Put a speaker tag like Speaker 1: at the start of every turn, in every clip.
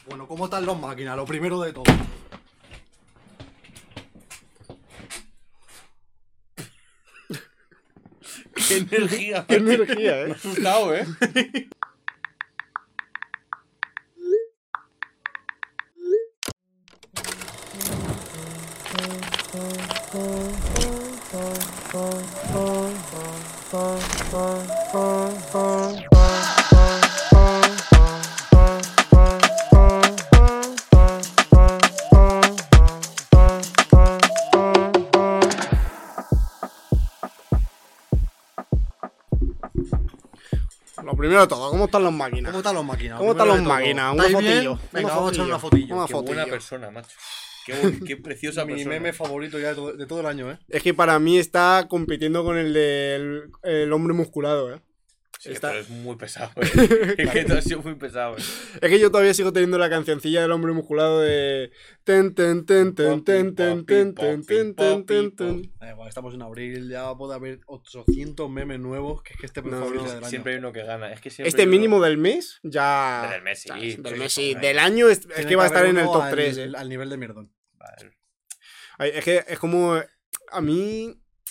Speaker 1: Bueno, ¿cómo están los máquinas? Lo primero de todo.
Speaker 2: ¡Qué energía!
Speaker 3: ¡Qué energía,
Speaker 2: Me ha asustado, ¿eh?
Speaker 3: Lo primero de todo, ¿cómo están los máquinas?
Speaker 1: ¿Cómo están los máquinas?
Speaker 3: ¿Cómo
Speaker 1: Lo
Speaker 3: están los
Speaker 1: primero de todo.
Speaker 3: máquinas? Una
Speaker 1: ¿Estáis bien?
Speaker 3: fotillo.
Speaker 1: Venga,
Speaker 3: Una
Speaker 1: vamos a echar
Speaker 3: fotillo.
Speaker 1: una fotillo.
Speaker 3: Una
Speaker 2: ¡Qué buena
Speaker 3: fotillo.
Speaker 2: persona, macho! ¡Qué preciosa
Speaker 1: Mi
Speaker 2: persona!
Speaker 1: meme favorito ya de todo el año, ¿eh?
Speaker 3: Es que para mí está compitiendo con el del el hombre musculado, ¿eh?
Speaker 2: Sí,
Speaker 3: Está-
Speaker 2: pero es muy pesado, ¿eh? Es que tú has sido muy pesado, ¿eh?
Speaker 3: Es que yo todavía sigo teniendo la cancioncilla del hombre musculado de... Ten, ten, ten, ten, ten, ten, ten, ten, ten, ten, ten, ten.
Speaker 1: Igual estamos en abril, ya puede haber 800 memes nuevos, que es que este es mi
Speaker 3: No,
Speaker 1: favorito
Speaker 3: no,
Speaker 1: del año.
Speaker 2: Siempre hay uno que gana. Es que siempre
Speaker 3: Este
Speaker 2: hay uno-
Speaker 3: mínimo del mes ya...
Speaker 2: Del mes, sí.
Speaker 3: Del
Speaker 2: Sí,
Speaker 3: mes,
Speaker 2: sí,
Speaker 3: sí.
Speaker 2: sí.
Speaker 3: Del año es
Speaker 1: Tiene
Speaker 3: que va a estar
Speaker 1: haber
Speaker 3: en el
Speaker 1: uno
Speaker 3: top
Speaker 1: al-
Speaker 3: 3, ¿eh?
Speaker 1: Al nivel de mierdón.
Speaker 2: Vale.
Speaker 3: Ay, es que es como... A mí...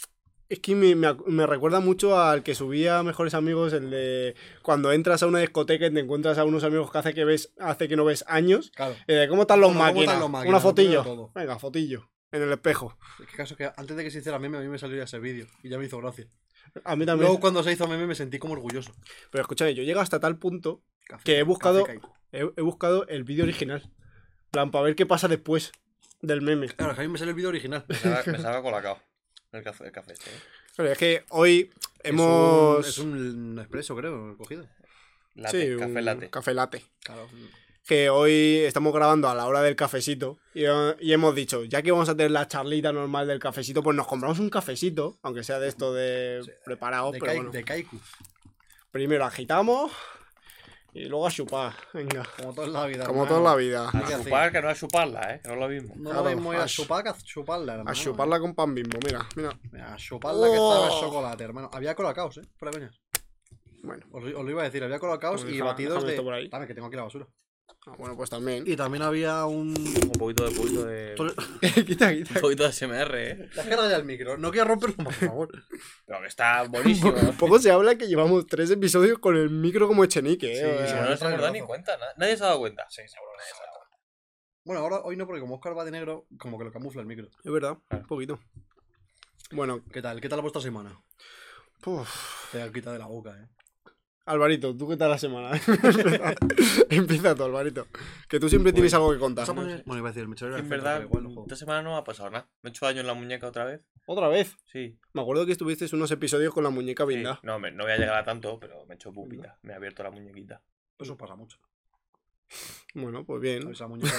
Speaker 3: Es que me recuerda mucho al que subía Mejores Amigos, el de cuando entras a una discoteca y te encuentras a unos amigos que hace que no ves años.
Speaker 1: Claro.
Speaker 3: ¿Cómo están los
Speaker 1: Bueno, ¿cómo
Speaker 3: máquinas?
Speaker 1: están los máquinas?
Speaker 3: Una
Speaker 1: Lo primero
Speaker 3: fotillo.
Speaker 1: de todo.
Speaker 3: Venga, fotillo. En el espejo.
Speaker 1: Es que caso que antes de que se hiciera meme, a mí me salió ya ese vídeo y ya me hizo gracia.
Speaker 3: A mí también.
Speaker 1: Luego cuando se hizo meme me sentí como orgulloso.
Speaker 3: Pero escúchame, yo llego hasta tal punto
Speaker 1: Café-
Speaker 3: que he buscado,
Speaker 1: café caico.
Speaker 3: he buscado el vídeo original. En plan, para ver qué pasa después del meme.
Speaker 1: Claro, que a mí me salió el vídeo original.
Speaker 2: Me salga colacao. El café este, ¿eh?
Speaker 3: Pero es que hoy hemos...
Speaker 1: Es un expreso, creo, cogido.
Speaker 2: Latte,
Speaker 3: Sí,
Speaker 2: café
Speaker 3: un
Speaker 2: latte.
Speaker 3: café latte.
Speaker 1: Claro.
Speaker 3: Que hoy estamos grabando a la hora del cafecito y hemos dicho, ya que vamos a tener la charlita normal del cafecito, pues nos compramos un cafecito, aunque sea de esto de preparado,
Speaker 1: De,
Speaker 3: pero bueno.
Speaker 1: de Kaiku.
Speaker 3: Primero agitamos y luego a chupar, venga.
Speaker 1: Como toda la vida.
Speaker 3: Como
Speaker 1: hermano.
Speaker 3: toda la vida.
Speaker 1: ¿Qué
Speaker 2: A chupar, que no a chuparla, ¿eh? Que no es lo mismo.
Speaker 1: No
Speaker 3: Claro,
Speaker 1: lo mismo ir a
Speaker 3: a
Speaker 1: chupar que a chuparla, hermano.
Speaker 3: A chuparla con pan Bimbo, mira, mira.
Speaker 1: Mira, a chuparla que estaba el
Speaker 3: Oh.
Speaker 1: chocolate, hermano. Había colacaos, fuera de coñas.
Speaker 3: Bueno,
Speaker 1: Os lo iba a decir, había colacaos
Speaker 3: Pues
Speaker 1: y
Speaker 3: deja-
Speaker 1: batidos
Speaker 3: déjame
Speaker 1: de...
Speaker 3: esto por ahí.
Speaker 1: Dame, que tengo aquí la basura.
Speaker 3: bueno, pues también.
Speaker 1: Y también había un...
Speaker 2: Un poquito de...
Speaker 3: quita,
Speaker 2: Un
Speaker 3: quita.
Speaker 2: poquito de SMR, ¿eh?
Speaker 1: Deja ya el micro, no quiero romperlo más, por favor.
Speaker 2: Pero que está buenísimo.
Speaker 3: Poco se habla que llevamos 3 episodios con el micro como Echenique,
Speaker 1: Sí,
Speaker 3: O
Speaker 2: Si
Speaker 3: sea,
Speaker 2: no nos hemos dado ni cuenta. Nadie se ha dado cuenta.
Speaker 1: Sí, seguro que nadie se ha dado cuenta. Bueno, ahora hoy no, porque como Oscar va de negro, como que lo camufla el micro.
Speaker 3: es verdad,
Speaker 2: Claro.
Speaker 3: un poquito. Bueno,
Speaker 1: ¿Qué tal? ¿Qué tal vuestra semana?
Speaker 3: puf.
Speaker 1: Te quita de la boca,
Speaker 3: Alvarito, ¿tú qué tal la semana? Empieza tú, Alvarito. Que tú siempre tienes algo que contar.
Speaker 1: ¿Vas a poner? Bueno, iba a decir, el mechero era
Speaker 2: En
Speaker 1: el centro,
Speaker 2: verdad,
Speaker 1: pero igual lo juego.
Speaker 2: esta semana no me ha pasado nada. Me he hecho daño en la muñeca otra vez.
Speaker 3: ¿Otra vez?
Speaker 2: Sí.
Speaker 3: Me acuerdo que estuviste unos episodios con la muñeca
Speaker 2: Sí.
Speaker 3: binda.
Speaker 2: No, no voy a llegar a tanto, pero me he hecho pupita. Me he abierto la muñequita.
Speaker 1: Eso pasa mucho.
Speaker 3: Bueno, pues bien.
Speaker 1: Esa muñeca.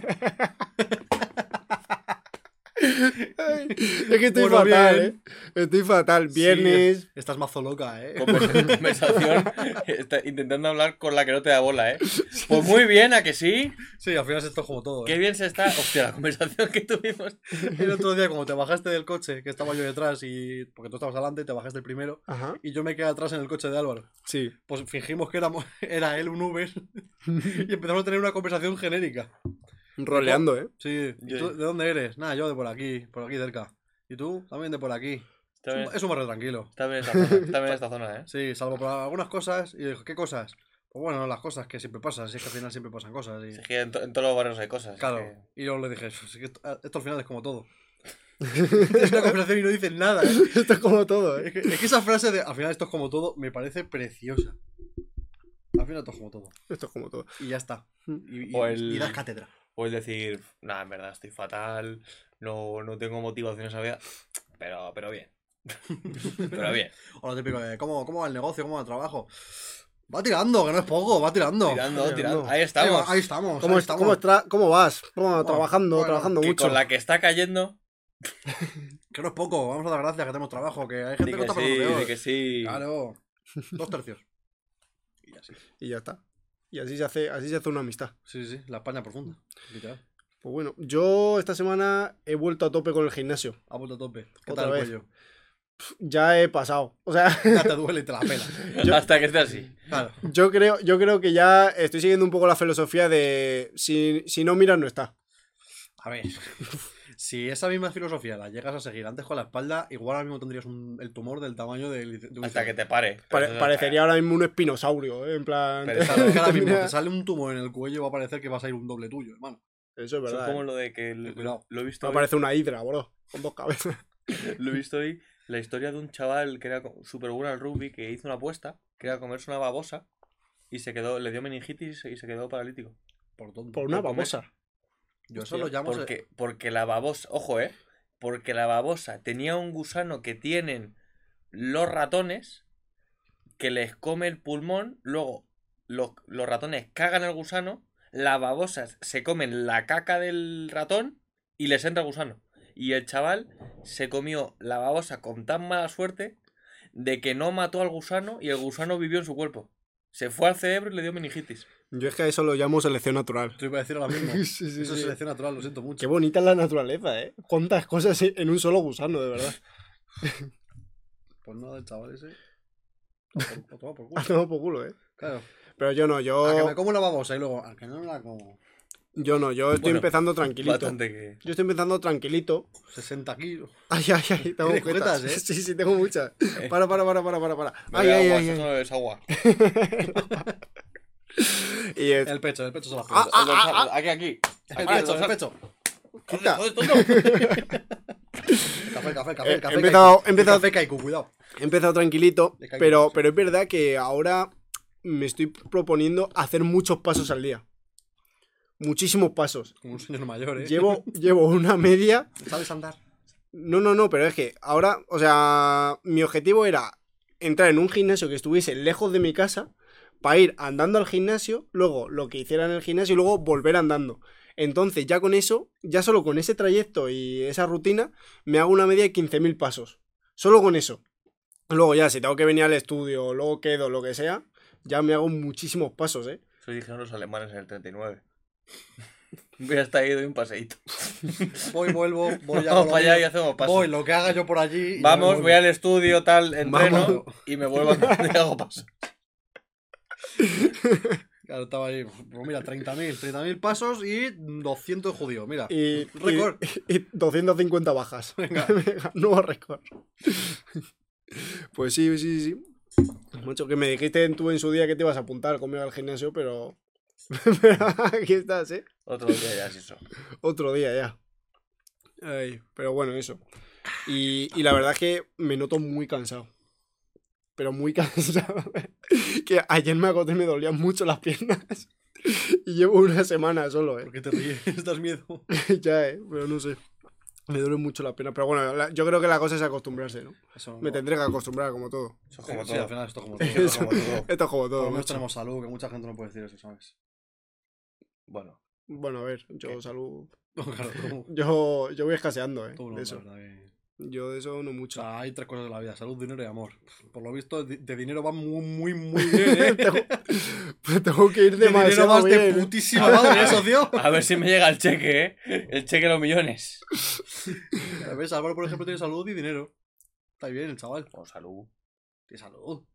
Speaker 3: Ay, es que estoy
Speaker 1: Bueno,
Speaker 3: fatal,
Speaker 1: bien.
Speaker 3: Estoy fatal. Viernes.
Speaker 1: Sí, estás mazo loca,
Speaker 2: Conversación. Intentando hablar con la que no te da bola, ¿eh? Pues muy bien, ¿a que sí?
Speaker 1: Sí, al final esto es como todo.
Speaker 2: Qué bien se está. Hostia, la conversación que tuvimos.
Speaker 1: El otro día, como te bajaste del coche, que estaba yo detrás, y porque tú estabas delante, te bajaste el primero,
Speaker 3: Ajá.
Speaker 1: y yo me quedé atrás en el coche de Álvaro.
Speaker 3: Sí.
Speaker 1: Pues fingimos que era él un Uber y empezamos a tener una conversación genérica.
Speaker 3: Roleando, ¿eh?
Speaker 1: Sí, ¿y tú de dónde eres? Nada, yo de por aquí cerca. ¿Y tú? También de por aquí.
Speaker 2: Está bien,
Speaker 1: Es un barrio tranquilo.
Speaker 2: está bien esta zona, está bien esta zona, ¿eh?
Speaker 1: Sí, salvo por algunas cosas. Y dijo, ¿qué cosas? Pues bueno, las cosas que siempre pasan, si es que al final siempre pasan cosas. Y...
Speaker 2: Es que en todos los barrios hay cosas.
Speaker 1: Claro,
Speaker 2: es que-
Speaker 1: y luego le dije, "Es que esto al final es como todo. Es una conversación y no dices nada, ¿eh?
Speaker 3: Esto es como todo, ¿eh?
Speaker 1: Es que esa frase de al final esto es como todo me parece preciosa. Al final esto es como todo.
Speaker 3: Esto es como todo.
Speaker 1: Y ya está. Y
Speaker 2: O el-
Speaker 1: y das cátedra.
Speaker 2: O es decir, nada, en verdad estoy fatal, no tengo motivación esa vida, pero bien. Pero bien.
Speaker 1: O lo típico de ¿cómo va el negocio? ¿Cómo va el trabajo? Va tirando, que no es poco, va tirando.
Speaker 2: Tirando. Ahí estamos.
Speaker 1: Ahí estamos.
Speaker 3: ¿Cómo,
Speaker 1: ahí
Speaker 3: est-
Speaker 1: estamos.
Speaker 3: cómo vas? Trabajando,
Speaker 1: bueno,
Speaker 3: trabajando
Speaker 2: Que
Speaker 3: mucho.
Speaker 2: con la que está cayendo,
Speaker 1: Que no es poco, vamos a dar gracias que tenemos trabajo, que hay
Speaker 2: di
Speaker 1: gente que
Speaker 2: que
Speaker 1: está
Speaker 2: sí,
Speaker 1: pasando peor.
Speaker 2: di que sí.
Speaker 1: Claro. 2/3. Y así.
Speaker 3: Y ya está. Y así se hace una amistad.
Speaker 1: Sí, sí, la España profunda. Literal.
Speaker 3: Pues bueno, yo esta semana he vuelto a tope con el gimnasio.
Speaker 1: Ha vuelto a tope. ¿Qué
Speaker 3: Otra
Speaker 1: tal el
Speaker 3: vez.
Speaker 1: cuello?
Speaker 3: ya he pasado. O sea,
Speaker 1: Ya te duele y te la pela.
Speaker 2: Hasta que esté así.
Speaker 1: Claro.
Speaker 3: yo creo que ya estoy siguiendo un poco la filosofía de si no miras, no está.
Speaker 1: A ver. Si esa misma filosofía la llegas a seguir antes con la espalda, igual ahora mismo tendrías el tumor del tamaño de un
Speaker 2: Hasta que
Speaker 1: iceberg.
Speaker 2: te pare. Pero eso-
Speaker 3: Parecería ahora mismo un espinosaurio, ¿eh? En plan.
Speaker 2: Pero
Speaker 1: Claro, es que ahora mismo te sale un tumor en el cuello y va a parecer que va a salir un doble tuyo, hermano.
Speaker 3: Eso es
Speaker 2: Eso es
Speaker 3: verdad.
Speaker 2: como
Speaker 3: ¿eh?
Speaker 2: lo de que
Speaker 1: Cuidado.
Speaker 2: lo he visto
Speaker 3: Me
Speaker 2: hoy,
Speaker 3: parece una hidra, bro. Con 2 cabezas.
Speaker 2: lo he visto hoy, la historia de un chaval que era súper bueno al rugby que hizo una apuesta, que era comerse una babosa y se quedó, le dio meningitis y se quedó paralítico.
Speaker 1: Por tonto.
Speaker 3: Por una
Speaker 2: Por comer.
Speaker 3: babosa.
Speaker 1: Yo eso lo llamo.
Speaker 2: Porque la babosa, ojo, porque la babosa tenía un gusano que tienen los ratones que les come el pulmón, luego los ratones cagan al gusano, las babosas se comen la caca del ratón y les entra el gusano. Y el chaval se comió la babosa con tan mala suerte de que no mató al gusano y el gusano vivió en su cuerpo. Se fue al cerebro y le dio meningitis.
Speaker 3: Yo es que a eso lo llamo selección natural.
Speaker 1: Te iba a decir ahora mismo.
Speaker 3: Sí, sí,
Speaker 1: Eso es
Speaker 3: sí.
Speaker 1: selección natural, lo siento mucho.
Speaker 3: Qué bonita es la naturaleza, ¿eh? Cuántas cosas en un solo gusano, de verdad.
Speaker 1: Pues nada, el chaval ese. Toma por culo.
Speaker 3: Ha tomado por culo, ¿eh?
Speaker 1: Claro.
Speaker 3: Pero yo no,
Speaker 1: A que me
Speaker 3: yo
Speaker 1: como una babosa y luego. A que no me la como.
Speaker 3: estoy
Speaker 2: Bueno,
Speaker 3: empezando tranquilito.
Speaker 2: Bastante que...
Speaker 3: Yo estoy empezando tranquilito.
Speaker 1: 60 kilos.
Speaker 3: Ay, tengo
Speaker 1: Tienes
Speaker 3: jetas.
Speaker 1: jetas, ¿eh?
Speaker 3: Sí, tengo muchas. Para. Ay,
Speaker 2: Bebe
Speaker 3: ay,
Speaker 2: agua,
Speaker 3: ay,
Speaker 2: eso
Speaker 3: ay.
Speaker 2: no bebes agua.
Speaker 3: Y
Speaker 1: El pecho se la
Speaker 3: Ah,
Speaker 2: Aquí, aquí.
Speaker 1: El pecho, el pecho.
Speaker 3: Quita.
Speaker 2: Joder, tonto.
Speaker 1: Café.
Speaker 3: He empezado-
Speaker 1: Café Kaiku, cuidado.
Speaker 3: He empezado tranquilito,
Speaker 1: De calle,
Speaker 3: pero
Speaker 1: sí.
Speaker 3: es verdad que ahora me estoy proponiendo hacer muchos pasos al día. Muchísimos pasos.
Speaker 1: Como un señor mayor, ¿eh?
Speaker 3: Llevo una media.
Speaker 1: ¿Sabes andar?
Speaker 3: No, pero es que ahora, o sea, mi objetivo era entrar en un gimnasio que estuviese lejos de mi casa para ir andando al gimnasio, luego lo que hiciera en el gimnasio y luego volver andando. Entonces, ya con eso, ya solo con ese trayecto y esa rutina, me hago una media de 15.000 pasos. Solo con eso. Luego ya, si tengo que venir al estudio, luego quedo, lo que sea, ya me hago muchísimos pasos, ¿eh?
Speaker 2: Eso dijeron los alemanes en el 39. Voy hasta ahí, doy un paseíto.
Speaker 1: Vuelvo, voy a
Speaker 2: Vamos
Speaker 1: lo
Speaker 2: para allá y
Speaker 1: mío.
Speaker 2: hacemos pasos.
Speaker 1: Voy, lo que haga yo por allí. y ya me
Speaker 2: Vamos,
Speaker 1: vuelvo.
Speaker 2: voy al estudio, tal, entreno
Speaker 1: Vamos.
Speaker 2: y me vuelvo a y hago pasos.
Speaker 1: Claro, estaba ahí. Pues mira, 30.000 pasos y 200 judíos. Mira,
Speaker 3: Y,
Speaker 1: récord.
Speaker 3: y 250 bajas.
Speaker 1: Venga.
Speaker 3: Venga, nuevo récord. Pues sí. Mucho que me dijiste tú en su día que te ibas a apuntar conmigo al gimnasio, pero... pero aquí estás, ¿eh?
Speaker 2: Otro día ya es eso.
Speaker 3: Otro día ya. Ay, pero bueno, eso. Y la verdad es que me noto muy cansado. Pero muy cansado. Que ayer me acosté y me dolían mucho las piernas. Y llevo una semana solo, ¿eh?
Speaker 1: ¿Por qué te ríes? ¿Das miedo?
Speaker 3: Ya, pero no sé. Me duele mucho la pena. Pero bueno, yo creo que la cosa es acostumbrarse, ¿no?
Speaker 1: Eso
Speaker 3: Me tendré que acostumbrar, como todo.
Speaker 2: Eso es como
Speaker 1: Sí,
Speaker 2: todo.
Speaker 1: al final esto es como todo.
Speaker 2: Eso es como todo.
Speaker 3: Esto es como
Speaker 1: Por
Speaker 3: todo.
Speaker 1: lo menos
Speaker 3: macho.
Speaker 1: tenemos salud, que mucha gente no puede decir eso, ¿sabes?
Speaker 2: Bueno,
Speaker 3: Bueno, a ver, yo
Speaker 2: ¿Qué?
Speaker 3: salud.
Speaker 1: Claro, tú,
Speaker 3: yo voy escaseando, ¿eh?
Speaker 1: tú no,
Speaker 3: De
Speaker 1: la
Speaker 3: eso.
Speaker 1: verdad que-
Speaker 3: Yo de eso no
Speaker 1: O
Speaker 3: mucho.
Speaker 1: sea, hay 3 cosas de la vida: salud, dinero y amor. Por lo visto, de dinero va muy bien, ¿eh?
Speaker 3: Tengo que ir
Speaker 1: De dinero
Speaker 3: demasiado
Speaker 1: vas de
Speaker 3: bien.
Speaker 1: putísima madre, eso, tío.
Speaker 2: a ver si me llega el cheque, ¿eh? El cheque de los millones.
Speaker 1: ¿Ves? Álvaro, por ejemplo, tiene salud y dinero. Está bien, el chaval.
Speaker 2: Con salud.
Speaker 1: Tiene salud.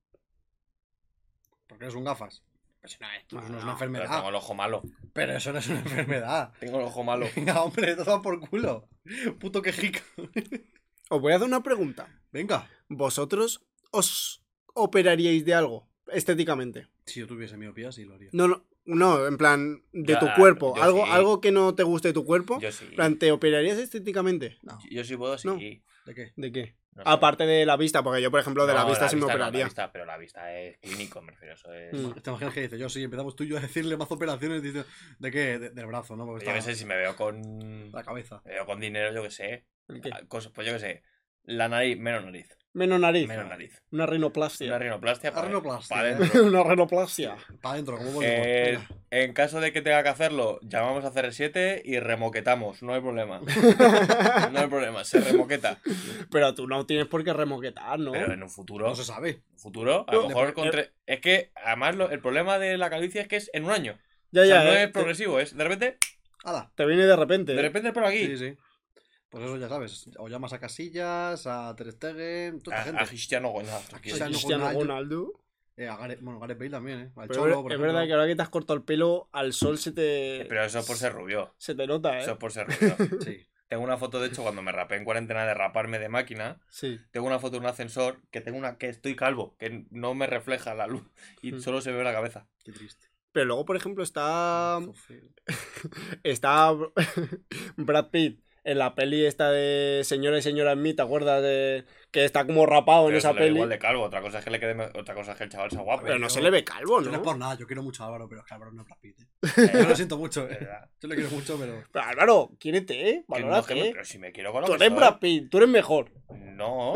Speaker 1: Porque eres un gafas. Pero si no, eso no es una
Speaker 2: Pero
Speaker 1: enfermedad.
Speaker 2: tengo el ojo malo.
Speaker 1: Pero eso no es una enfermedad.
Speaker 2: Tengo el ojo malo.
Speaker 1: Venga, hombre, te das por culo. Puto quejica.
Speaker 3: Os voy a hacer una pregunta.
Speaker 1: Venga.
Speaker 3: ¿Vosotros os operaríais de algo estéticamente?
Speaker 1: Si yo tuviese miopía, sí lo haría.
Speaker 3: No, en plan, de
Speaker 2: Ya,
Speaker 3: tu cuerpo.
Speaker 2: yo
Speaker 3: Algo,
Speaker 2: sí.
Speaker 3: algo que no te guste de tu cuerpo.
Speaker 2: Yo sí.
Speaker 3: En plan, ¿te operarías estéticamente?
Speaker 1: No.
Speaker 2: Yo sí puedo, sí.
Speaker 3: No.
Speaker 1: ¿De qué?
Speaker 3: ¿De qué?
Speaker 2: No sé.
Speaker 3: Aparte de la vista, porque yo, por ejemplo, de la
Speaker 2: No,
Speaker 3: vista sí me
Speaker 2: no,
Speaker 3: operaría.
Speaker 2: la vista, pero la vista es clínico, me refiero. Eso es...
Speaker 3: Mm.
Speaker 1: ¿Te imaginas que dice? Yo sí, empezamos tú y yo a decirle más operaciones. Dice, ¿de qué? Del brazo, ¿no? Porque
Speaker 2: Yo qué
Speaker 1: está
Speaker 2: sé, si me veo con...
Speaker 1: la cabeza.
Speaker 2: Me veo con dinero, yo qué sé.
Speaker 3: ¿El qué?
Speaker 2: Cosas, pues yo qué sé. La nariz, menos nariz.
Speaker 3: Menos nariz.
Speaker 2: Menos nariz.
Speaker 3: Una rinoplastia.
Speaker 2: Una rinoplastia para
Speaker 1: rinoplastia,
Speaker 2: adentro.
Speaker 3: Una rinoplastia.
Speaker 1: Para adentro, como Voldemort. Venga.
Speaker 2: En caso de que tenga que hacerlo, llamamos a CR7 y remoquetamos. No hay problema. No hay problema, se remoqueta.
Speaker 3: Pero tú no tienes por qué remoquetar, ¿no?
Speaker 2: Pero en un futuro,
Speaker 1: No se sabe.
Speaker 2: a lo
Speaker 3: No,
Speaker 2: mejor es que además el problema de la calvicie es que es en un año.
Speaker 3: Ya,
Speaker 2: O sea,
Speaker 3: ya,
Speaker 2: no es progresivo, es de repente
Speaker 3: te viene de repente.
Speaker 2: es por aquí.
Speaker 1: Sí, sí. Pues eso ya sabes. O llamas a Casillas, a Ter Stegen, toda esta
Speaker 2: A
Speaker 1: gente.
Speaker 2: Cristiano Ronaldo.
Speaker 1: Cristiano
Speaker 3: Cristiano
Speaker 1: Ronaldo.
Speaker 3: Ronaldo.
Speaker 1: Bueno, Gareth Bale también, ¿eh? Al
Speaker 3: Pero
Speaker 1: Cholo, por
Speaker 3: es
Speaker 1: ejemplo.
Speaker 3: verdad que ahora que te has cortado el pelo, al sol se te.
Speaker 2: Pero eso es por ser rubio.
Speaker 3: Se te nota,
Speaker 2: Eso es
Speaker 3: ¿eh?
Speaker 2: por ser rubio.
Speaker 1: Sí.
Speaker 2: Tengo una foto, de hecho, cuando me rapé en cuarentena de raparme de máquina.
Speaker 3: Sí.
Speaker 2: Tengo una foto de un ascensor que estoy calvo, que no me refleja la luz y solo se ve la cabeza.
Speaker 1: Qué triste.
Speaker 3: Pero luego, por ejemplo, está.
Speaker 1: Mazo feo.
Speaker 3: Está Brad Pitt en la peli esta de Señora y Señora en mí, ¿te acuerdas? Que está como rapado en
Speaker 2: Pero
Speaker 3: esa
Speaker 2: se le ve
Speaker 3: peli.
Speaker 2: igual de calvo. Otra cosa es que le quede, otra cosa es que el chaval sea guapo.
Speaker 3: Pero no
Speaker 1: yo-
Speaker 3: se le ve calvo,
Speaker 1: Yo no es
Speaker 3: ¿no?
Speaker 1: por nada, yo quiero mucho a Álvaro, pero es que Álvaro no es Brad Pitt, ¿eh?
Speaker 2: Eh,
Speaker 1: Yo lo siento mucho, ¿eh?
Speaker 2: verdad.
Speaker 1: Yo le quiero mucho, pero.
Speaker 3: Pero Álvaro, quiérete, ¿eh?
Speaker 2: Que no,
Speaker 3: Valórate.
Speaker 2: pero si me quiero con lo
Speaker 3: Tú
Speaker 2: que
Speaker 3: eres
Speaker 2: soy.
Speaker 3: Brad Pitt, tú eres mejor.
Speaker 2: No.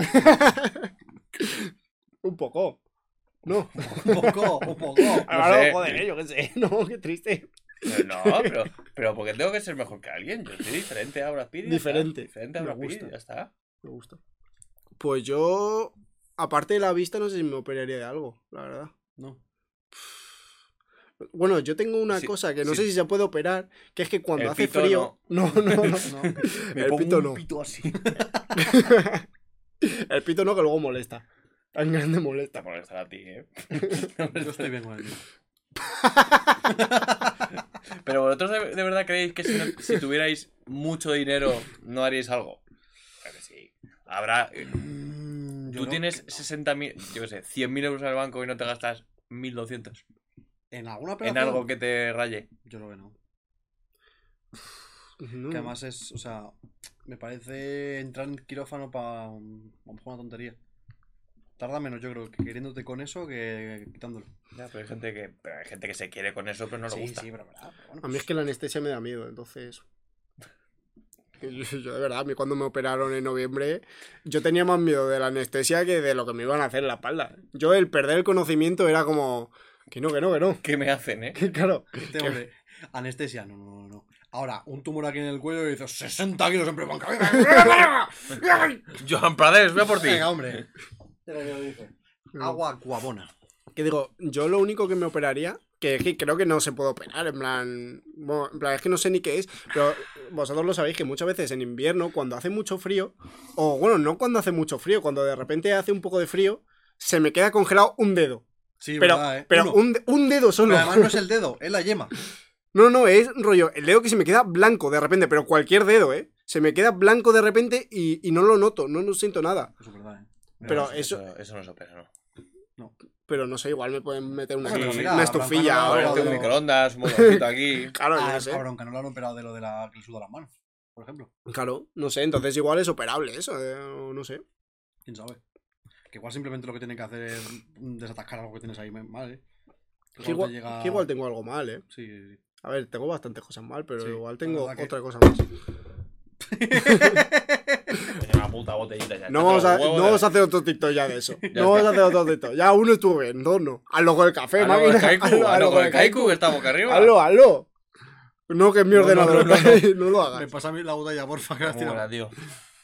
Speaker 3: Un poco. No.
Speaker 1: Un poco.
Speaker 3: Álvaro,
Speaker 2: sé.
Speaker 3: joder, yo qué sé. No, qué triste.
Speaker 2: No, pero porque tengo que ser mejor que alguien. Yo soy diferente a Brad Pitt. y ya
Speaker 3: Diferente.
Speaker 2: está. Diferente a
Speaker 3: Me
Speaker 2: Brad Pitt,
Speaker 3: gusta.
Speaker 2: ya está.
Speaker 3: Me gusta. Pues yo, aparte de la vista, no sé si me operaría de algo, la verdad.
Speaker 1: No.
Speaker 3: Bueno, yo tengo una
Speaker 2: Sí,
Speaker 3: cosa que no
Speaker 2: sí.
Speaker 3: sé si se puede operar, que es que cuando
Speaker 2: El
Speaker 3: hace
Speaker 2: pito
Speaker 3: frío. No, no, no.
Speaker 1: No.
Speaker 2: Me
Speaker 3: El
Speaker 2: pongo
Speaker 3: pito
Speaker 2: un
Speaker 3: no.
Speaker 2: pito así.
Speaker 3: El pito no, que luego molesta. Tan grande molesta.
Speaker 2: Te molestará a ti, ¿eh?
Speaker 1: Yo estoy bien con el mío.
Speaker 2: Pero vosotros de verdad creéis que si tuvierais mucho dinero no haríais algo. Claro que sí. Habrá. Tú tienes 60.000, yo qué sé, 100.000 euros en el banco y no te gastas 1.200
Speaker 1: ¿En alguna
Speaker 2: en
Speaker 1: operación?
Speaker 2: algo que te raye.
Speaker 1: Yo lo veo, no.
Speaker 3: No.
Speaker 1: Que además es, o sea, me parece entrar en quirófano para a lo mejor una tontería. Tarda menos, yo creo, que queriéndote con eso que quitándolo.
Speaker 2: Ya, pero hay gente que se quiere con eso, pero no le gusta.
Speaker 1: Sí, pero verdad. Pero bueno,
Speaker 3: A mí es que la anestesia me da miedo, entonces. Yo de verdad, a mí cuando me operaron en noviembre, yo tenía más miedo de la anestesia que de lo que me iban a hacer en la espalda. Yo el perder el conocimiento era como. Que no.
Speaker 2: ¿Qué me hacen, eh?
Speaker 3: Claro.
Speaker 1: este hombre, anestesia, no. Ahora, un tumor aquí en el cuello y dices 60 kilos en prepon cabeza.
Speaker 2: Johan Prades, ve por ti.
Speaker 1: Venga, hombre. Mira que lo dice. Agua acuabona.
Speaker 3: Que digo, yo lo único que me operaría, que es que creo que no se puede operar, en plan. Bueno, en plan, es que no sé ni qué es, pero vosotros lo sabéis que muchas veces en invierno, cuando hace mucho frío, o bueno, no cuando hace mucho frío, cuando de repente hace un poco de frío, se me queda congelado un dedo.
Speaker 1: Sí,
Speaker 3: Pero,
Speaker 1: verdad, ¿eh?
Speaker 3: pero
Speaker 1: Uno.
Speaker 3: un dedo solo.
Speaker 1: Pero además no es el dedo, es la yema.
Speaker 3: No, es rollo, el dedo que se me queda blanco de repente, pero cualquier dedo, ¿eh? Se me queda blanco de repente y no lo noto, no siento nada.
Speaker 1: Eso es verdad, ¿eh?
Speaker 3: Pero
Speaker 2: Eso no se opera, ¿no?
Speaker 3: Pero no sé, igual me pueden meter una,
Speaker 1: Bueno,
Speaker 2: pero
Speaker 1: mira,
Speaker 3: una
Speaker 1: Blanca
Speaker 3: estufilla
Speaker 1: no
Speaker 3: o
Speaker 1: lo
Speaker 3: algo.
Speaker 2: Ponerte un
Speaker 1: no.
Speaker 2: microondas, un motorcito aquí.
Speaker 3: Claro, yo
Speaker 1: Ah,
Speaker 3: qué
Speaker 1: es
Speaker 3: sé.
Speaker 1: cabrón, que no lo han operado de lo de la que le suda las manos, por ejemplo.
Speaker 3: Claro, no sé, entonces igual es operable eso, no sé.
Speaker 1: ¿Quién sabe? Que igual simplemente lo que tienen que hacer es desatascar algo que tienes ahí mal, ¿eh?
Speaker 3: Que
Speaker 1: te
Speaker 3: igual,
Speaker 1: llega-
Speaker 3: que igual tengo algo mal, ¿eh?
Speaker 1: Sí, sí.
Speaker 3: A ver, tengo bastantes cosas mal, pero
Speaker 1: Sí,
Speaker 3: igual
Speaker 1: la
Speaker 3: tengo
Speaker 1: verdad que-
Speaker 3: otra cosa más.
Speaker 2: Es una puta botellita ya.
Speaker 3: No vamos a,
Speaker 2: Huevo
Speaker 3: no
Speaker 2: de-
Speaker 3: vamos a hacer otro TikTok ya de eso.
Speaker 2: Ya
Speaker 3: No vamos
Speaker 2: está.
Speaker 3: a hacer otro TikTok. Ya uno estuvo bien, dos no. Hazlo con el café,
Speaker 2: Hazlo con el
Speaker 3: máquina.
Speaker 2: Kaiku, hazlo con el Kaiku, que está boca arriba.
Speaker 3: Hazlo. No, que es mi
Speaker 1: No,
Speaker 3: ordenador.
Speaker 1: no, no,
Speaker 3: No lo
Speaker 1: Me
Speaker 3: hagas.
Speaker 1: pasa a mí la botella, porfa, que la has
Speaker 2: Muy buena,
Speaker 1: tirado.
Speaker 2: tío.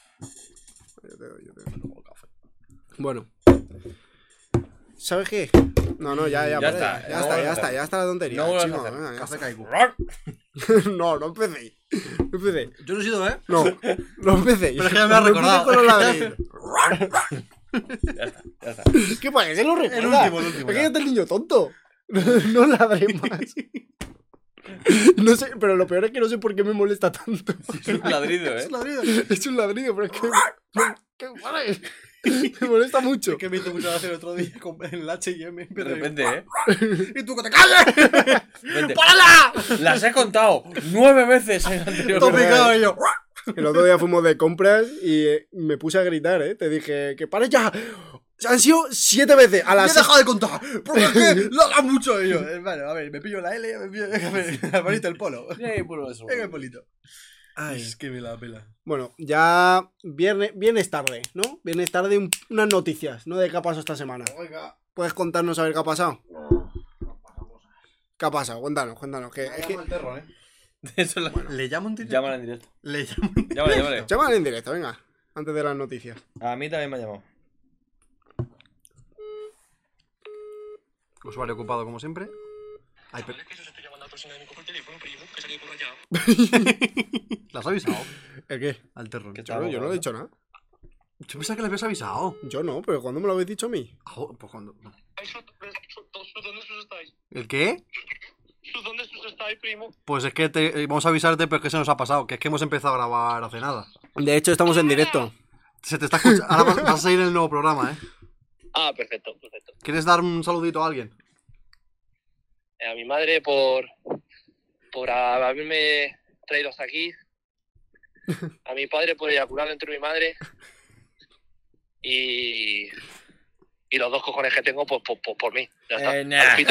Speaker 3: Yo te doy café. Bueno. ¿Sabes qué? No, ya
Speaker 2: Ya
Speaker 3: pues,
Speaker 2: está,
Speaker 3: ya está la tontería.
Speaker 2: No vuelvas a
Speaker 3: chico,
Speaker 2: hacer.
Speaker 3: venga, ya
Speaker 1: Café
Speaker 3: está.
Speaker 1: Kaiku.
Speaker 3: No empecéis. No empecéis.
Speaker 1: Yo no he sido, ¿eh?
Speaker 3: No empecéis.
Speaker 1: Pero es que ya me has
Speaker 3: No empecéis
Speaker 1: recordado.
Speaker 3: con los ladrillos.
Speaker 2: Ya está.
Speaker 3: ¿Qué pasa? ¿Se lo recuerda?
Speaker 1: último, el último,
Speaker 3: Es que
Speaker 1: ya.
Speaker 3: ya está el niño tonto. No ladré más. No sé, pero lo peor es que no sé por qué me molesta tanto.
Speaker 2: Es un ladrido,
Speaker 1: Es
Speaker 2: ¿eh?
Speaker 1: ladrido.
Speaker 3: Es un ladrillo, pero es que. ¿Qué vale? Me molesta mucho.
Speaker 1: Es que me hizo mucho gracia el otro día en el H&M.
Speaker 2: De repente, ¿eh?
Speaker 1: ¡Y tú que te calles!
Speaker 2: Vente.
Speaker 3: ¡Párala!
Speaker 2: Las he contado 9 veces en el anterior.
Speaker 1: Todo picado y yo.
Speaker 3: El otro día fuimos de compras y me puse a gritar, ¿eh? Te dije, que pares ya. Han sido 7 veces. A
Speaker 1: ¡Me he
Speaker 3: las
Speaker 1: dejado de contar! Porque es que lo hagan mucho ellos. Vale, a ver, me pillo la L, me pillo el palito, el polo. Venga, el polito.
Speaker 3: Ay.
Speaker 1: Es que me la pela.
Speaker 3: Bueno, ya viernes tarde, ¿no? Viernes tarde unas noticias, ¿no? De qué ha pasado esta semana.
Speaker 1: Oiga.
Speaker 3: ¿Puedes contarnos a ver qué ha pasado? ¿Qué ha pasado? Cuéntanos. Que, es que...
Speaker 1: el perro, ¿eh?
Speaker 2: Eso lo...
Speaker 1: Le llamo en directo.
Speaker 2: Llámala en directo.
Speaker 1: Le llamo.
Speaker 2: Llámale.
Speaker 3: Llámale en directo, venga. Antes de las noticias.
Speaker 2: A mí también me ha llamado.
Speaker 1: Usuario ocupado como siempre. Ay, pero...
Speaker 4: Es que os estoy llamando a persona de mi por teléfono, primo, que salí por allá.
Speaker 1: ¿La has avisado?
Speaker 3: ¿El qué?
Speaker 1: Al terror.
Speaker 2: ¿Qué
Speaker 3: Yo no he dicho nada.
Speaker 1: Yo pensaba que le habías avisado.
Speaker 3: Yo no, pero ¿cuándo me lo habéis dicho a mí?
Speaker 1: Ah, pues cuando... no.
Speaker 4: ¿Dónde sus estáis?
Speaker 1: ¿El qué?
Speaker 4: ¿Dónde sus estáis, primo?
Speaker 1: Pues es que vamos a avisarte, pero es que se nos ha pasado. Que es que hemos empezado a grabar hace nada.
Speaker 3: De hecho, estamos en directo.
Speaker 1: Se te está escuchando. Ahora vas a seguir el nuevo programa, ¿eh?
Speaker 4: Ah, perfecto.
Speaker 1: ¿Quieres dar un saludito a alguien?
Speaker 4: A mi madre por haberme traído hasta aquí. A mi padre por eyacular dentro de mi madre. Y los 2 cojones que tengo, pues por mí. Ya está.
Speaker 2: Nah.
Speaker 4: Al pito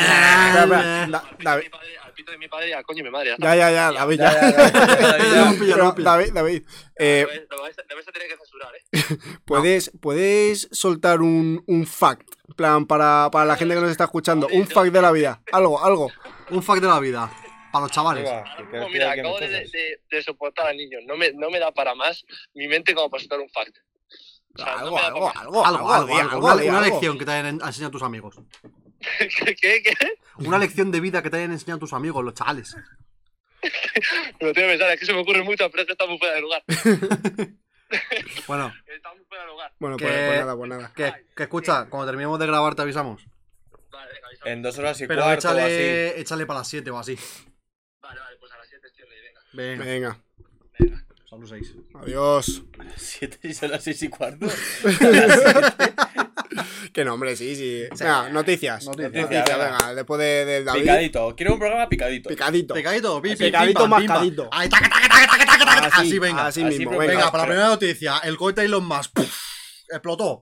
Speaker 4: al pito de mi padre y al coño de mi madre. Ya está.
Speaker 3: Ya, David, ya.
Speaker 1: Ya,
Speaker 3: Pero,
Speaker 1: pilla.
Speaker 3: David,
Speaker 4: Lo vais a tener que censurar, ¿eh?
Speaker 3: ¿puedes soltar un fact? En plan, para la gente que nos está escuchando. Un fact de la vida. Algo.
Speaker 1: Un fact de la vida. Para los chavales.
Speaker 4: Pues mira, acabo de soportar al niño. No me da para más mi mente como para soltar un fact. O sea, no me da para más.
Speaker 1: Algo. Una lección que te hayan enseñado tus amigos.
Speaker 4: ¿Qué?
Speaker 1: Una lección de vida que te hayan enseñado tus amigos, los chavales.
Speaker 4: Lo tengo que pensar, es que se me ocurren muchas, pero es que está muy fuera de lugar.
Speaker 1: Bueno,
Speaker 4: Está muy fuera de lugar.
Speaker 3: Bueno,
Speaker 1: Que-
Speaker 3: pues nada.
Speaker 1: que escucha, cuando terminemos de grabar te avisamos.
Speaker 4: Vale, venga, avísame.
Speaker 2: En 2 horas y
Speaker 1: Pero
Speaker 2: cuarto o así.
Speaker 1: échale para las 7 o así.
Speaker 4: Vale, pues a las 7 estoy venga.
Speaker 1: Venga,
Speaker 3: Venga,
Speaker 1: salud 6.
Speaker 3: adiós.
Speaker 2: 7 y son las 6 y cuarto.
Speaker 3: Que no, hombre, sí. Venga, noticias.
Speaker 1: Noticias,
Speaker 3: Venga, después de David.
Speaker 2: Picadito. Quiero un programa picadito.
Speaker 3: Picadito.
Speaker 1: Picadito,
Speaker 3: Picadito,
Speaker 1: pim, pam,
Speaker 3: mascadito.
Speaker 1: Ahí, taca, taca, taca, taca, taca, taca. Así, venga.
Speaker 3: Así
Speaker 2: Así
Speaker 3: mismo,
Speaker 2: mismo.
Speaker 3: venga.
Speaker 1: Venga, para la
Speaker 2: pero-
Speaker 1: primera noticia, el cohete Elon Musk explotó.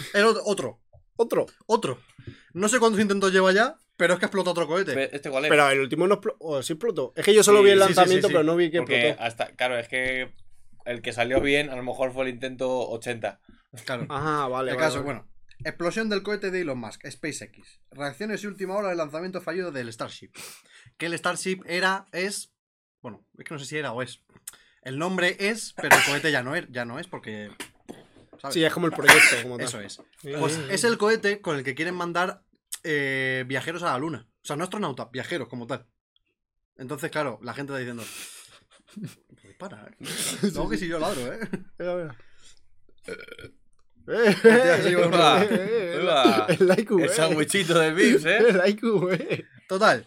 Speaker 1: Otro. No sé cuántos intentos lleva ya, pero es que explotó otro cohete.
Speaker 2: ¿Este cuál es?
Speaker 3: Pero el último no explotó. Sí explotó. Es que yo solo
Speaker 2: Sí,
Speaker 3: vi el
Speaker 1: sí,
Speaker 3: lanzamiento,
Speaker 1: sí.
Speaker 3: pero no vi que
Speaker 2: Porque
Speaker 3: explotó.
Speaker 2: claro, es que el que salió bien a lo mejor fue el intento 80.
Speaker 1: Claro.
Speaker 3: Ajá, vale.
Speaker 1: El
Speaker 3: vale,
Speaker 1: caso,
Speaker 3: vale.
Speaker 1: bueno. Explosión del cohete de Elon Musk, SpaceX. Reacciones y última hora del lanzamiento fallido del Starship. Que el Starship es... Bueno, es que no sé si era o es. El nombre es, pero el cohete ya no es porque... ¿sabes?
Speaker 3: Sí, es como el proyecto, como tal.
Speaker 1: Eso es. Pues es el cohete con el que quieren mandar viajeros a la luna. O sea, no astronautas, viajeros como tal. Entonces, claro, la gente está diciendo... Para, no, que si yo ladro, ¿eh?
Speaker 3: Mira.
Speaker 1: sí, bueno,
Speaker 2: Hola.
Speaker 3: El Laiku,
Speaker 2: El sandwichito de Vips, ¿eh?
Speaker 3: El Laiku,
Speaker 1: Total.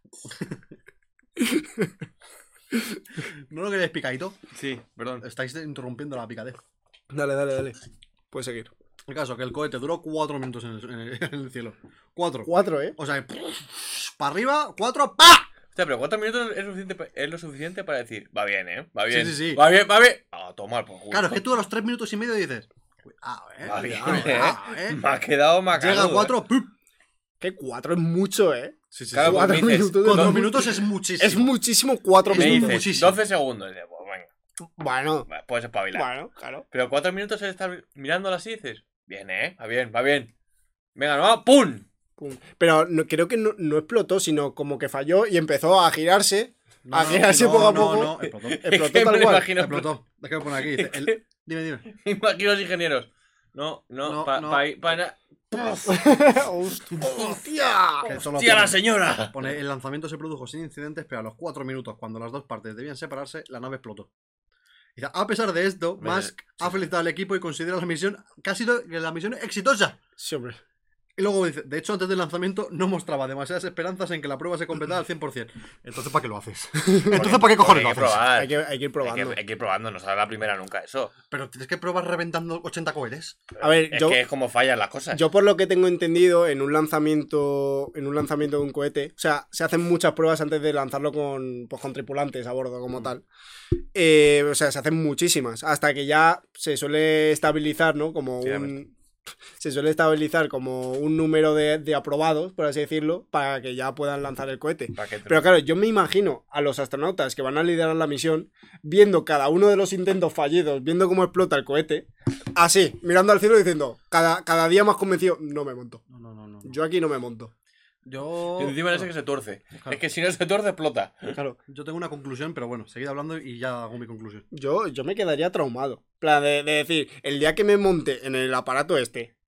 Speaker 1: ¿No lo queréis picadito?
Speaker 2: Sí, perdón.
Speaker 1: Estáis interrumpiendo la picadez.
Speaker 3: Dale. Puedes seguir.
Speaker 1: El caso, que el cohete duró 4 minutos en el cielo. 4.
Speaker 3: 4, ¿eh?
Speaker 1: O sea, para arriba, 4, ¡pa!
Speaker 2: Hostia, pero 4 minutos es lo suficiente para decir, va bien, ¿eh? Va bien.
Speaker 1: Sí.
Speaker 2: Va bien. Ah, tomar por culo.
Speaker 1: Claro, es que tú a los 3 minutos y medio dices... Cuidado,
Speaker 2: Va bien,
Speaker 1: cuidado,
Speaker 2: Me ha quedado macanudo.
Speaker 1: Llega a 4, ¡pum!
Speaker 3: Que 4 es mucho, ¿eh?
Speaker 1: Sí,
Speaker 2: Claro, pues
Speaker 3: 4
Speaker 2: me dices,
Speaker 3: minutos.
Speaker 1: Con
Speaker 3: de-
Speaker 1: 2 minutos es muchísimo.
Speaker 3: Es muchísimo 4
Speaker 2: me
Speaker 3: minutos.
Speaker 2: dices
Speaker 1: muchísimo.
Speaker 2: 12 segundos. Y dices, pues venga,
Speaker 3: Bueno,
Speaker 2: puedes espabilar.
Speaker 3: bueno, claro.
Speaker 2: Pero 4 minutos es estar mirándola así y dices, bien, ¿eh? Va bien. Venga, no, ¡pum!
Speaker 3: Pum. Pero creo que no explotó, sino como que falló y empezó a girarse. A girarse poco a poco.
Speaker 1: No, explotó.
Speaker 3: Explotó
Speaker 2: Es que
Speaker 3: tal
Speaker 2: me lo
Speaker 3: cual.
Speaker 2: imagino.
Speaker 1: Explotó. Déjame poner aquí. Dice, Dime.
Speaker 2: Imagino los ingenieros. No,
Speaker 1: No.
Speaker 3: ¡Hostia!
Speaker 1: Que solo
Speaker 2: ¡Hostia, la
Speaker 1: pone-
Speaker 2: señora!
Speaker 1: Pone, el lanzamiento se produjo sin incidentes, pero a los 4 minutos, cuando las dos partes debían separarse, la nave explotó. Dice, a pesar de esto, Musk ha felicitado al equipo y considera la misión que ha sido la misión exitosa.
Speaker 3: Sí, hombre.
Speaker 1: Y luego dice, de hecho, antes del lanzamiento no mostraba demasiadas esperanzas en que la prueba se completara al 100%. Entonces, ¿para qué lo haces? Entonces, ¿para qué cojones lo
Speaker 2: Hay que
Speaker 1: haces?
Speaker 2: probar.
Speaker 3: Hay que ir
Speaker 2: Hay
Speaker 3: probando.
Speaker 2: que ir probando, no sale la primera nunca eso.
Speaker 1: Pero tienes que probar reventando 80 cohetes.
Speaker 3: A ver,
Speaker 2: Es
Speaker 3: yo,
Speaker 2: que es como fallan las cosas.
Speaker 3: yo por lo que tengo entendido, en un lanzamiento de un cohete, o sea, se hacen muchas pruebas antes de lanzarlo con tripulantes a bordo como tal. O sea, se hacen muchísimas, hasta que ya se suele estabilizar, ¿no? Como
Speaker 2: Sí,
Speaker 3: se suele estabilizar como un número de aprobados, por así decirlo, para que ya puedan lanzar el cohete.
Speaker 2: ¿Para qué?
Speaker 3: Pero claro, yo me imagino a los astronautas que van a liderar la misión viendo cada uno de los intentos fallidos, viendo cómo explota el cohete, así, mirando al cielo y diciendo, cada día más convencido, no me monto.
Speaker 1: No.
Speaker 3: Yo aquí no me monto.
Speaker 1: Yo...
Speaker 2: Y encima ese que se tuerce.
Speaker 1: Claro.
Speaker 2: Es que si no se tuerce, explota.
Speaker 3: Claro,
Speaker 1: Yo tengo una conclusión, pero bueno, seguid hablando y ya hago mi conclusión.
Speaker 3: yo me quedaría traumado. En plan, de decir, el día que me monte en el aparato este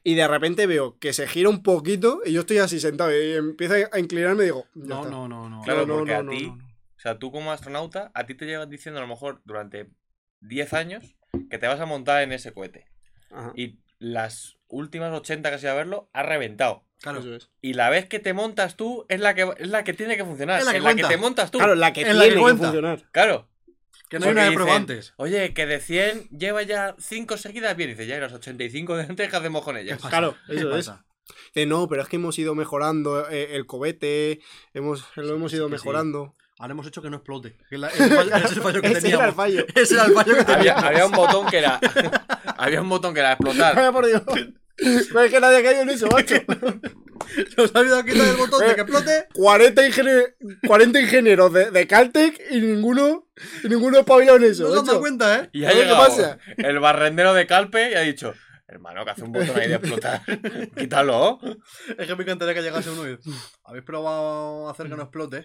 Speaker 3: y de repente veo que se gira un poquito y yo estoy así sentado y empiezo a inclinarme y digo, ya
Speaker 1: No,
Speaker 3: está.
Speaker 1: no.
Speaker 2: Claro,
Speaker 3: No,
Speaker 2: porque
Speaker 3: no,
Speaker 2: a
Speaker 3: no,
Speaker 2: ti,
Speaker 3: no, no.
Speaker 2: o sea, tú como astronauta, a ti te llevan diciendo a lo mejor durante 10 años que te vas a montar en ese cohete.
Speaker 3: Ajá,
Speaker 2: Y las últimas 80 que has ido a verlo, ha reventado.
Speaker 1: Claro.
Speaker 3: eso es.
Speaker 2: Y la vez que te montas tú es la que tiene que funcionar.
Speaker 1: Es la que
Speaker 2: en la que
Speaker 1: cuenta.
Speaker 2: te montas tú.
Speaker 3: Claro, la que
Speaker 1: Es
Speaker 3: tiene
Speaker 1: la que
Speaker 3: que
Speaker 1: cuenta.
Speaker 3: funcionar.
Speaker 2: Claro.
Speaker 1: Que no hay una
Speaker 2: Porque
Speaker 1: de prueba
Speaker 2: dicen,
Speaker 1: antes.
Speaker 2: Oye, que de 100 lleva ya 5 seguidas bien. Y dice, ya, y las 85 de antes, ¿qué hacemos con ellas?
Speaker 1: ¿Qué pasa?
Speaker 3: Claro,
Speaker 1: ¿Qué
Speaker 3: eso es.
Speaker 1: pasa?
Speaker 3: No, pero es que hemos ido mejorando el cohete, lo hemos ido
Speaker 1: que sí.
Speaker 3: mejorando.
Speaker 1: Ahora hemos hecho que no explote. Que ese es el fallo que
Speaker 3: Ese era
Speaker 1: teníamos.
Speaker 3: el fallo.
Speaker 1: Ese era el fallo que teníamos.
Speaker 2: Había un botón que era. Había un botón que era explotar.
Speaker 3: Vaya por Dios. No es que nadie ha caído en eso, macho.
Speaker 1: Nos ha olvidado quitar el botón de que explote.
Speaker 3: 40 ingenieros de Caltech y ninguno espabilado en eso.
Speaker 1: No se han dado
Speaker 3: macho.
Speaker 1: cuenta, ¿eh?
Speaker 2: Y ha
Speaker 3: A ver qué
Speaker 2: llegado
Speaker 3: pasa.
Speaker 2: el barrendero de Calpe y ha dicho, hermano, que hace un botón ahí de explotar. Quítalo.
Speaker 1: Es que me encantaría que llegase uno y... ¿Habéis probado hacer que no explote?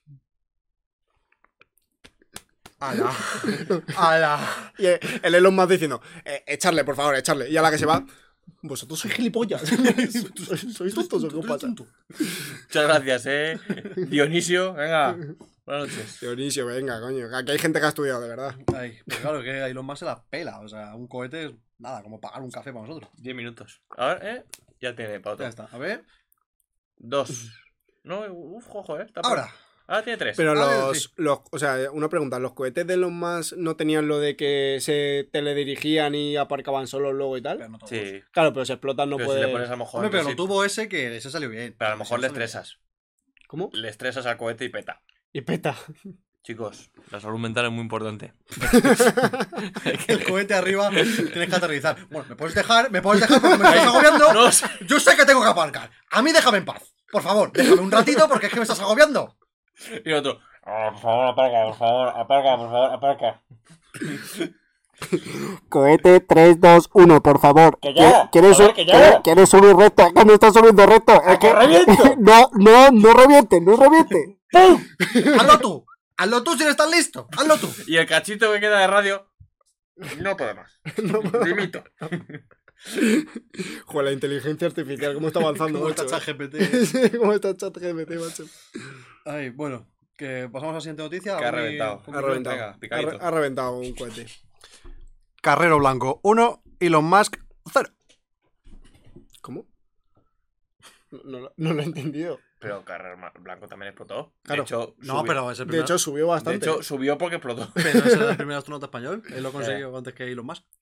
Speaker 1: ¡Hala! ¡Hala!
Speaker 3: Y el Elon Musk diciendo, echarle, por favor, echarle. Y a la que se va, vosotros sois gilipollas. ¿Sois tontos o qué os pasa?
Speaker 2: Muchas gracias, Dionisio, venga. Buenas noches.
Speaker 3: Dionisio, venga, coño. Aquí hay gente que ha estudiado, de verdad.
Speaker 1: Ay, pues claro, que ahí los más se las pela. O sea, un cohete es nada, como pagar un café para nosotros.
Speaker 2: 10 minutos. A ver, ya tiene para otro.
Speaker 1: Ya está. A ver.
Speaker 2: 2. No, ojo, está
Speaker 1: Ahora.
Speaker 2: Ahora tiene 3.
Speaker 3: Pero
Speaker 1: Ah,
Speaker 3: o sea, una pregunta, ¿los cohetes de Elon Musk no tenían lo de que se teledirigían y aparcaban solos luego y tal?
Speaker 1: Pero no todos.
Speaker 2: Sí.
Speaker 3: Claro, pero si explotan no
Speaker 2: Pero
Speaker 3: puede...
Speaker 2: si le pones a lo mejor.
Speaker 1: Hombre, pero
Speaker 2: sí,
Speaker 1: lo tuvo ese que ese salió bien.
Speaker 2: pero a lo mejor le
Speaker 1: Ese salió
Speaker 2: estresas.
Speaker 3: ¿Cómo?
Speaker 2: Le estresas al cohete y peta.
Speaker 3: Y peta.
Speaker 2: Chicos, la salud mental es muy importante.
Speaker 1: bien. El cohete arriba tienes que aterrizar. Bueno, ¿me puedes dejar? ¿Me puedes dejar porque me estás agobiando?
Speaker 2: No sé.
Speaker 1: Yo sé que tengo que aparcar. A mí déjame en paz. Por favor, déjame un ratito porque es que me estás agobiando.
Speaker 2: Y el otro. Por favor, aparca, por favor, aparca, por favor, aparca.
Speaker 3: Cohete 3, 2, 1, por favor.
Speaker 2: Que ya,
Speaker 3: ¿Quieres,
Speaker 2: joder, que ya.
Speaker 3: ¿Quieres subir recto? Es que no estás subiendo recto. Es
Speaker 2: que reviento.
Speaker 3: No reviente, no reviente.
Speaker 1: Hazlo tú si eres tan listo. Hazlo tú.
Speaker 2: Y el cachito que queda de radio. No puede más. Limito.
Speaker 3: Joder, la inteligencia artificial, cómo está avanzando,
Speaker 1: Como
Speaker 3: macho.
Speaker 1: está ChatGPT.
Speaker 3: Sí, cómo está ChatGPT, macho.
Speaker 1: Ay, bueno, que pasamos a la siguiente noticia.
Speaker 2: Que ha
Speaker 1: Muy-
Speaker 2: reventado.
Speaker 1: muy
Speaker 3: Ha reventado.
Speaker 2: Venga, picadito.
Speaker 3: Ha reventado un cohete.
Speaker 1: Carrero Blanco 1, Elon Musk 0.
Speaker 3: ¿Cómo? No lo he entendido.
Speaker 2: Pero Carrer Blanco también explotó.
Speaker 3: Claro.
Speaker 2: De hecho,
Speaker 1: No,
Speaker 2: subió-
Speaker 1: pero es el
Speaker 3: De
Speaker 1: primer,
Speaker 3: hecho, subió
Speaker 2: de
Speaker 3: bastante.
Speaker 2: hecho, subió porque explotó.
Speaker 1: pero es el primer astronauta español. Él lo consiguió antes que Elon Musk.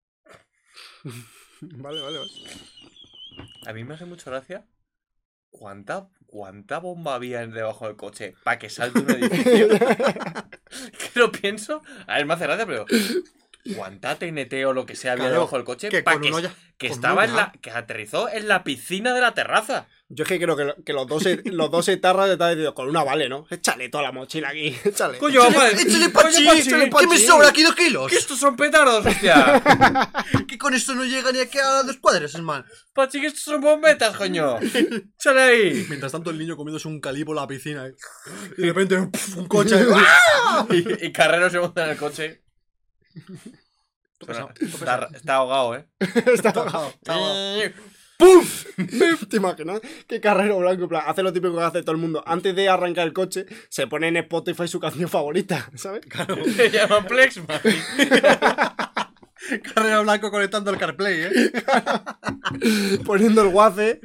Speaker 3: Vale.
Speaker 2: A mí me hace mucha gracia. ¿Cuánta bomba había debajo del coche para que salte un edificio? Que lo pienso. A ver, me hace gracia, pero. ¿Cuánta TNT o lo que sea había
Speaker 1: Claro,
Speaker 2: debajo del coche?
Speaker 1: que
Speaker 2: para
Speaker 1: con
Speaker 2: que,
Speaker 1: uno ya-
Speaker 2: que
Speaker 1: con
Speaker 2: estaba
Speaker 1: uno
Speaker 2: en la. Que aterrizó en la piscina de la terraza.
Speaker 3: Yo es que creo que los dos etarras te están diciendo, con una vale, ¿no? Échale toda la mochila aquí, échale.
Speaker 2: Coño, vale.
Speaker 1: ¡Échale
Speaker 2: Coño,
Speaker 1: pachi!
Speaker 2: Pachi,
Speaker 1: ¡Que me sobra aquí 2 kilos!
Speaker 2: ¡Que estos son petardos, hostia!
Speaker 1: Que con esto no llega ni aquí a 2 cuadras, hermano.
Speaker 2: Pachi, que estos son bombetas, coño. Échale ahí.
Speaker 1: Mientras tanto, el niño comiéndose un calipo en la piscina. Y de repente, un coche. ¡Ah!
Speaker 2: Y Carrero se monta en el coche. Está ahogado, ¿eh?
Speaker 3: Está ahogado. ¡Pum! ¿Te imaginas? Que Carrero Blanco, en plan, hace lo típico que hace todo el mundo. Antes de arrancar el coche, se pone en Spotify su canción favorita, ¿sabes?
Speaker 2: Se llama Plexman.
Speaker 1: Carrera Blanco conectando el CarPlay,
Speaker 3: Poniendo el guace.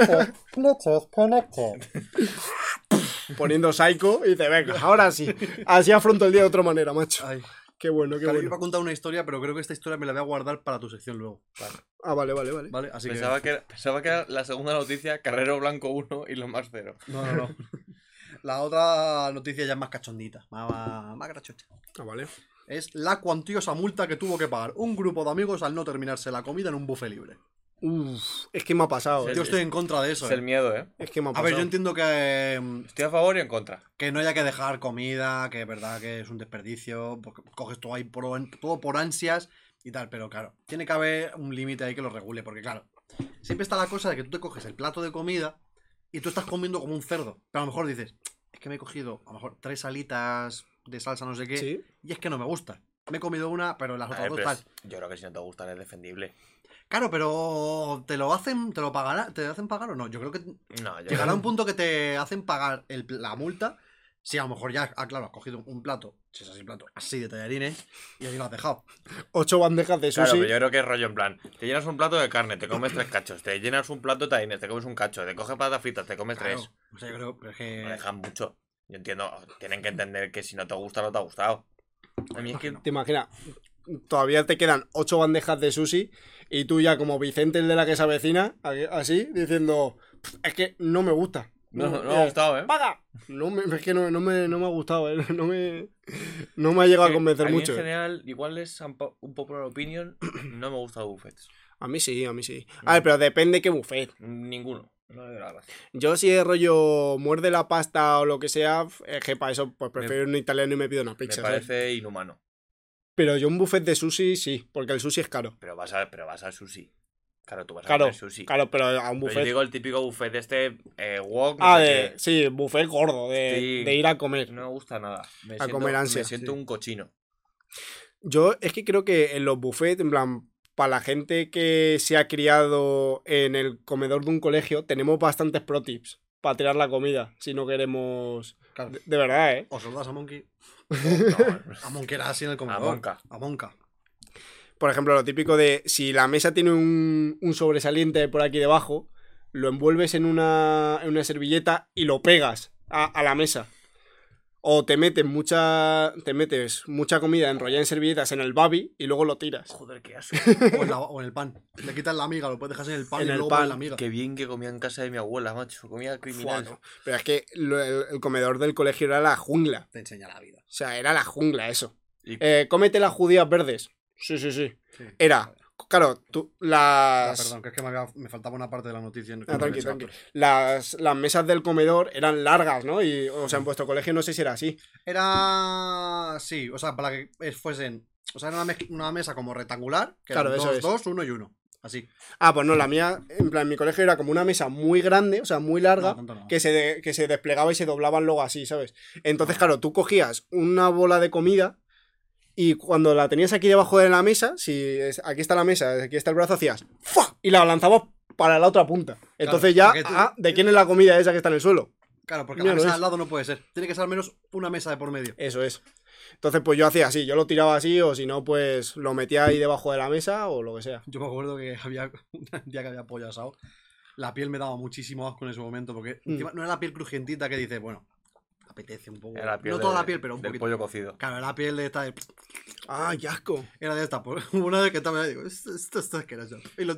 Speaker 3: Poniendo Psycho y dice, venga, ahora sí. Así afronto el día de otra manera, macho.
Speaker 1: Ay,
Speaker 3: Qué bueno, qué
Speaker 1: Iba a
Speaker 3: bueno.
Speaker 1: contar una historia, pero creo que esta historia me la voy a guardar para tu sección luego.
Speaker 3: Ah, vale.
Speaker 1: ¿Vale? Así
Speaker 2: Pensaba que era la segunda noticia, Carrero Blanco 1 y lo más 0.
Speaker 1: No. La otra noticia ya es más cachondita, más grachocha.
Speaker 3: Ah, vale.
Speaker 1: Es la cuantiosa multa que tuvo que pagar un grupo de amigos al no terminarse la comida en un buffet libre.
Speaker 3: Uf, es que me ha pasado.
Speaker 1: Yo estoy en contra de eso.
Speaker 2: Es el miedo, ¿eh?
Speaker 3: Es que me ha
Speaker 1: A
Speaker 3: pasado.
Speaker 1: ver, yo entiendo
Speaker 2: Estoy a favor y en contra.
Speaker 1: que no haya que dejar comida, que es verdad que es un desperdicio, porque coges todo ahí todo por ansias y tal, pero claro, tiene que haber un límite ahí que lo regule, porque claro, siempre está la cosa de que tú te coges el plato de comida y tú estás comiendo como un cerdo, pero a lo mejor dices, es que me he cogido a lo mejor 3 alitas de salsa no sé qué,
Speaker 3: Sí.
Speaker 1: y es que no me gusta. Me he comido una, pero las
Speaker 2: A
Speaker 1: otras
Speaker 2: ver,
Speaker 1: dos
Speaker 2: pero
Speaker 1: tal.
Speaker 2: yo creo que si no te gustan es defendible.
Speaker 1: Claro, pero ¿te lo hacen pagar o no? Yo creo que
Speaker 2: No, yo
Speaker 1: llegará un punto que te hacen pagar la multa. Si a lo mejor ya, claro, has cogido un plato, si es así plato, así de tallarines, y ahí lo has dejado.
Speaker 3: 8 bandejas de
Speaker 2: Claro,
Speaker 3: sushi.
Speaker 2: pero yo creo que es rollo en plan, te llenas un plato de carne, te comes 3 cachos, te llenas un plato de tallarines, te comes un cacho, te coges patatas fritas, te comes 3.
Speaker 1: Claro, o sea, yo creo pero es
Speaker 2: No
Speaker 1: que...
Speaker 2: dejan mucho. Yo entiendo, tienen que entender que si no te gusta, no te ha gustado. A mí es que...
Speaker 3: Te imaginas, todavía te quedan 8 bandejas de sushi y tú ya como Vicente el de la que se avecina, así, diciendo, es que no me gusta.
Speaker 2: No me ha gustado, ¿eh?
Speaker 3: ¡Paga! Es que no me ha gustado, ¿eh? No me ha llegado a convencer
Speaker 2: a mí
Speaker 3: mucho.
Speaker 2: en general, igual es un popular opinion, no me gusta buffets.
Speaker 3: A mí sí. A ver, pero depende qué buffet.
Speaker 2: Ninguno. No me da la gracia.
Speaker 3: Yo si es rollo muerde la pasta o lo que sea, es que para eso pues prefiero un italiano y me pido una pizza.
Speaker 2: Me parece inhumano.
Speaker 3: Pero yo un buffet de sushi sí, porque el sushi es caro.
Speaker 2: Pero vas al sushi. Claro, tú vas a
Speaker 3: Claro,
Speaker 2: comer sushi.
Speaker 3: claro, pero a un
Speaker 2: Pero
Speaker 3: buffet.
Speaker 2: yo digo el típico buffet de este wok.
Speaker 3: Sí, buffet gordo, de ir a comer.
Speaker 2: No me gusta nada.
Speaker 3: Comer ansia,
Speaker 2: Me siento
Speaker 3: sí.
Speaker 2: un cochino.
Speaker 3: Yo es que creo que en los buffets, en plan, para la gente que se ha criado en el comedor de un colegio, tenemos bastantes pro tips para tirar la comida, si no queremos...
Speaker 1: Claro.
Speaker 3: De verdad, ¿eh?
Speaker 1: O saludas a Monkey.
Speaker 2: No,
Speaker 1: A Monkey era así en el comedor.
Speaker 2: Monka.
Speaker 1: A Monka.
Speaker 3: Por ejemplo, lo típico de si la mesa tiene un sobresaliente por aquí debajo, lo envuelves en una servilleta y lo pegas a la mesa. O te metes mucha comida enrollada en servilletas en el babi y luego lo tiras.
Speaker 2: Joder, qué asco.
Speaker 1: O en el pan. Le quitas la miga, lo puedes dejar en el pan
Speaker 3: En
Speaker 1: y
Speaker 3: el
Speaker 1: luego
Speaker 3: pan,
Speaker 1: pones la miga.
Speaker 2: Qué bien que comía en casa de mi abuela, macho. Comía criminal.
Speaker 3: Fua, no. Pero es que el comedor del colegio era la jungla.
Speaker 1: Te enseña la vida.
Speaker 3: O sea, era la jungla eso.
Speaker 2: Y-
Speaker 3: Cómete las judías verdes. Sí.
Speaker 1: Sí.
Speaker 3: Era, claro, tú, las...
Speaker 1: Perdón, que es que me faltaba una parte de la noticia.
Speaker 3: Tranqui. Las mesas del comedor eran largas, ¿no? Y, o sea, en vuestro colegio no sé si era así.
Speaker 1: Era... Sí, o sea, para que fuesen... O sea, era una mesa como rectangular. Que
Speaker 3: Claro,
Speaker 1: eran
Speaker 3: eso es.
Speaker 1: dos, uno y uno. Así.
Speaker 3: Ah, pues no, la mía, en plan, en mi colegio era como una mesa muy grande, o sea, muy larga,
Speaker 1: No, tanto no.
Speaker 3: que se desplegaba y se doblaban luego así, ¿sabes? Entonces, claro, tú cogías una bola de comida y cuando la tenías aquí debajo de la mesa, aquí está la mesa, aquí está el brazo, hacías ¡fua! Y la lanzabas para la otra punta. Entonces
Speaker 1: Claro,
Speaker 3: ya,
Speaker 1: porque
Speaker 3: ¿de quién es la comida esa que está en el suelo?
Speaker 1: Claro, porque
Speaker 3: Mira,
Speaker 1: la
Speaker 3: lo
Speaker 1: mesa
Speaker 3: es.
Speaker 1: al lado no puede ser. Tiene que ser al menos una mesa de por medio.
Speaker 3: Eso es. Entonces, pues yo hacía así, yo lo tiraba así, o si no, pues lo metía ahí debajo de la mesa o lo que sea.
Speaker 1: Yo me acuerdo que había un día que había pollo asado. La piel me daba muchísimo asco en ese momento. Porque encima no era la piel crujientita que dice, bueno, apetece un poco.
Speaker 2: Era la piel
Speaker 1: No toda la piel, pero un
Speaker 2: del
Speaker 1: poquito.
Speaker 2: pollo cocido.
Speaker 1: Claro, era la piel de esta de...
Speaker 3: ¡Ah, qué asco!
Speaker 1: Era de esta. Pues, una vez que estaba, digo, esto está asqueroso. Y lo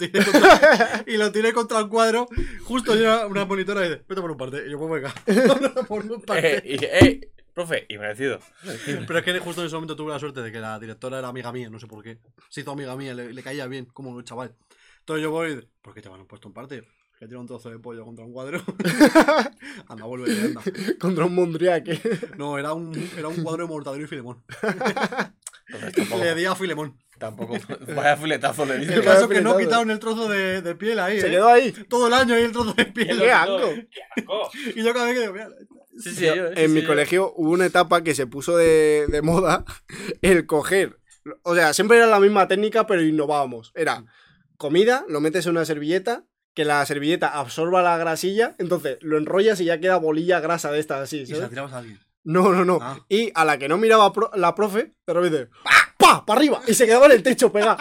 Speaker 1: tiré contra el cuadro. Justo yo una monitora y dice, vete por un parte. Y yo, pues venga. por un parte.
Speaker 2: Profe, y merecido.
Speaker 1: Pero es que justo en ese momento tuve la suerte de que la directora era amiga mía, no sé por qué. Se hizo amiga mía, le caía bien, como un chaval. Entonces yo voy y digo, ¿por qué te van puesto en parte? Que tira un trozo de pollo contra un cuadro. Anda, vuelve, anda.
Speaker 3: Contra un mondriaque.
Speaker 1: No, era un cuadro de Mortadelo y Filemón.
Speaker 2: Entonces, tampoco,
Speaker 1: Le di a Filemón.
Speaker 2: tampoco. Vaya filetazo le
Speaker 1: El
Speaker 2: diste.
Speaker 1: caso es que no
Speaker 3: Filetado.
Speaker 1: quitaron el trozo de piel ahí,
Speaker 3: Se
Speaker 1: ¿eh?
Speaker 3: quedó ahí.
Speaker 1: Todo el año ahí el trozo de piel.
Speaker 3: ¡Qué asco!
Speaker 2: ¡Qué asco!
Speaker 1: Y yo cada vez que digo, mira,
Speaker 2: Sí,
Speaker 3: En mi colegio hubo una etapa que se puso de moda el coger. O sea, siempre era la misma técnica, pero innovábamos. Era comida, lo metes en una servilleta, que la servilleta absorba la grasilla, entonces lo enrollas y ya queda bolilla grasa de estas así,
Speaker 1: y se la
Speaker 3: ¿sabes?
Speaker 1: tirabas a alguien.
Speaker 3: No.
Speaker 1: Ah.
Speaker 3: Y a la que no miraba la profe, de repente, ¡pa! ¡Para arriba! Y se quedaba en el techo pegada.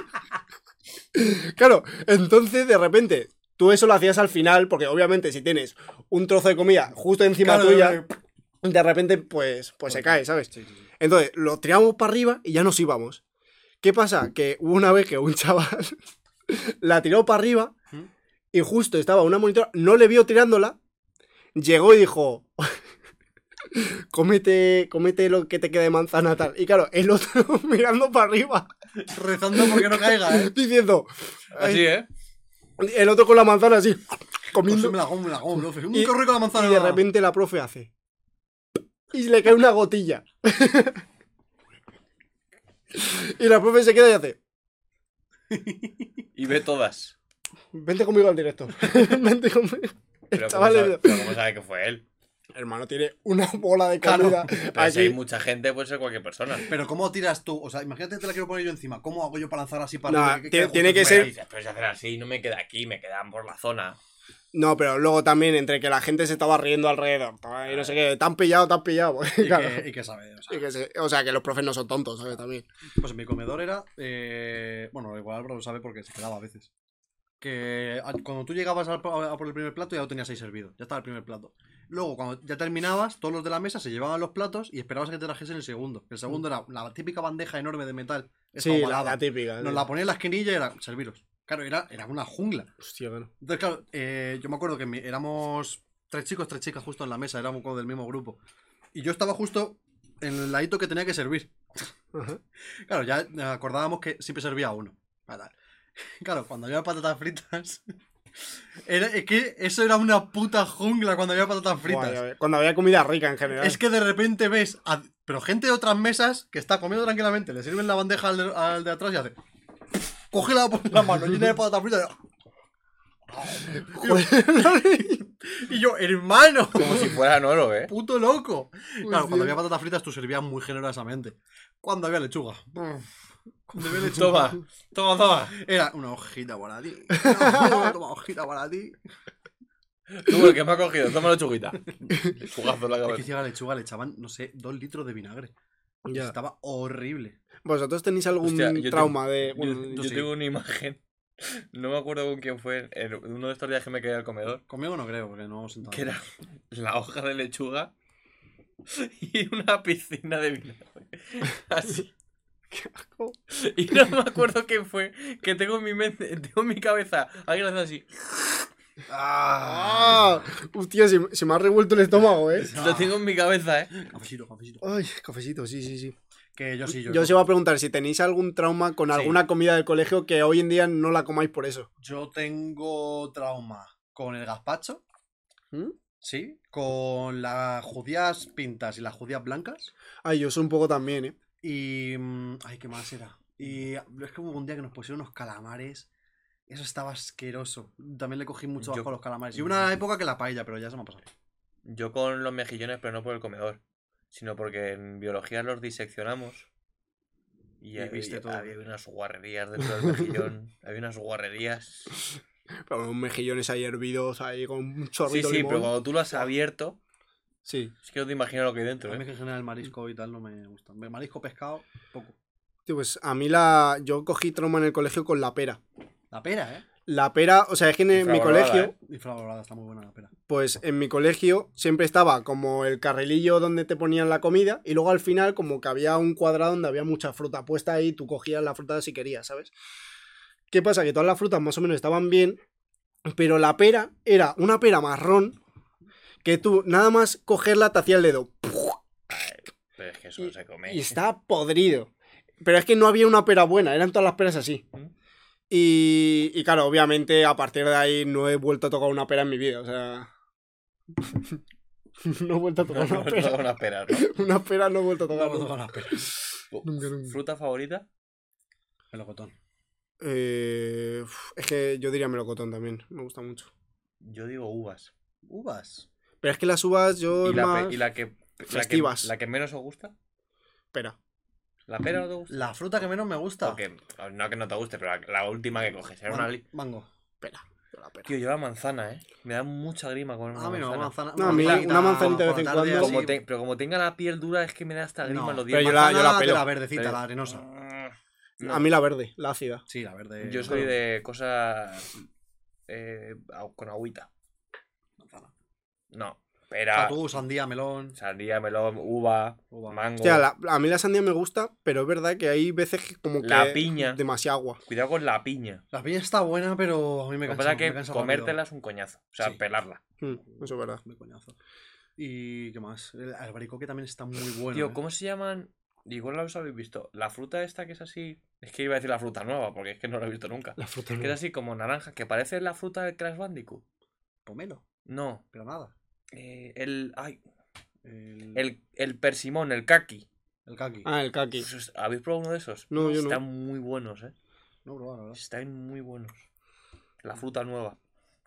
Speaker 3: Claro, entonces de repente tú eso lo hacías al final, porque obviamente si tienes un trozo de comida justo encima
Speaker 1: Claro,
Speaker 3: tuya, de repente pues se cae, ¿sabes?
Speaker 1: Sí.
Speaker 3: Entonces lo tiramos para arriba y ya nos íbamos. ¿Qué pasa? Que hubo una vez que un chaval la tiró para arriba y justo estaba una monitora, no le vio tirándola, llegó y dijo... Cómete lo que te quede de manzana tal. Y claro, el otro mirando para arriba,
Speaker 1: Rezando porque no caiga, ¿eh?
Speaker 3: diciendo...
Speaker 2: Así, ¿eh?
Speaker 3: El otro con la manzana así, comiendo.
Speaker 1: Me la como, profe. Un
Speaker 3: Y-
Speaker 1: correo con la manzana.
Speaker 3: Y de repente la profe hace. Y le cae una gotilla. Y la profe se queda y hace.
Speaker 2: Y ve todas.
Speaker 3: Vente conmigo al directo. Vente conmigo.
Speaker 2: Pero,
Speaker 3: El chaval
Speaker 2: ¿cómo sabe que fue él?
Speaker 3: Hermano, tiene una bola de
Speaker 1: Claro.
Speaker 3: comida.
Speaker 2: Pero si hay
Speaker 3: Aquí.
Speaker 2: mucha gente, puede ser cualquier persona.
Speaker 1: Pero ¿cómo tiras tú? O sea, imagínate que te la quiero poner yo encima. ¿Cómo hago yo para lanzar así para
Speaker 3: No,
Speaker 1: arriba? ¿Qué
Speaker 3: tiene que
Speaker 1: justo
Speaker 3: ser-
Speaker 1: encima?
Speaker 2: Dices, pero si hacer así, no me queda aquí, me quedan por la zona.
Speaker 3: No, pero luego también entre que la gente se estaba riendo alrededor. Y no sé qué, te han pillado. Pues,
Speaker 1: ¿Y,
Speaker 3: claro.
Speaker 1: qué sabe? O sea,
Speaker 3: O sea, que los profes no son tontos, ¿sabes? También.
Speaker 1: pues en mi comedor era. Bueno, igual Álvaro lo sabe porque se quedaba a veces. Que cuando tú llegabas a por el primer plato ya lo tenías ahí servido. Ya estaba el primer plato. Luego, cuando ya terminabas, todos los de la mesa se llevaban los platos y esperabas a que te trajesen el segundo. El segundo era la típica bandeja enorme de metal. esta
Speaker 3: Sí,
Speaker 1: ovalada.
Speaker 3: la típica.
Speaker 1: Nos
Speaker 3: sí.
Speaker 1: la ponía en la esquinilla y era serviros. Claro, era una jungla.
Speaker 3: Hostia, claro.
Speaker 1: Entonces, claro, yo me acuerdo que éramos 3 chicos, 3 chicas justo en la mesa, éramos como del mismo grupo. Y yo estaba justo en el ladito que tenía que servir.
Speaker 3: Ajá.
Speaker 1: Claro, ya acordábamos que siempre servía uno. Fatal. Claro, cuando había patatas fritas. Es que eso era una puta jungla cuando había patatas fritas.
Speaker 3: Buah, cuando había comida rica en general.
Speaker 1: Es que de repente ves, pero gente de otras mesas que está comiendo tranquilamente, le sirven la bandeja al de atrás y hace. Cógela por la mano, llena de patatas fritas. Y yo, hermano,
Speaker 2: Como si fueran oro, ¿eh?
Speaker 1: puto loco. Claro,
Speaker 3: Hostia.
Speaker 1: cuando había patatas fritas tú servías muy generosamente. Cuando había lechuga. Cuando había
Speaker 2: Toma,
Speaker 1: lechuga.
Speaker 2: toma.
Speaker 1: Era una hojita para ti. Toma hojita para ti.
Speaker 2: Tú, el que me ha cogido, toma la chuguita. Chugazo en la
Speaker 1: Es que
Speaker 2: cabeza.
Speaker 1: si a la lechuga le echaban, no sé, 2 litros de vinagre.
Speaker 3: Ya.
Speaker 1: Estaba horrible.
Speaker 3: ¿Vosotros tenéis algún
Speaker 2: Hostia, yo
Speaker 3: trauma
Speaker 2: tengo-
Speaker 3: de...?
Speaker 2: Yo,
Speaker 3: Bueno,
Speaker 2: yo
Speaker 1: sí.
Speaker 2: tengo una imagen. No me acuerdo con quién fue. En uno de estos días que me quedé al comedor.
Speaker 1: Conmigo no creo, porque no hemos sentado.
Speaker 2: Que era la hoja de lechuga y una piscina de vinagre. Así.
Speaker 3: asco.
Speaker 2: Y no me acuerdo quién fue. Que tengo en mi mente, tengo en mi cabeza alguien haciendo así.
Speaker 3: ¡Ah! Hostia, se me ha revuelto el estómago, ¿eh?
Speaker 2: Lo tengo en mi cabeza, ¿eh?
Speaker 1: Cafecito, cafecito.
Speaker 3: Ay, cafecito, sí.
Speaker 1: Que yo sí,
Speaker 3: Yo os iba a preguntar si tenéis algún trauma con
Speaker 1: Sí.
Speaker 3: alguna comida del colegio que hoy en día no la comáis por eso.
Speaker 1: Yo tengo trauma con el gazpacho,
Speaker 3: ¿Mm?
Speaker 1: sí, con las judías pintas y las judías blancas.
Speaker 3: Ay, yo soy un poco también, ¿eh?
Speaker 1: Y. Ay, ¿qué más era? Y es que hubo un día que nos pusieron unos calamares. Eso estaba asqueroso. También le cogí mucho
Speaker 2: Yo-
Speaker 1: bajo a los calamares. Y una época que la paella, pero ya se me ha pasado.
Speaker 2: Yo con los mejillones, pero no por el comedor. Sino porque en biología los diseccionamos. Y
Speaker 1: viste todo.
Speaker 2: había unas guarrerías dentro del mejillón. Había unas guarrerías.
Speaker 3: Pero unos mejillones ahí hervidos, ahí con un
Speaker 2: Sí,
Speaker 3: chorrito
Speaker 2: sí,
Speaker 3: de limón.
Speaker 2: pero cuando tú lo has abierto,
Speaker 3: Sí.
Speaker 2: es que no te imaginas lo que hay
Speaker 1: A
Speaker 2: dentro,
Speaker 1: mí
Speaker 2: ¿eh?
Speaker 1: que en general el marisco y tal no me gusta. Marisco, pescado, poco.
Speaker 3: Tío, pues a mí yo cogí trauma en el colegio con la pera.
Speaker 1: La pera, ¿eh?
Speaker 3: La pera, o sea, es que en mi
Speaker 2: Infravalorada,
Speaker 3: colegio,
Speaker 1: Infravalorada, está muy buena la pera.
Speaker 3: pues en mi colegio siempre estaba como el carrilillo donde te ponían la comida y luego al final como que había un cuadrado donde había mucha fruta puesta ahí, tú cogías la fruta si querías, ¿sabes? ¿Qué pasa? Que todas las frutas más o menos estaban bien, pero la pera era una pera marrón que tú nada más cogerla te hacía el dedo
Speaker 2: Pero es que eso no se come.
Speaker 3: y estaba podrido. Pero es que no había una pera buena, eran todas las peras así.
Speaker 2: ¿Mm?
Speaker 3: Y claro, obviamente a partir de ahí no he vuelto a tocar una pera en mi vida, o sea... no he vuelto a tocar una pera.
Speaker 2: Unas peras, ¿no?
Speaker 3: Una pera no he vuelto a tocar.
Speaker 1: No, no, no, pera.
Speaker 3: Nunca, nunca.
Speaker 2: ¿Fruta favorita?
Speaker 1: Melocotón.
Speaker 3: Es que yo diría melocotón también, me gusta mucho.
Speaker 2: Yo digo uvas.
Speaker 1: Uvas.
Speaker 3: Pero es que las uvas yo
Speaker 2: ¿Y
Speaker 3: es
Speaker 2: la,
Speaker 3: más...
Speaker 2: y la que
Speaker 3: festivas.
Speaker 2: la que menos os gusta?
Speaker 3: Pera.
Speaker 2: ¿La pera no te gusta?
Speaker 1: La fruta que menos me gusta.
Speaker 2: Porque, no que no te guste, pero la última que coges. Era una
Speaker 1: Mango.
Speaker 3: Pera. Yo la pera.
Speaker 2: Tío, yo la manzana, ¿eh? Me da mucha grima comer una
Speaker 1: A mí no,
Speaker 2: manzana.
Speaker 1: manzana.
Speaker 3: No, a mí una manzanita de vez en
Speaker 1: por la tarde
Speaker 3: cuando-
Speaker 1: así.
Speaker 2: Pero como tenga la piel dura, es que me da hasta grima
Speaker 1: No,
Speaker 2: los
Speaker 3: pero
Speaker 2: dientes.
Speaker 3: yo la
Speaker 1: Manzana
Speaker 3: pelo.
Speaker 1: de la verdecita,
Speaker 2: Pero-
Speaker 1: la arenosa.
Speaker 2: No.
Speaker 3: A mí la verde, la ácida.
Speaker 1: Sí, la verde.
Speaker 2: Yo soy de cosas con agüita.
Speaker 1: Manzana.
Speaker 2: No, pera,
Speaker 1: Tú, sandía, melón.
Speaker 2: sandía, melón, uva,
Speaker 1: Uva.
Speaker 2: mango.
Speaker 3: Hostia, a mí la sandía me gusta, pero es verdad que hay veces que como que...
Speaker 2: La piña.
Speaker 3: Demasiada agua.
Speaker 2: Cuidado con la piña.
Speaker 1: La piña está buena, pero a mí me
Speaker 2: Lo que
Speaker 1: cansa.
Speaker 2: pasa es
Speaker 1: me
Speaker 2: que
Speaker 1: cansa
Speaker 2: comértela es un coñazo. O sea,
Speaker 1: Sí.
Speaker 2: pelarla.
Speaker 3: Eso es verdad.
Speaker 1: rápido. Me coñazo. ¿Y qué más? El albaricoque también está muy bueno.
Speaker 2: Tío,
Speaker 1: ¿eh?
Speaker 2: ¿cómo se llaman? Igual los habéis visto. La fruta esta que es así. Es que iba a decir la fruta nueva, porque es que no la he visto nunca.
Speaker 3: La fruta
Speaker 2: Que es así como naranja, que parece la fruta del Crash Bandicoot.
Speaker 1: Pomelo,
Speaker 2: No.
Speaker 1: pero nada.
Speaker 2: Ay,
Speaker 1: El
Speaker 2: el persimón, el kaki.
Speaker 1: kaki.
Speaker 3: Ah, el kaki.
Speaker 2: ¿Habéis probado uno de esos?
Speaker 3: No, yo no.
Speaker 2: Están muy buenos, ¿eh?
Speaker 1: No, pero bueno, la verdad.
Speaker 2: Están muy buenos. La fruta nueva.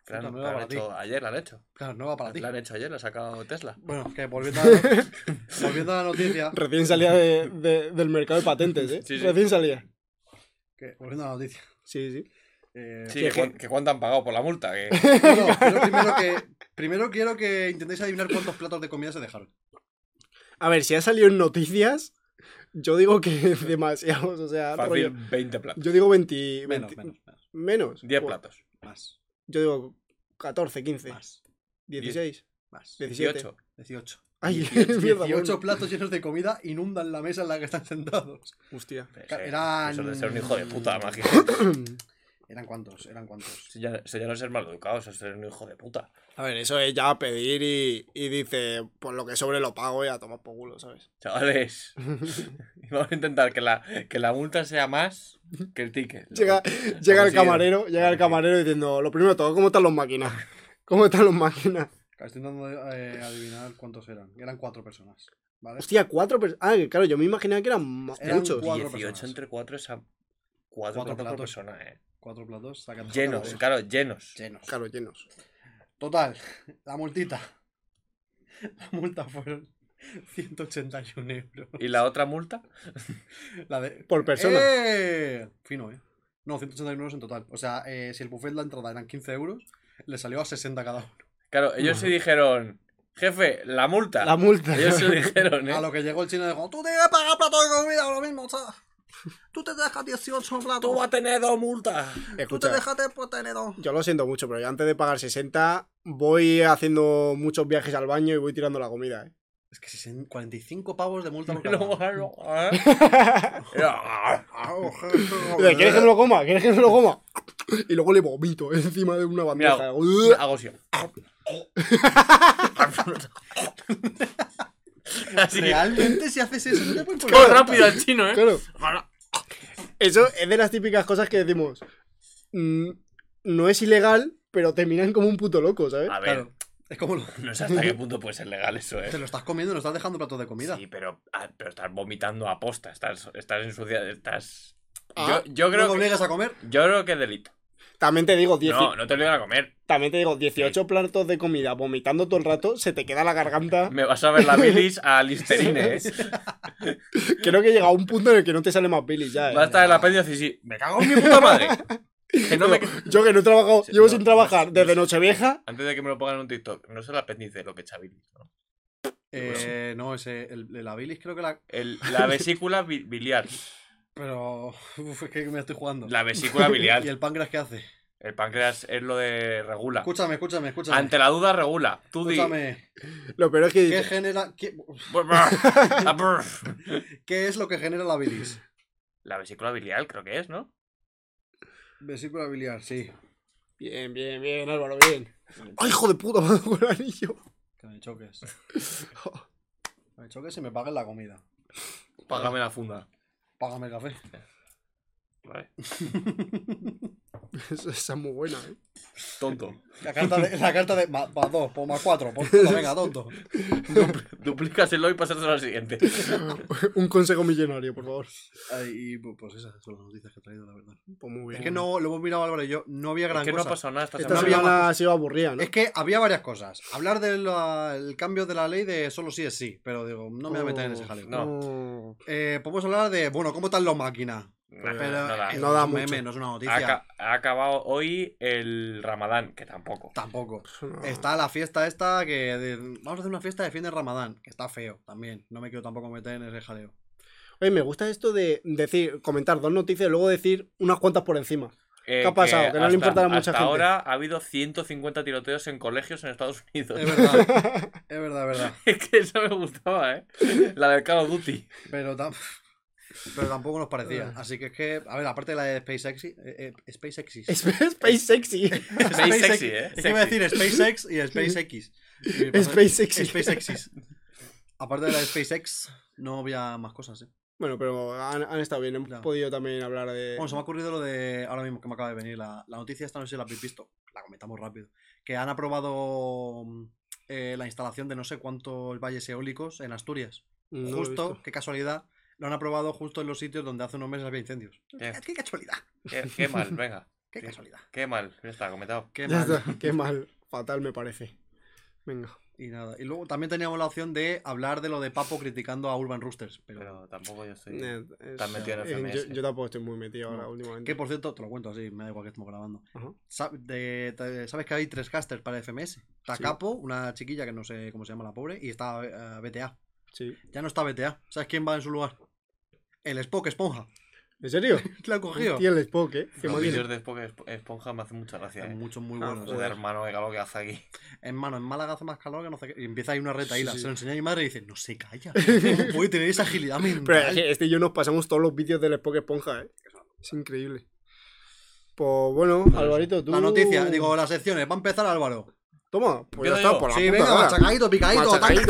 Speaker 2: La
Speaker 1: Puta,
Speaker 2: han,
Speaker 1: no
Speaker 2: la
Speaker 1: era
Speaker 2: han
Speaker 1: para ti.
Speaker 2: hecho ayer, la han hecho.
Speaker 1: Claro, no va para ti.
Speaker 2: La han hecho ayer, la ha sacado Tesla.
Speaker 1: Bueno, que volviendo a la noticia.
Speaker 3: Recién salía del mercado de patentes, ¿eh?
Speaker 2: Sí.
Speaker 3: Recién salía.
Speaker 1: Volviendo a la noticia.
Speaker 3: Sí, sí.
Speaker 2: Sí, que cuánto han pagado por la multa. Que...
Speaker 1: No, pero primero quiero que intentéis adivinar cuántos platos de comida se dejaron.
Speaker 3: A ver, si ha salido en noticias, yo digo que demasiados, o sea,
Speaker 2: Fácil,
Speaker 3: rollo,
Speaker 2: 20 platos.
Speaker 3: yo digo 20,
Speaker 1: Menos.
Speaker 3: menos.
Speaker 2: 10
Speaker 3: Buah,
Speaker 2: platos.
Speaker 1: Más.
Speaker 3: Yo digo 14, 15,
Speaker 1: Más.
Speaker 3: 16,
Speaker 1: Más.
Speaker 3: 17.
Speaker 1: 18.
Speaker 3: Ay,
Speaker 1: 18
Speaker 3: mierda, bueno.
Speaker 1: platos llenos de comida inundan la mesa en la que están sentados.
Speaker 3: Hostia.
Speaker 1: Eran-
Speaker 2: Eso de ser un hijo de puta, mágico.
Speaker 1: ¿Eran cuántos?
Speaker 2: Eso ya no es ser maleducado, eso es ser un hijo de puta.
Speaker 3: A ver, eso es ya pedir y dice, pues lo que sobre lo pago y a tomar por culo, ¿sabes?
Speaker 2: Chavales, vamos a intentar que la multa sea más que el ticket.
Speaker 3: Llega el camarero diciendo, lo primero de todo, ¿cómo están los máquinas? ¿Cómo están los máquinas?
Speaker 1: Estoy intentando adivinar cuántos eran. Eran 4 personas. ¿Vale?
Speaker 3: Hostia, 4 personas. Ah, claro, yo me imaginaba que eran
Speaker 1: Eran
Speaker 3: muchos.
Speaker 1: 4
Speaker 2: 18
Speaker 1: personas.
Speaker 2: entre 4 es a 4
Speaker 1: Cuatro
Speaker 2: platos por
Speaker 1: platos.
Speaker 2: persona,
Speaker 1: 4 platos. sacan
Speaker 2: Llenos,
Speaker 1: cada uno.
Speaker 2: claro, llenos.
Speaker 1: Llenos.
Speaker 3: Claro, llenos.
Speaker 1: Total, la multita. La multa fueron 181 euros.
Speaker 2: ¿Y la otra multa?
Speaker 1: La de...
Speaker 3: Por persona.
Speaker 1: Fino, ¿eh? No, 181 euros en total. O sea, si el buffet de la entrada eran 15 euros, le salió a 60 cada uno.
Speaker 2: Claro, ellos se dijeron, jefe, la multa.
Speaker 3: La multa.
Speaker 2: Ellos se dijeron,
Speaker 1: A lo que llegó el chino y dijo, tú tienes que pagar plato de comida o lo mismo, ¿sabes? Tú te dejas 18 platos.
Speaker 2: Tú vas a tener 2 multas.
Speaker 1: Tú te
Speaker 3: Escucha,
Speaker 1: dejas por tener 2.
Speaker 3: yo lo siento mucho, pero yo antes de pagar 60 voy haciendo muchos viajes al baño y voy tirando la comida, ¿eh?
Speaker 1: Es que si son 45 pavos de multa por
Speaker 2: No,
Speaker 1: cada
Speaker 2: no,
Speaker 1: uno.
Speaker 3: ¿Quieres que me lo coma? ¿Quieres que me lo coma? Y luego le vomito encima de una
Speaker 2: Mira,
Speaker 3: bandeja.
Speaker 2: hago así. Así que,
Speaker 1: Realmente si haces eso no te puedes
Speaker 2: qué
Speaker 1: poner
Speaker 2: rápido el chino,
Speaker 3: Claro. Eso es de las típicas cosas que decimos. No es ilegal, pero te miran como un puto loco, ¿sabes?
Speaker 2: A ver,
Speaker 1: Claro, es como
Speaker 2: no sé hasta qué punto puede ser legal eso,
Speaker 1: te lo estás comiendo, no estás dejando platos de comida.
Speaker 2: Sí, pero estás vomitando a posta, estás ensuciado, estás...
Speaker 3: Ah,
Speaker 2: yo
Speaker 1: ¿No
Speaker 2: creo
Speaker 1: me
Speaker 2: que,
Speaker 1: obligas a comer?
Speaker 2: yo creo que es delito.
Speaker 3: También te digo,
Speaker 2: No te obligan a comer.
Speaker 3: también te digo, 18 platos de comida vomitando todo el rato, se te queda la garganta.
Speaker 2: Me vas a ver la bilis a Listerine, ¿eh?
Speaker 3: Creo que llega a un punto en el que no te sale más bilis ya, ¿eh?
Speaker 2: Va a estar el apéndice y sí, me cago en mi puta madre. Que no me...
Speaker 3: Yo que no he trabajado,
Speaker 2: Sí,
Speaker 3: llevo
Speaker 2: no,
Speaker 3: sin trabajar
Speaker 2: no,
Speaker 3: desde
Speaker 2: no.
Speaker 3: Nochevieja.
Speaker 2: Antes de que me lo pongan en un TikTok, no es el apéndice lo que echa bilis, ¿no?
Speaker 1: No, la bilis creo que la...
Speaker 2: La vesícula biliar.
Speaker 1: Pero... Uf, es que me estoy jugando.
Speaker 2: La vesícula biliar.
Speaker 1: ¿Y el páncreas qué hace?
Speaker 2: El páncreas es lo de regula.
Speaker 1: Escúchame.
Speaker 2: Ante la duda, regula. Tú di.
Speaker 1: Escúchame.
Speaker 3: Lo peor es que
Speaker 1: ¿Qué
Speaker 3: dice,
Speaker 1: genera... ¿Qué es lo que genera la bilis?
Speaker 2: La vesícula biliar creo que es, ¿no?
Speaker 1: Vesícula biliar, sí.
Speaker 3: bien, Álvaro, bien. ¡Ay, hijo de puta! Me ha dado con el anillo.
Speaker 1: Que me choques. Me choques y me paguen la comida.
Speaker 2: Págame la funda.
Speaker 1: Págame el café.
Speaker 2: Vale.
Speaker 3: Esa es muy buena, ¿eh?
Speaker 2: Tonto.
Speaker 1: La carta de más 2, pues más 4. Pues venga, tonto.
Speaker 2: Duplícaselo y pásaselo al siguiente.
Speaker 3: Un consejo millonario, por favor.
Speaker 1: Y pues esas son las noticias que he traído, la verdad.
Speaker 3: Pues muy bien.
Speaker 1: Es que no, lo hemos mirado Álvaro y yo, no había gran
Speaker 2: Es que no ha
Speaker 1: cosa.
Speaker 2: pasado nada esta
Speaker 3: Esta
Speaker 2: semana.
Speaker 1: había
Speaker 3: semana
Speaker 1: más
Speaker 3: ha sido aburrida, ¿no?
Speaker 1: Es que había varias cosas. Hablar del cambio de la ley de solo sí es sí, pero digo, no me voy a meter en ese jaleo.
Speaker 2: No.
Speaker 1: Podemos hablar de, bueno, ¿cómo están los máquinas?
Speaker 2: Nah,
Speaker 1: Pero
Speaker 2: no da.
Speaker 1: eso
Speaker 3: No da
Speaker 1: es un meme,
Speaker 3: mucho.
Speaker 1: no es una noticia.
Speaker 2: Ha acabado hoy el Ramadán, que tampoco.
Speaker 1: Tampoco.
Speaker 3: No.
Speaker 1: Está la fiesta esta vamos a hacer una fiesta de fin de Ramadán, que está feo también. No me quiero tampoco meter en ese jaleo.
Speaker 3: Oye, me gusta esto de decir, comentar dos noticias y luego decir unas cuantas por encima. ¿Qué ha pasado? Que no le importa a mucha
Speaker 2: hasta
Speaker 3: gente.
Speaker 2: ahora ha habido 150 tiroteos en colegios en Estados Unidos.
Speaker 1: Es verdad. Es verdad.
Speaker 2: Es que eso me gustaba, ¿eh? La del Call of Duty.
Speaker 1: Pero tampoco nos parecía. Así que es que, a ver, aparte de la de SpaceX. SpaceX.
Speaker 3: Space Sexy.
Speaker 2: Space sexy, ¿eh?
Speaker 1: Es que iba a decir SpaceX y SpaceX.
Speaker 3: Space Sexy.
Speaker 1: SpaceX. Aparte de la de SpaceX, no había más cosas, ¿eh?
Speaker 3: Bueno, pero han estado bien. Hemos
Speaker 1: Ya.
Speaker 3: podido también hablar de...
Speaker 1: Bueno, se me ha ocurrido lo de ahora mismo que me acaba de venir. La noticia esta, no sé si la habéis visto. La comentamos rápido. Que han aprobado la instalación de no sé cuántos valles eólicos en Asturias.
Speaker 3: No lo he
Speaker 1: Justo,
Speaker 3: visto.
Speaker 1: qué casualidad. Lo han aprobado justo en los sitios donde hace unos meses había incendios.
Speaker 2: ¿Qué?
Speaker 1: Qué casualidad.
Speaker 2: Qué mal, venga.
Speaker 1: Qué casualidad.
Speaker 2: Qué mal, ya está, comentado.
Speaker 1: Qué
Speaker 3: Ya
Speaker 1: mal.
Speaker 3: está, qué mal. Fatal me parece. Venga.
Speaker 1: Y nada. Y luego también teníamos la opción de hablar de lo de Papo criticando a Urban Roosters. Pero
Speaker 2: Pero tampoco yo estoy
Speaker 3: Es-
Speaker 2: tan metido en FMS.
Speaker 3: yo tampoco estoy muy metido ahora
Speaker 1: No.
Speaker 3: últimamente.
Speaker 1: que por cierto, te lo cuento así, me da igual que estemos grabando.
Speaker 3: Ajá.
Speaker 1: ¿Sabes que hay 3 casters para FMS? Está
Speaker 3: Sí.
Speaker 1: Capo, una chiquilla que no sé cómo se llama la pobre, y está BTA.
Speaker 3: Sí.
Speaker 1: Ya no está BTA. ¿Sabes quién va en su lugar? El Spock Esponja.
Speaker 3: ¿En serio?
Speaker 1: ¿Le han cogido?
Speaker 3: Hostia, el Spock, ¿eh? Qué
Speaker 2: Los
Speaker 3: máquina.
Speaker 2: vídeos de Esponja me hacen mucha gracia,
Speaker 1: Hay
Speaker 2: ¿eh?
Speaker 1: muchos muy
Speaker 3: Ah,
Speaker 1: buenos.
Speaker 2: Joder, hermano, venga lo que hace aquí.
Speaker 1: En Málaga hace más calor que no sé qué. Y empieza ahí una retaíla.
Speaker 3: Sí, sí.
Speaker 1: Se lo enseña a mi madre y dice, no se calla. ¿Cómo puede tener esa agilidad mental?
Speaker 3: Pero es que este y yo nos pasamos todos los vídeos del Spock Esponja, ¿eh? Es increíble. Pues bueno, Alvarito, tú...
Speaker 1: La noticia, digo, las secciones. Va a empezar Álvaro.
Speaker 3: Toma, pues
Speaker 2: ¿Empiezo
Speaker 3: ya está,
Speaker 2: yo?
Speaker 3: por la
Speaker 1: Sí,
Speaker 3: puta
Speaker 1: venga,
Speaker 3: cara.
Speaker 1: machacadito, picadito.
Speaker 3: Machacadito.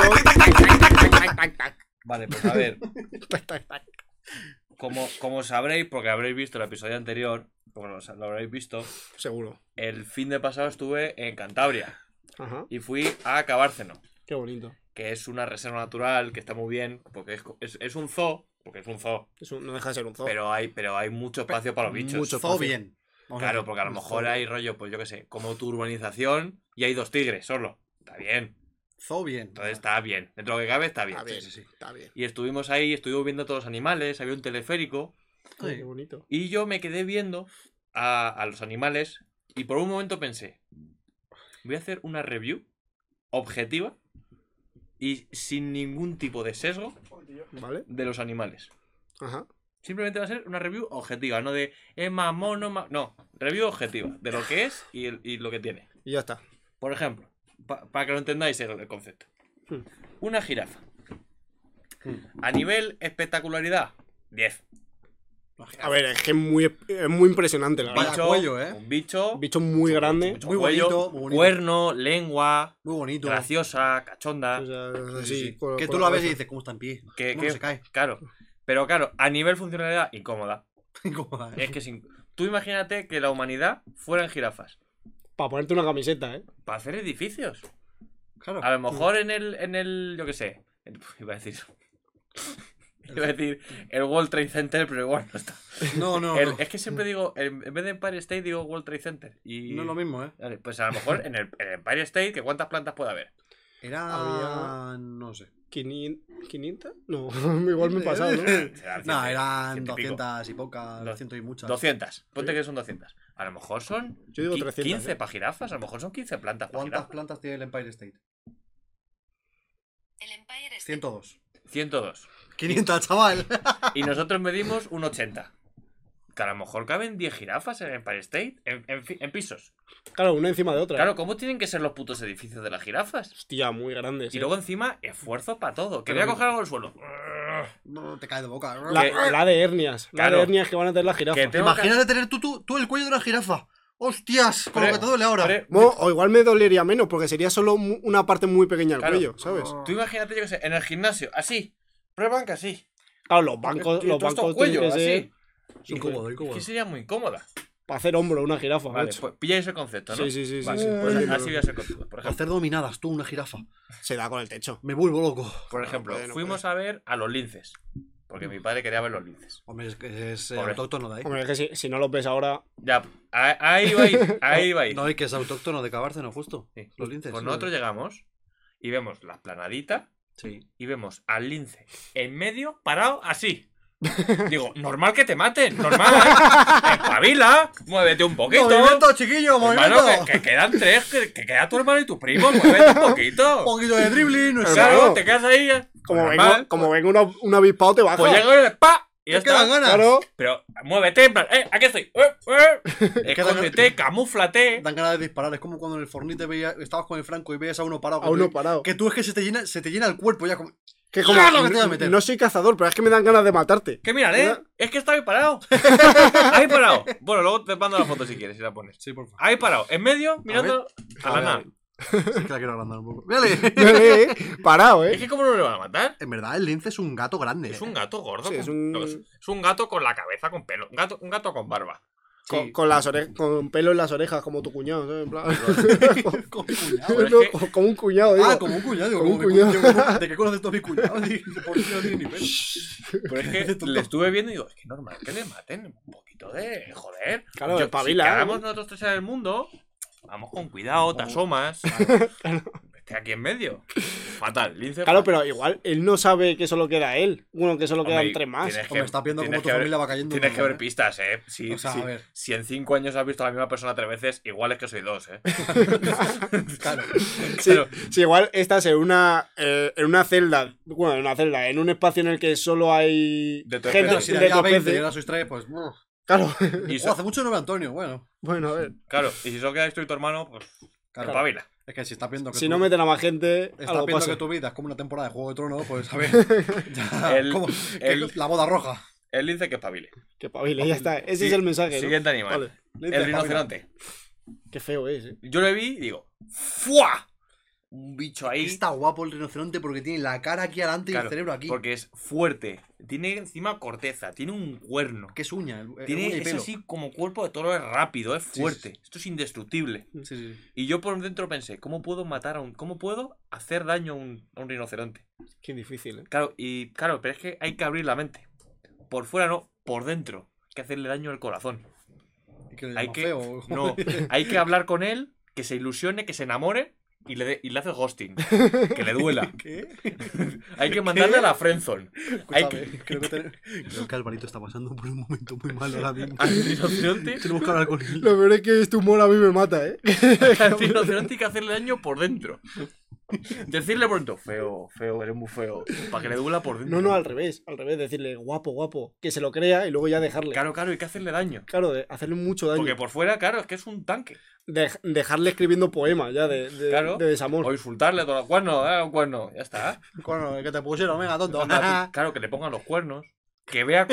Speaker 2: Vale, pues a ver,
Speaker 3: Tac, tac, tac.
Speaker 2: como sabréis, porque habréis visto el episodio anterior, como lo habréis visto,
Speaker 3: Seguro.
Speaker 2: el fin de pasado estuve en Cantabria
Speaker 3: Ajá,
Speaker 2: y fui a Cabárceno,
Speaker 3: qué bonito.
Speaker 2: que es una reserva natural que está muy bien, porque es un zoo, porque es un zoo,
Speaker 3: Eso no deja de ser un zoo.
Speaker 2: pero hay mucho espacio para los bichos.
Speaker 3: mucho
Speaker 1: Todo
Speaker 3: espacio.
Speaker 1: bien. Vamos a
Speaker 2: Claro,
Speaker 1: ver.
Speaker 2: porque a lo mejor hay rollo, pues yo qué sé, como tu urbanización y hay 2 tigres solo. Está bien.
Speaker 1: Zoo bien.
Speaker 2: Entonces está bien. Dentro de lo que cabe está bien.
Speaker 3: Está bien,
Speaker 1: sí, sí.
Speaker 3: está bien.
Speaker 2: Y estuvimos ahí, estuvimos viendo todos los animales, había un teleférico.
Speaker 3: Ay,
Speaker 1: Sí.
Speaker 3: qué bonito.
Speaker 2: Y yo me quedé viendo a los animales y por un momento pensé, voy a hacer una review objetiva y sin ningún tipo de sesgo
Speaker 3: ¿Vale?
Speaker 2: de los animales.
Speaker 3: Ajá.
Speaker 2: Simplemente va a ser una review objetiva, no de es más mono, más... No, review objetiva de lo que es y lo que tiene.
Speaker 3: Y ya está.
Speaker 2: Por ejemplo, para que lo entendáis el concepto.
Speaker 3: Hmm.
Speaker 2: Una jirafa. A nivel espectacularidad, 10.
Speaker 3: A ver, es que es muy impresionante, la
Speaker 1: Vaya
Speaker 3: verdad.
Speaker 1: cuello, ¿eh?
Speaker 2: Un bicho.
Speaker 3: Un bicho muy grande.
Speaker 2: mucho
Speaker 1: Muy
Speaker 2: cuello,
Speaker 1: bonito, muy bonito.
Speaker 2: cuerno, lengua,
Speaker 1: Muy bonito.
Speaker 2: graciosa, cachonda.
Speaker 3: O sea,
Speaker 1: Sí,
Speaker 3: así,
Speaker 1: sí.
Speaker 3: con-
Speaker 1: Que
Speaker 3: con
Speaker 1: tú
Speaker 3: la
Speaker 1: la ves y
Speaker 3: cabeza.
Speaker 1: dices, ¿cómo está en pie?
Speaker 2: Que,
Speaker 1: ¿Cómo
Speaker 2: que-
Speaker 1: no se cae?
Speaker 2: Claro. Pero claro, a nivel funcionalidad, incómoda.
Speaker 1: Incómoda, ¿eh?
Speaker 2: Es que sin... Tú imagínate que la humanidad fueran jirafas.
Speaker 3: Para ponerte una camiseta, ¿eh?
Speaker 2: Para hacer edificios.
Speaker 1: Claro.
Speaker 2: A lo mejor en el yo qué sé. Iba a decir. Iba a decir el World Trade Center, pero igual no está.
Speaker 1: No, no,
Speaker 2: El-
Speaker 1: no.
Speaker 2: es que siempre digo, en vez de Empire State, digo World Trade Center. Y...
Speaker 1: No es lo mismo, ¿eh?
Speaker 2: Vale, pues a lo mejor en el Empire State, ¿que cuántas plantas puede haber?
Speaker 1: Era...
Speaker 3: Había-
Speaker 1: No sé.
Speaker 3: ¿500? No, igual me he pasado, ¿no?
Speaker 2: Serán
Speaker 1: No,
Speaker 2: 100,
Speaker 1: eran
Speaker 2: 100 y pico.
Speaker 1: 200 y pocas, 200 y muchas.
Speaker 2: 200. Ponte
Speaker 3: Sí.
Speaker 2: que son 200. A lo mejor son
Speaker 3: Yo digo 300,
Speaker 2: 15
Speaker 3: ¿eh?
Speaker 2: para jirafas. A lo mejor son 15 plantas para
Speaker 1: ¿Cuántas
Speaker 2: jirafas.
Speaker 1: plantas tiene el Empire State?
Speaker 5: El Empire State
Speaker 1: 102.
Speaker 2: 102.
Speaker 1: 500, chaval.
Speaker 2: Y nosotros medimos un 80. Que a lo mejor caben 10 jirafas en el Empire State. En pisos.
Speaker 3: Claro, una encima de otra.
Speaker 2: Claro, ¿cómo tienen que ser los putos edificios de las jirafas?
Speaker 3: Hostia, muy grandes.
Speaker 2: Y
Speaker 3: ¿eh?
Speaker 2: luego encima, esfuerzo para todo. Que
Speaker 1: Pero-
Speaker 2: voy a coger algo del suelo.
Speaker 1: No, te cae de boca.
Speaker 3: La de hernias. La
Speaker 2: Claro.
Speaker 3: de hernias que van a tener las jirafas.
Speaker 2: Que tengo que-
Speaker 1: Imagínate tener tú el cuello de una jirafa. ¡Hostias! Con lo
Speaker 2: Pre-
Speaker 1: que te duele ahora.
Speaker 3: Bueno, o igual me dolería menos, porque sería solo una parte muy pequeña del
Speaker 2: Claro.
Speaker 3: cuello, ¿sabes?
Speaker 2: Tú imagínate, yo que sé, en el gimnasio, así. Prueban que así.
Speaker 3: Claro, los bancos,
Speaker 2: Tiene
Speaker 3: los
Speaker 2: todo esto
Speaker 3: bancos
Speaker 2: cuello,
Speaker 3: tienen que ser
Speaker 2: así.
Speaker 1: Incómodo,
Speaker 2: Es
Speaker 1: incómodo.
Speaker 2: que sería muy incómoda.
Speaker 3: para hacer hombro una jirafa,
Speaker 2: Vale,
Speaker 3: macho.
Speaker 2: pues pilláis el concepto, ¿no?
Speaker 3: Sí, sí, sí,
Speaker 2: Vale,
Speaker 3: sí, sí.
Speaker 2: pues
Speaker 3: Entiendo.
Speaker 2: así voy a ser con todo. Por ejemplo,
Speaker 1: Hacer dominadas, tú, una jirafa.
Speaker 3: Se da con el techo.
Speaker 1: Me vuelvo loco.
Speaker 2: por ejemplo,
Speaker 3: puede, no
Speaker 2: fuimos a ver a los linces. Porque mi padre quería ver los linces.
Speaker 1: Hombre, es que es
Speaker 2: Pobre.
Speaker 1: autóctono de ahí.
Speaker 3: Hombre, es que si no los ves ahora.
Speaker 2: Ya, ahí va a ir, ahí va a ir.
Speaker 1: No, hay que es autóctono de Cabárceno, justo.
Speaker 2: Sí.
Speaker 1: Los linces.
Speaker 2: Pues
Speaker 1: sí.
Speaker 2: nosotros llegamos y vemos la planadita
Speaker 1: Sí.
Speaker 2: y vemos al lince en medio parado así. Digo, normal que te maten, normal, ¿eh? Espabila, muévete un poquito.
Speaker 1: ¡Movimiento, chiquillo! ¡Movimiento!
Speaker 2: Hermano, que quedan 3, que queda tu hermano y tu primo, muévete un poquito.
Speaker 1: Un poquito de dribbling, no sé.
Speaker 2: Claro,
Speaker 3: Hermano.
Speaker 2: te quedas ahí.
Speaker 3: Como
Speaker 2: normal,
Speaker 3: venga, como venga un avispado, te baja.
Speaker 2: pues llega el pa y ya
Speaker 1: Es que dan
Speaker 2: está.
Speaker 1: ganas.
Speaker 3: Claro.
Speaker 2: Pero muévete, en plan, aquí estoy. Escóndete, camúflate.
Speaker 1: Dan ganas de disparar. Es como cuando en el Fornite estabas con el Franco y veías a uno parado.
Speaker 3: A uno parado.
Speaker 1: Que tú es que se te llena el cuerpo ya como...
Speaker 3: Que como
Speaker 1: ¡Ah, lo que te voy a meter!
Speaker 3: no soy cazador, pero es que me dan ganas de matarte.
Speaker 2: Que mira,
Speaker 3: ¿Verdad?
Speaker 2: es que está ahí parado. Ahí parado. Bueno, luego te mando la foto si quieres, si la pones.
Speaker 1: Sí, por favor.
Speaker 2: Ahí parado, en medio, mirando a la
Speaker 1: ver,
Speaker 2: nada.
Speaker 1: Sí que la quiero agrandar un poco. Mírale.
Speaker 3: Parado,
Speaker 2: Es
Speaker 3: ¿eh?
Speaker 2: que, ¿cómo no le van a matar?
Speaker 1: En verdad, el lince es un gato grande.
Speaker 2: Es un gato gordo.
Speaker 3: Sí,
Speaker 2: con-
Speaker 3: es un-
Speaker 2: es un gato con la cabeza con pelo. Un gato con barba.
Speaker 1: Sí.
Speaker 3: Con pelo en las orejas, como tu cuñado, ¿sabes? En plan...
Speaker 1: Como cuñado.
Speaker 2: Pero es
Speaker 3: No,
Speaker 2: que-
Speaker 3: como un cuñado, digo.
Speaker 1: Ah, como un cuñado. Digo,
Speaker 3: Como un
Speaker 1: mi
Speaker 3: cuñado.
Speaker 1: digo, ¿de qué conoces tú a mi cuñado? Por qué no tiene ni pelo.
Speaker 2: Pero es que le estuve viendo y digo, es que normal que le maten un poquito de. Joder.
Speaker 3: Claro,
Speaker 2: Si
Speaker 3: espabila,
Speaker 2: quedamos
Speaker 3: ¿eh?
Speaker 2: nosotros tres en el mundo, vamos con cuidado, te asomas. Esté aquí en medio. Fatal, lince.
Speaker 3: Claro,
Speaker 2: fatal.
Speaker 3: pero igual él no sabe que solo queda él. Bueno, que solo quedan
Speaker 2: Hombre,
Speaker 3: 3 más.
Speaker 2: tienes
Speaker 1: Hombre, estás viendo
Speaker 2: tienes
Speaker 1: cómo tu
Speaker 2: que ver-
Speaker 1: familia va cayendo.
Speaker 2: Tienes que
Speaker 1: uno,
Speaker 2: ver pistas, ¿eh? Si,
Speaker 1: O sea,
Speaker 2: si-
Speaker 1: a ver.
Speaker 2: si en 5 años has visto a la misma persona 3 veces, igual es que soy 2, ¿eh?
Speaker 1: Claro.
Speaker 3: Sí,
Speaker 2: Claro.
Speaker 3: sí, igual estás en una celda. Bueno, en una celda, en un espacio en el que solo hay
Speaker 2: De tu
Speaker 3: gente
Speaker 1: Claro,
Speaker 2: especie.
Speaker 1: si
Speaker 3: de
Speaker 1: había
Speaker 3: tu
Speaker 1: 20 y
Speaker 3: especie.
Speaker 1: ahora sois 3, pues.
Speaker 3: Claro.
Speaker 2: Y
Speaker 1: Hace mucho no veo a Antonio, bueno.
Speaker 3: Bueno, a ver.
Speaker 2: Claro, y si solo quedáis tú y tu hermano, pues.
Speaker 1: Claro.
Speaker 2: Espabila.
Speaker 1: Es que si estás viendo que
Speaker 3: Si
Speaker 1: tú-
Speaker 3: no meten a más gente,
Speaker 1: estás
Speaker 3: algo
Speaker 1: viendo
Speaker 3: pasa.
Speaker 1: que tu vida es como una temporada de Juego de Tronos, pues a ver. Ya,
Speaker 2: El-
Speaker 1: ¿cómo?
Speaker 2: el-
Speaker 1: La boda roja.
Speaker 2: Él dice que espabile.
Speaker 3: Que pavile, ya está. Ese
Speaker 2: Sí,
Speaker 3: es el mensaje, ¿no?
Speaker 2: Siguiente animal.
Speaker 3: Vale.
Speaker 1: Le dice,
Speaker 2: El
Speaker 1: "Espabila".
Speaker 2: rinoceronte.
Speaker 3: Qué feo es, ¿eh?
Speaker 2: Yo le vi y digo, ¡fua! Un bicho ahí.
Speaker 1: Está guapo el rinoceronte porque tiene la cara aquí adelante y
Speaker 2: Claro,
Speaker 1: el cerebro aquí.
Speaker 2: Porque es fuerte. Tiene encima corteza. Tiene un cuerno.
Speaker 1: ¿Qué es uña?
Speaker 2: Tiene,
Speaker 1: uña y
Speaker 2: es
Speaker 1: pelo.
Speaker 2: así como cuerpo de toro, es rápido, es
Speaker 1: Sí,
Speaker 2: fuerte.
Speaker 1: sí.
Speaker 2: Esto es indestructible.
Speaker 1: Sí, sí.
Speaker 2: Y yo por dentro pensé, ¿cómo puedo matar a un. ¿Cómo puedo hacer daño a un rinoceronte?
Speaker 3: Qué difícil, ¿eh?
Speaker 2: Claro, pero es que hay que abrir la mente. Por fuera no, por dentro. Hay que hacerle daño al corazón.
Speaker 1: ¿Y que le
Speaker 2: Hay
Speaker 1: llama
Speaker 2: que.
Speaker 1: feo?
Speaker 2: No, hay que hablar con él, que se ilusione, que se enamore y le hace ghosting. Que le duela.
Speaker 1: ¿Qué?
Speaker 2: Hay que mandarle a la friendzone. Hay
Speaker 1: Escúchame, creo que Alvarito está pasando por un momento muy malo ahora mismo.
Speaker 2: Al rinoceronte.
Speaker 1: Tenemos que hablar con él.
Speaker 3: Lo peor es que este humor a mí me mata, ¿eh?
Speaker 2: Al rinoceronte hay que hacerle daño por dentro. Decirle por dentro, feo, eres muy feo. Para que le duela por dentro.
Speaker 3: No, al revés. Al revés, decirle guapo, guapo. Que se lo crea y luego ya dejarle.
Speaker 2: Claro, hay que hacerle daño.
Speaker 3: Claro, hacerle mucho daño.
Speaker 2: Porque por fuera, claro, es que es un tanque.
Speaker 3: Dejarle escribiendo poemas ya
Speaker 2: Claro.
Speaker 3: de desamor.
Speaker 2: O insultarle todos los cuernos, un cuerno. Ya está.
Speaker 1: Bueno, que te pusieron, venga, tonto.
Speaker 2: Claro, que le pongan los cuernos. Que vea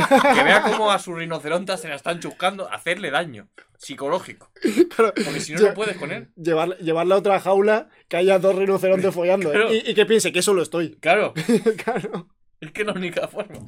Speaker 2: cómo a su rinoceronte se la están chuscando. Hacerle daño psicológico.
Speaker 3: Claro,
Speaker 2: Porque si no, no puedes con él.
Speaker 3: llevarle a otra jaula que haya 2 rinocerontes follando. ¿eh?
Speaker 2: Claro.
Speaker 3: Y que piense que solo estoy.
Speaker 2: Claro,
Speaker 3: Claro.
Speaker 2: es que es la única forma.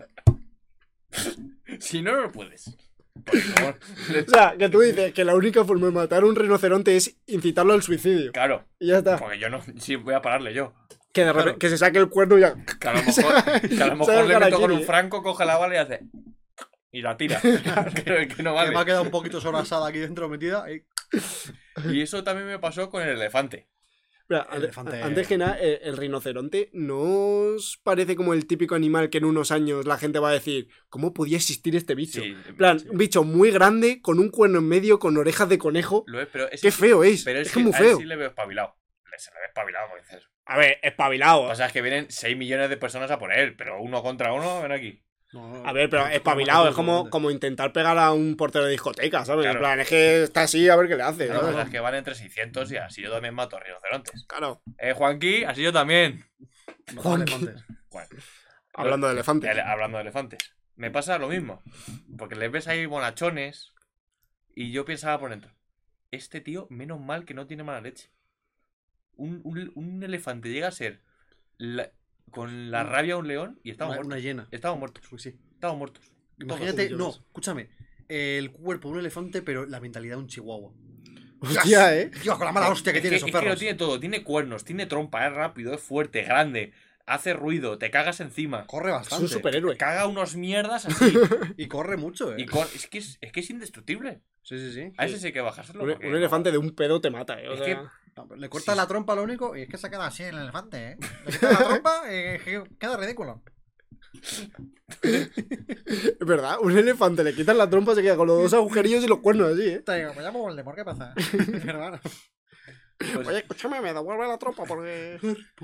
Speaker 2: Si no, no puedes. Por favor.
Speaker 3: O sea, que tú dices que la única forma de matar a un rinoceronte es incitarlo al suicidio.
Speaker 2: Claro,
Speaker 3: Y ya está.
Speaker 2: porque yo no. Sí, voy a pararle yo.
Speaker 3: Que de repente que se saque el cuerno y ya.
Speaker 2: Que a lo mejor,
Speaker 3: ¿Sabes
Speaker 2: le meto con
Speaker 3: harakiri?
Speaker 2: un franco, coge la bala y hace. Y la tira. que no
Speaker 1: Que me ha
Speaker 2: vale.
Speaker 1: quedado un poquito sobrasada aquí dentro metida.
Speaker 2: Y eso también me pasó con el elefante.
Speaker 3: Mira,
Speaker 1: El elefante-
Speaker 3: antes que nada, el rinoceronte no os parece como el típico animal que en unos años la gente va a decir, ¿cómo podía existir este bicho?
Speaker 2: Sí,
Speaker 3: En plan, un bicho muy grande, con un cuerno en medio, con orejas de conejo.
Speaker 2: lo es, pero es
Speaker 3: Qué feo es.
Speaker 2: Pero
Speaker 3: Es que es muy
Speaker 2: a él
Speaker 3: feo.
Speaker 2: sí le veo espabilado. Se le ve espabilado, porque dices.
Speaker 3: A ver, espabilado.
Speaker 2: Lo que pasa es que vienen 6 millones de personas a por él, pero uno contra uno, ven aquí.
Speaker 3: A ver, pero espabilado es como intentar pegar a un portero de discoteca, ¿sabes?
Speaker 2: Claro.
Speaker 3: En plan, es que está así a ver qué le hace.
Speaker 2: Lo que
Speaker 3: ¿sabes?
Speaker 2: pasa es que van entre 600 y así yo también mato a rinocerontes.
Speaker 3: Claro.
Speaker 2: Juanqui, así yo también.
Speaker 1: Juan. Elefantes.
Speaker 2: Bueno,
Speaker 3: Hablando de elefantes.
Speaker 2: hablando de elefantes. Me pasa lo mismo. Porque les ves ahí bonachones y yo pensaba por dentro, este tío, menos mal que no tiene mala leche. Un elefante llega a ser con la rabia de un león y estamos
Speaker 1: Una
Speaker 2: muertos.
Speaker 1: llena.
Speaker 2: Estamos muertos.
Speaker 1: Pues sí.
Speaker 2: Estamos muertos.
Speaker 1: Imagínate,
Speaker 3: Todos.
Speaker 1: no, escúchame. El cuerpo de un elefante, pero la mentalidad de un chihuahua.
Speaker 3: Hostia, ¿eh?
Speaker 1: Dios, con la mala hostia que
Speaker 2: Es
Speaker 1: tiene
Speaker 2: que,
Speaker 1: esos
Speaker 2: es que lo
Speaker 1: perros.
Speaker 2: tiene todo. Tiene cuernos, tiene trompa, es rápido, es fuerte, grande. Hace ruido, te cagas encima.
Speaker 1: Corre
Speaker 3: Es
Speaker 1: bastante.
Speaker 3: un superhéroe.
Speaker 2: Caga unos mierdas así.
Speaker 1: Y corre mucho,
Speaker 2: Es que es indestructible.
Speaker 1: Sí, sí, sí.
Speaker 2: A ese sí hay que bajárselo.
Speaker 3: Un
Speaker 2: porque
Speaker 3: elefante de un pedo te mata, ¿eh? O
Speaker 2: Es
Speaker 3: sea,
Speaker 2: que-
Speaker 1: No, pero le corta
Speaker 2: Sí.
Speaker 1: la trompa lo único y es que se queda así el elefante, ¿eh? Le quita la trompa y queda ridículo.
Speaker 3: es verdad, un elefante le quitan la trompa, se queda con los 2 agujerillos y los cuernos así, ¿eh?
Speaker 1: Te digo, pues ya me vuelve, ¿por qué pasa? Hermano.
Speaker 2: pues,
Speaker 3: Oye, escúchame, me devuelve la trompa porque...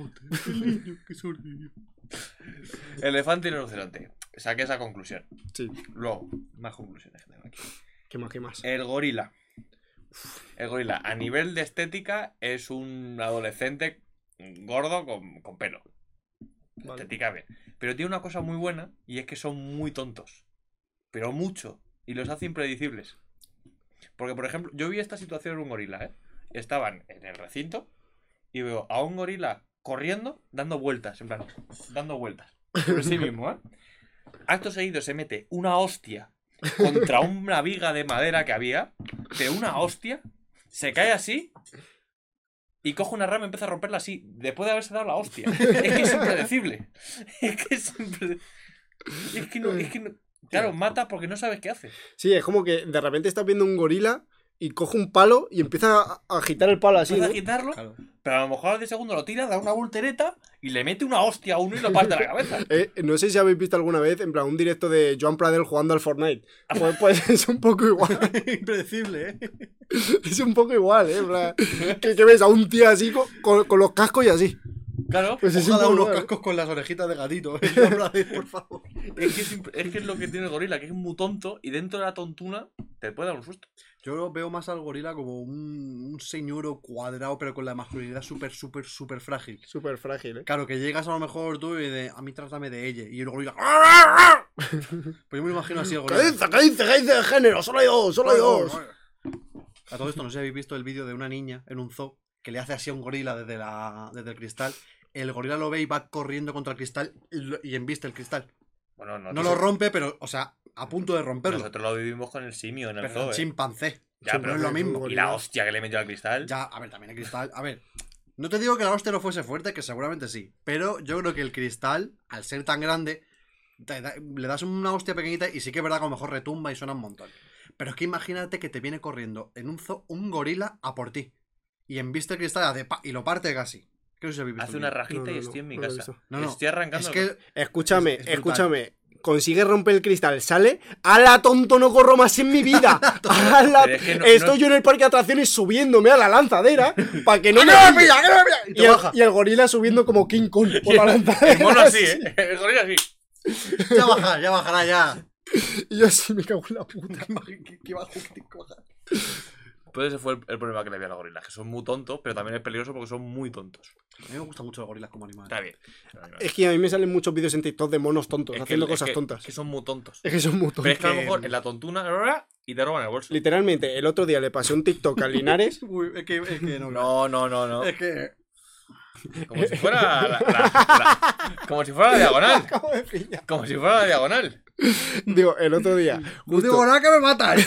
Speaker 2: elefante y rinoceronte. Saqué esa conclusión.
Speaker 3: Sí,
Speaker 2: Luego, más conclusiones que tengo aquí.
Speaker 3: ¿qué más, qué más?
Speaker 2: El gorila. El gorila, a nivel de estética, es un adolescente gordo con pelo.
Speaker 3: Vale.
Speaker 2: Estética bien. Pero tiene una cosa muy buena y es que son muy tontos. Pero mucho. Y los hace impredecibles. Porque, por ejemplo, yo vi esta situación en un gorila, ¿eh? Estaban en el recinto y veo a un gorila corriendo, dando vueltas, en plan, dando vueltas. Sobre sí mismo, ¿eh? Acto seguido se mete una hostia contra una viga de madera que había, de una hostia, se cae así y coge una rama y empieza a romperla así, después de haberse dado la hostia. Es que es impredecible. Es que no. Claro, mata porque no sabes qué hace.
Speaker 3: Sí, es como que de repente estás viendo un gorila y coge un palo y empieza a agitar el palo así,
Speaker 2: Empieza
Speaker 3: ¿no?
Speaker 2: a quitarlo,
Speaker 1: Claro.
Speaker 2: pero a lo mejor al de segundo lo tira, da una voltereta y le mete una hostia a uno y lo parte la cabeza.
Speaker 3: No sé si habéis visto alguna vez, en plan, un directo de Joan Pradel jugando al Fortnite. Pues es un poco igual.
Speaker 1: Impredecible, ¿eh?
Speaker 3: Es un poco igual, ¿eh? En plan, que ves a un tío así con los cascos y así.
Speaker 2: Claro,
Speaker 3: Pues es un
Speaker 1: Ojalá
Speaker 3: poco
Speaker 1: unos
Speaker 3: igual, ¿eh?
Speaker 1: cascos con las orejitas de gatito. Por favor.
Speaker 2: es que es lo que tiene el gorila, que es muy tonto y dentro de la tontuna te puede dar un susto.
Speaker 1: Yo veo más al gorila como un señor cuadrado, pero con la masculinidad súper frágil.
Speaker 3: Súper frágil, ¿eh?
Speaker 1: Claro, que llegas a lo mejor tú y de, a mí trátame de ella. Y el gorila. Pues yo me lo imagino así el gorila.
Speaker 3: ¿Qué dice de género? Solo hay dos.
Speaker 1: A todo esto, no sé si habéis visto el vídeo de una niña en un zoo que le hace así a un gorila desde el cristal. El gorila lo ve y va corriendo contra el cristal y embiste el cristal.
Speaker 2: Bueno,
Speaker 1: No lo rompe, pero, o sea, a punto de romperlo.
Speaker 2: nosotros lo vivimos con el simio en el
Speaker 1: Pero
Speaker 2: zoo,
Speaker 1: el chimpancé.
Speaker 2: Ya,
Speaker 1: No es lo mismo.
Speaker 2: Y la hostia que le metió al cristal.
Speaker 1: Ya, a ver, también el cristal. A ver, no te digo que la hostia no fuese fuerte, que seguramente sí. Pero yo creo que el cristal, al ser tan grande, le das una hostia pequeñita y sí que es verdad que a lo mejor retumba y suena un montón. Pero es que imagínate que te viene corriendo en un zoo un gorila a por ti. Y embiste el cristal hace y lo parte casi. ¿Qué os habéis visto?
Speaker 2: Hace una rajita y estoy en mi
Speaker 3: no lo he
Speaker 2: casa.
Speaker 3: visto.
Speaker 1: No, no.
Speaker 2: Estoy arrancando.
Speaker 1: Es que
Speaker 3: Escúchame,
Speaker 1: Es brutal.
Speaker 3: escúchame. Consigue romper el cristal, sale. ¡Hala, tonto! No corro más en mi vida. ¡Hala!
Speaker 2: Pero es que no-
Speaker 3: Estoy
Speaker 2: no-
Speaker 3: yo en el parque de atracciones subiéndome a la lanzadera para que no
Speaker 1: ¡Que
Speaker 3: me
Speaker 1: no me
Speaker 3: pille.
Speaker 1: pilla! ¡Que no me pilla! Y
Speaker 3: Y
Speaker 1: te
Speaker 3: el,
Speaker 1: baja.
Speaker 3: y el gorila subiendo como King Kong por la lanzadera.
Speaker 2: El mono así, ¿eh? El gorila así.
Speaker 1: Ya bajará ya.
Speaker 3: Y yo así me cago en la puta.
Speaker 1: ¿Qué bajo? ¿Qué baja?
Speaker 2: Pues ese fue el problema que le vi a los gorilas, que son muy tontos, pero también es peligroso porque son muy tontos.
Speaker 1: A mí me gustan mucho los gorilas como animales.
Speaker 2: Está bien.
Speaker 3: Es que a mí me salen muchos vídeos en TikTok de monos tontos
Speaker 2: Es que-
Speaker 3: haciendo
Speaker 2: es
Speaker 3: cosas
Speaker 2: que-
Speaker 3: tontas.
Speaker 2: Es que son muy tontos.
Speaker 3: Es que son muy tontos.
Speaker 2: Pero es que a lo
Speaker 1: que-
Speaker 2: mejor en la tontuna y te roban el bolso.
Speaker 3: Literalmente, el otro día le pasé un TikTok a Linares.
Speaker 1: Uy, es que no.
Speaker 2: No.
Speaker 1: Es que.
Speaker 2: Como si fuera como si fuera la diagonal.
Speaker 3: Acabo de pillar.
Speaker 2: Como si fuera la diagonal.
Speaker 3: Digo, el otro día.
Speaker 1: No digo nada que me matan.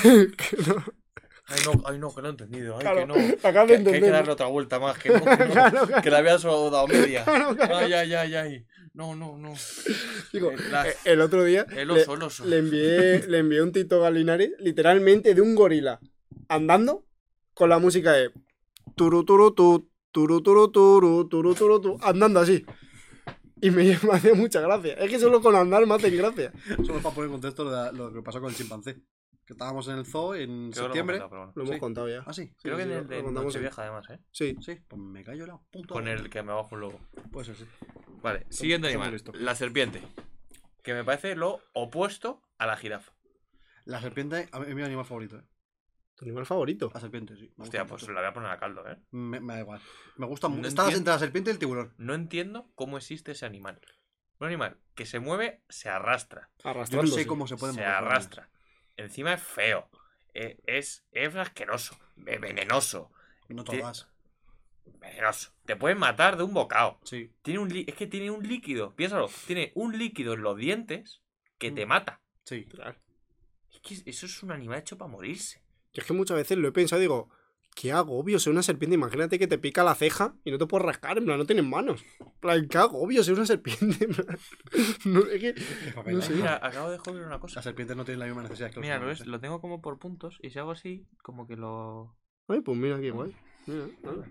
Speaker 2: Ay no, que no he entendido. Ay,
Speaker 3: Claro,
Speaker 2: que no.
Speaker 3: acabas de
Speaker 2: Que hay que
Speaker 3: entender.
Speaker 2: darle otra vuelta más. Que no, que no,
Speaker 3: Claro, claro.
Speaker 2: que la había solo dado media.
Speaker 3: Claro.
Speaker 2: Ay. No.
Speaker 3: Digo,
Speaker 2: La-
Speaker 3: el otro día
Speaker 2: El oso.
Speaker 3: le envié un TikTok a Linares, literalmente de un gorila andando con la música de turu turu tu, turu turu turu, turu turu tu, andando así. Y me hace mucha gracia. Es que solo con andar me hacen gracia.
Speaker 1: Solo para poner en contexto lo que pasó con el chimpancé. Que estábamos en el zoo en
Speaker 2: Creo que lo hemos
Speaker 1: septiembre.
Speaker 2: contado, pero bueno.
Speaker 3: Lo hemos
Speaker 1: Sí.
Speaker 3: contado ya.
Speaker 1: Ah, sí.
Speaker 2: Creo que
Speaker 3: sí,
Speaker 2: en
Speaker 3: lo
Speaker 2: el de
Speaker 3: contamos en-
Speaker 2: Nochevieja, además, ¿eh?
Speaker 3: Sí.
Speaker 1: Sí, pues me callo la puta.
Speaker 2: Con el que me bajo un lobo.
Speaker 1: Puede ser, sí.
Speaker 2: Vale, siguiente
Speaker 1: Eso hemos
Speaker 2: animal.
Speaker 1: visto.
Speaker 2: La serpiente. Que me parece lo opuesto a la jirafa.
Speaker 1: La serpiente a mí es mi animal favorito, ¿eh?
Speaker 3: ¿Tu animal favorito?
Speaker 1: La serpiente, sí. Me
Speaker 2: Hostia,
Speaker 1: gusta
Speaker 2: pues
Speaker 1: mucho.
Speaker 2: la voy a poner a caldo, ¿eh?
Speaker 1: Me da igual. Me gusta mucho.
Speaker 2: No
Speaker 1: Estás
Speaker 2: entiendo.
Speaker 1: entre la serpiente y el tiburón.
Speaker 2: No entiendo cómo existe ese animal. Un animal que se mueve, se arrastra.
Speaker 1: Yo no
Speaker 3: Arrastrándose.
Speaker 1: sé cómo se puede
Speaker 2: Se
Speaker 1: mover.
Speaker 2: arrastra. Encima es feo. Es asqueroso. Venenoso.
Speaker 1: No
Speaker 2: Ti-
Speaker 1: todas.
Speaker 2: Venenoso. Te pueden matar de un bocado.
Speaker 1: Sí.
Speaker 2: Es que tiene un líquido. Piénsalo. Tiene un líquido en los dientes que te mata.
Speaker 1: Sí.
Speaker 2: Es que eso es un animal hecho para morirse.
Speaker 3: Yo es que muchas veces lo he pensado, digo, qué agobio ser una serpiente. Imagínate que te pica la ceja y no te puedes rascar, en plan, no tienes manos. En plan, qué agobio ser una serpiente. En plan, no, es que, no sé.
Speaker 2: Mira, acabo de descubrir una cosa.
Speaker 1: Las serpientes no tienen la misma necesidad que los
Speaker 2: Mira,
Speaker 1: humanos, ¿eh?
Speaker 2: lo tengo como por puntos y si hago así, como que lo...
Speaker 3: Ay, pues mira, qué guay. Mira, nada.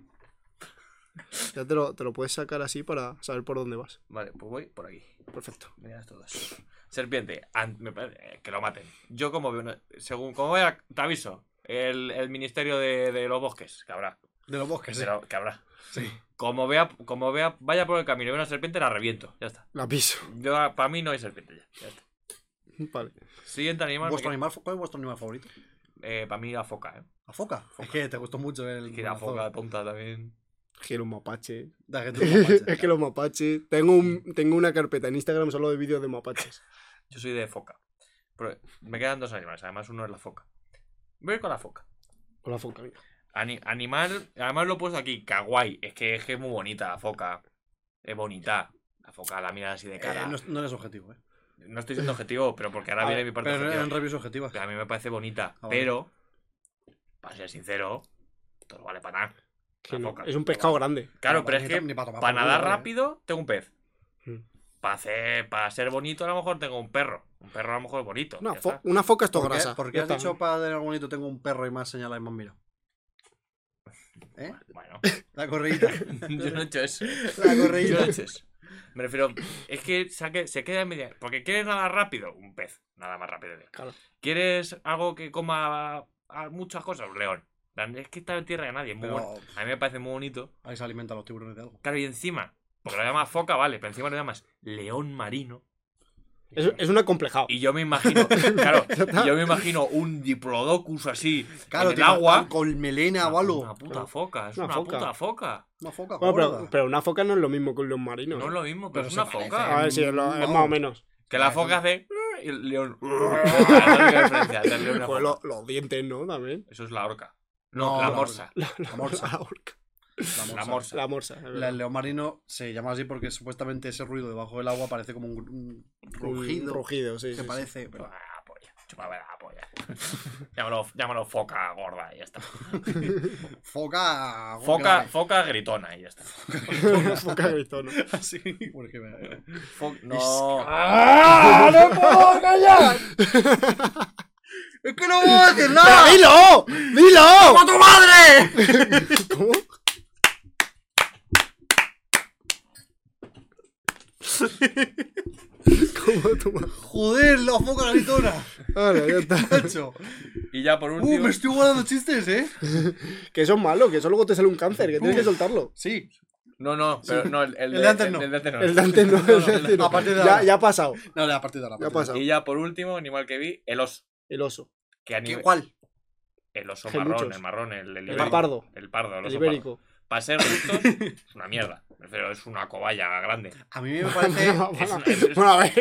Speaker 3: Ya te lo puedes sacar así para saber por dónde vas.
Speaker 2: Vale, pues voy por aquí.
Speaker 3: Perfecto.
Speaker 2: Mirad todas. Serpiente, me parece que lo maten. Yo como veo, según como vea, te aviso, el Ministerio de los Bosques, que habrá.
Speaker 1: De los bosques, ¿eh?
Speaker 2: Que habrá.
Speaker 1: Sí.
Speaker 2: Como vea, vaya por el camino y vea una serpiente, la reviento. Ya está.
Speaker 3: La piso.
Speaker 2: Para mí no hay serpiente ya. Ya está.
Speaker 3: Vale.
Speaker 2: Siguiente animal.
Speaker 1: ¿Cuál es vuestro animal favorito?
Speaker 2: Para mí la foca,
Speaker 1: ¿La foca? Es que te gustó mucho el.
Speaker 2: Que la foca tonta también.
Speaker 3: Es que los mapaches.
Speaker 1: Da, que tú lo mapaches.
Speaker 3: Es que los mapaches. Tengo una carpeta en Instagram solo de vídeos de mapaches.
Speaker 2: Yo soy de foca. Pero me quedan dos animales, además uno es la foca. Voy a ir con la foca.
Speaker 3: Con la foca, mira.
Speaker 2: Animal, además lo he puesto aquí, kawaii. Es que es muy bonita la foca. Es bonita. La foca la miras así de cara.
Speaker 1: No eres objetivo, ¿eh?
Speaker 2: No estoy siendo objetivo, pero porque ahora viene mi parte
Speaker 1: Pero
Speaker 2: objetiva.
Speaker 1: en reviews objetivas.
Speaker 2: A mí me parece bonita,
Speaker 1: vale.
Speaker 2: pero, para ser sincero, todo vale para nada.
Speaker 3: Que
Speaker 2: Una
Speaker 3: no,
Speaker 2: foca.
Speaker 3: es un pescado grande.
Speaker 2: Claro,
Speaker 1: No,
Speaker 2: pero es
Speaker 1: ni
Speaker 2: que
Speaker 1: ni para tomar
Speaker 2: para
Speaker 1: por culo,
Speaker 2: nadar
Speaker 1: ¿vale?
Speaker 2: rápido tengo un pez.
Speaker 3: Mm.
Speaker 2: Para ser bonito a lo mejor tengo un perro. Un perro a lo mejor es bonito.
Speaker 3: Una,
Speaker 2: ya está.
Speaker 3: una foca es todo
Speaker 1: ¿Por qué,
Speaker 3: grasa.
Speaker 1: por qué
Speaker 3: Ya
Speaker 1: has
Speaker 3: está.
Speaker 1: dicho para tener bonito tengo un perro y más señala y más mira? ¿Eh?
Speaker 2: Bueno,
Speaker 1: La correíta.
Speaker 2: yo no he hecho eso.
Speaker 1: La
Speaker 2: Yo no
Speaker 1: correíta.
Speaker 2: he hecho eso. Me refiero, es que se queda en media. Porque ¿quieres nadar rápido? Un pez. Nada más rápido.
Speaker 3: Claro.
Speaker 2: ¿Quieres algo que coma muchas cosas? Un león. Es que está en tierra de nadie. Es muy
Speaker 1: Pero-
Speaker 2: bueno. A mí me parece muy bonito.
Speaker 1: Ahí se alimentan los tiburones de algo.
Speaker 2: Claro, y encima, porque lo llamas foca, vale, pero encima lo llamas león marino.
Speaker 3: Es un acomplejado.
Speaker 2: Y yo me imagino, claro, yo me imagino un diplodocus así
Speaker 1: Claro,
Speaker 2: en el
Speaker 1: tío,
Speaker 2: agua.
Speaker 1: con melena o algo.
Speaker 2: Una puta foca, es
Speaker 3: Una
Speaker 2: una
Speaker 3: foca.
Speaker 2: puta foca.
Speaker 1: Una foca
Speaker 3: Bueno,
Speaker 1: gorda.
Speaker 3: pero una foca no es lo mismo que un león marino.
Speaker 2: No
Speaker 3: ¿eh?
Speaker 2: es lo mismo, pero
Speaker 1: Pero
Speaker 2: es
Speaker 1: se
Speaker 2: una
Speaker 1: parece.
Speaker 2: foca.
Speaker 3: A ver si es, es más o menos.
Speaker 2: Que la foca hace y el león. Esa es la única diferencia entre el león y una
Speaker 3: Pues
Speaker 2: foca.
Speaker 3: los dientes, ¿no? También.
Speaker 2: Eso es la orca.
Speaker 1: No,
Speaker 2: No, la
Speaker 1: la
Speaker 2: morsa.
Speaker 3: La
Speaker 1: morsa.
Speaker 3: La orca.
Speaker 2: La morsa.
Speaker 3: La morsa. es verdad.
Speaker 1: El león marino se llama así porque supuestamente ese ruido debajo del agua parece como un rugido.
Speaker 3: Un rugido, sí.
Speaker 1: Que
Speaker 3: sí, sí.
Speaker 1: parece. Pero...
Speaker 2: Chúpame la polla. Chúpame la polla. llámalo foca gorda y ya está.
Speaker 1: Foca.
Speaker 2: Foca gritona y ya está.
Speaker 3: Foca gritona.
Speaker 1: Así, porque me...
Speaker 2: No.
Speaker 1: ¡Ah! ¡No puedo callar! ¡Es que no voy a decir nada!
Speaker 3: ¡Dilo! ¡Dilo!
Speaker 1: ¡Como tu madre!
Speaker 3: ¿Cómo? ¿Cómo tu madre?
Speaker 1: ¡Joder, la foca gritona!
Speaker 3: Vale, ya está.
Speaker 1: ¡Macho!
Speaker 2: Y ya por último.
Speaker 1: Me estoy guardando chistes, ¿eh?
Speaker 3: Que eso es malo, que eso luego te sale un cáncer, que tienes que soltarlo.
Speaker 1: Sí.
Speaker 2: No, pero no, el
Speaker 1: de antes no.
Speaker 2: El de antes no.
Speaker 3: El de antes no, el de antes no.
Speaker 1: A partir de
Speaker 3: Ya,
Speaker 1: ahora.
Speaker 3: ya ha pasado.
Speaker 1: No, a partir de ahora.
Speaker 3: Ya ha pasado.
Speaker 2: Y ya por último, animal que vi, el oso.
Speaker 3: El oso.
Speaker 2: Que a nivel-
Speaker 1: ¿Cuál?
Speaker 2: El oso
Speaker 3: Que hay
Speaker 2: marrón,
Speaker 3: muchos.
Speaker 2: el marrón, el
Speaker 3: El
Speaker 2: ibérico.
Speaker 3: pardo.
Speaker 2: El pardo, el
Speaker 3: El
Speaker 2: oso
Speaker 3: ibérico.
Speaker 2: Para ser justos, es una mierda. Pero es una cobaya grande.
Speaker 1: A mí me parece...
Speaker 3: Bueno, a ver.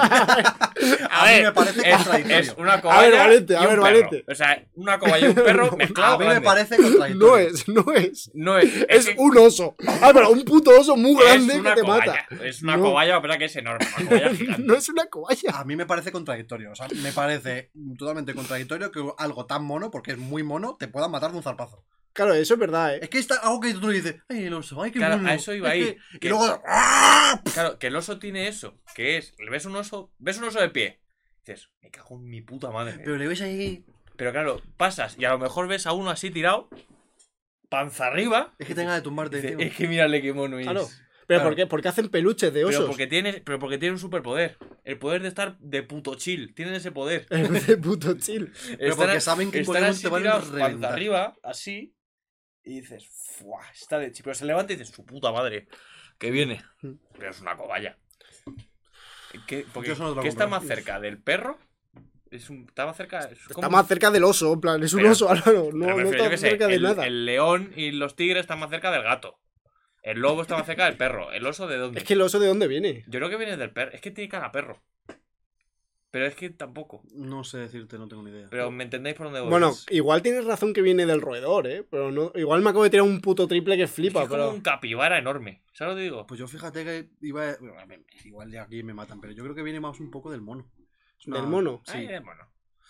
Speaker 1: A mí me parece
Speaker 2: es
Speaker 1: contradictorio.
Speaker 2: una cobaya.
Speaker 3: Valente,
Speaker 2: y
Speaker 3: a
Speaker 2: un
Speaker 3: ver,
Speaker 2: perro.
Speaker 3: Valente.
Speaker 2: O sea, una cobaya y un perro mezclado.
Speaker 1: A mí me
Speaker 2: grande.
Speaker 1: parece contradictorio.
Speaker 3: No es, no es.
Speaker 2: No es.
Speaker 3: Es un oso. Ah, pero un puto oso muy grande
Speaker 2: es
Speaker 3: que
Speaker 2: una
Speaker 3: te
Speaker 2: cobaya.
Speaker 3: mata.
Speaker 2: Es una
Speaker 3: No.
Speaker 2: cobaya, pero que es enorme. Una cobaya gigante.
Speaker 3: No es una cobaya.
Speaker 1: A mí me parece contradictorio. O sea, me parece totalmente contradictorio que algo tan mono, porque es muy mono, te pueda matar de un zarpazo.
Speaker 3: Claro, eso es verdad,
Speaker 1: Es que está algo que tú dices, ay, el oso, ay, qué
Speaker 2: Claro,
Speaker 1: mono.
Speaker 2: a eso iba
Speaker 1: Es
Speaker 2: ahí.
Speaker 1: que-
Speaker 2: Que-
Speaker 1: Y luego. ¡ah!
Speaker 2: Claro, que el oso tiene eso. Que es, ves un oso de pie. Dices, me cago en mi puta madre.
Speaker 1: Pero le ves ahí.
Speaker 2: Pero claro, pasas y a lo mejor ves a uno así tirado, panza arriba.
Speaker 1: Es que tenga de tumbarte
Speaker 2: Dices,
Speaker 1: encima.
Speaker 2: es que mírale qué mono es.
Speaker 3: Claro. Pero
Speaker 2: Claro.
Speaker 3: ¿por qué? Porque hacen peluches de
Speaker 2: Pero
Speaker 3: osos.
Speaker 2: porque tiene un superpoder. El poder de estar de puto chill. Tienen ese poder.
Speaker 3: De puto chill.
Speaker 1: Pero porque saben que en
Speaker 2: están
Speaker 1: cualquier
Speaker 2: así
Speaker 1: momento te van a
Speaker 2: tirados, panza
Speaker 1: reventar.
Speaker 2: arriba, así. Y dices, ¡fuah! Está de chill. Pero se levanta y dices, su puta madre. Que viene. Pero es una cobaya. Porque,
Speaker 1: Yo eso no te lo
Speaker 2: ¿qué está
Speaker 1: compro.
Speaker 2: más cerca? ¿Del perro? Está más cerca. Es
Speaker 3: Está
Speaker 2: como-
Speaker 3: más cerca del oso, en plan, es un
Speaker 2: Pero-
Speaker 3: oso, Álvaro. No,
Speaker 2: Pero me
Speaker 3: no
Speaker 2: refiero, yo
Speaker 3: está
Speaker 2: qué sé,
Speaker 3: cerca de nada.
Speaker 2: el león y los tigres están más cerca del gato. El lobo está más cerca del perro. ¿El oso de dónde?
Speaker 3: Es que el oso de dónde viene.
Speaker 2: Yo creo que viene del perro. Es que tiene cara a perro. Pero es que tampoco.
Speaker 1: No sé decirte, no tengo ni idea.
Speaker 2: Pero ¿me entendéis por dónde voy?
Speaker 3: Bueno,
Speaker 2: Es
Speaker 3: igual tienes razón que viene del roedor, Pero no, igual me acabo de tirar un puto triple que flipa,
Speaker 2: es como
Speaker 3: pero.
Speaker 2: un capibara enorme. ¿Sabes lo que digo?
Speaker 1: Pues yo fíjate que iba. Igual de aquí me matan, pero yo creo que viene más un poco del mono. Es una-
Speaker 3: ¿Del mono?
Speaker 1: Sí.
Speaker 2: Bueno.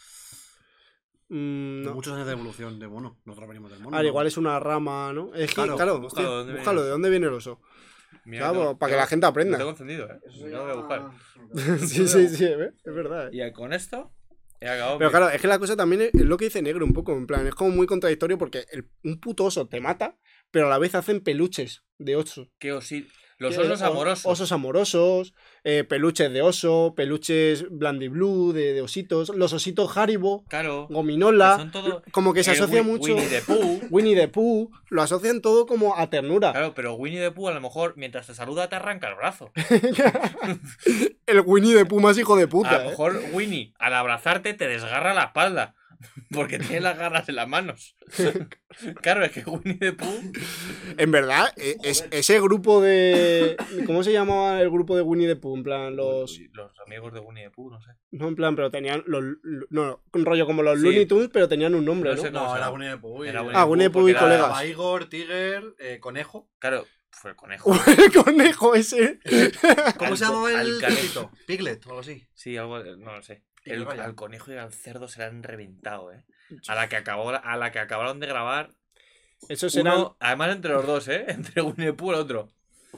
Speaker 3: No.
Speaker 1: Muchos años de evolución de mono. Nosotros venimos del mono.
Speaker 3: Ah,
Speaker 1: ¿no?
Speaker 3: igual es una rama, ¿no? Es que,
Speaker 1: Claro,
Speaker 3: claro,
Speaker 2: búscalo,
Speaker 3: hostia,
Speaker 2: ¿de dónde
Speaker 3: búscalo,
Speaker 2: viene?
Speaker 3: ¿de dónde viene el oso?
Speaker 2: Mira,
Speaker 3: Claro,
Speaker 2: tengo-
Speaker 3: para que
Speaker 2: tengo-
Speaker 3: la gente aprenda.
Speaker 2: Lo tengo encendido, No lo voy a buscar.
Speaker 3: Sí, sí, sí, es verdad.
Speaker 2: Y con esto he acabado.
Speaker 3: Pero claro, es que la cosa también es lo que dice Negro un poco, en plan, es como muy contradictorio porque un puto oso te mata, pero a la vez hacen peluches de oso.
Speaker 2: Que los
Speaker 3: Que-
Speaker 2: osos amorosos.
Speaker 3: Osos amorosos, peluches de oso, peluches blandiblu de ositos, los ositos Haribo,
Speaker 2: Claro.
Speaker 3: gominola,
Speaker 2: que son todo-
Speaker 3: como que se asocia mucho...
Speaker 2: Winnie the Pooh.
Speaker 3: Winnie the Pooh, lo asocian todo como a ternura.
Speaker 2: Claro, pero Winnie the Pooh a lo mejor mientras te saluda te arranca el brazo.
Speaker 3: El Winnie the Pooh más hijo de puta,
Speaker 2: A lo mejor Winnie al abrazarte te desgarra la espalda. Porque tiene las garras en las manos. Claro, es que Winnie the Pooh.
Speaker 3: En verdad, ese grupo de... ¿Cómo se llamaba el grupo de Winnie the Pooh? En plan,
Speaker 2: Los amigos de Winnie the Pooh, no sé.
Speaker 3: No, en plan, pero tenían no, un rollo como los
Speaker 2: Sí.
Speaker 3: Looney Tunes, pero tenían un nombre,
Speaker 2: No
Speaker 3: ¿no?
Speaker 2: sé cómo
Speaker 1: No,
Speaker 2: se
Speaker 1: era
Speaker 2: llama.
Speaker 1: Winnie the Pooh.
Speaker 2: Era
Speaker 3: Ah, Winnie the Pooh y
Speaker 2: porque era-
Speaker 3: colegas.
Speaker 1: Estaba Igor, Tiger, Conejo.
Speaker 2: Claro, Fue el conejo.
Speaker 3: El conejo ese.
Speaker 1: ¿Cómo se llamaba el
Speaker 2: Alcanejo.
Speaker 1: cosito? Piglet o algo así.
Speaker 2: Sí, algo, no lo sé.
Speaker 1: Y vaya.
Speaker 2: Al conejo y al cerdo se la han reventado, ¿eh? A la que acabaron de grabar.
Speaker 3: Esos eran.
Speaker 2: Además entre los dos, ¿eh? Entre Winnie the Pooh y el otro.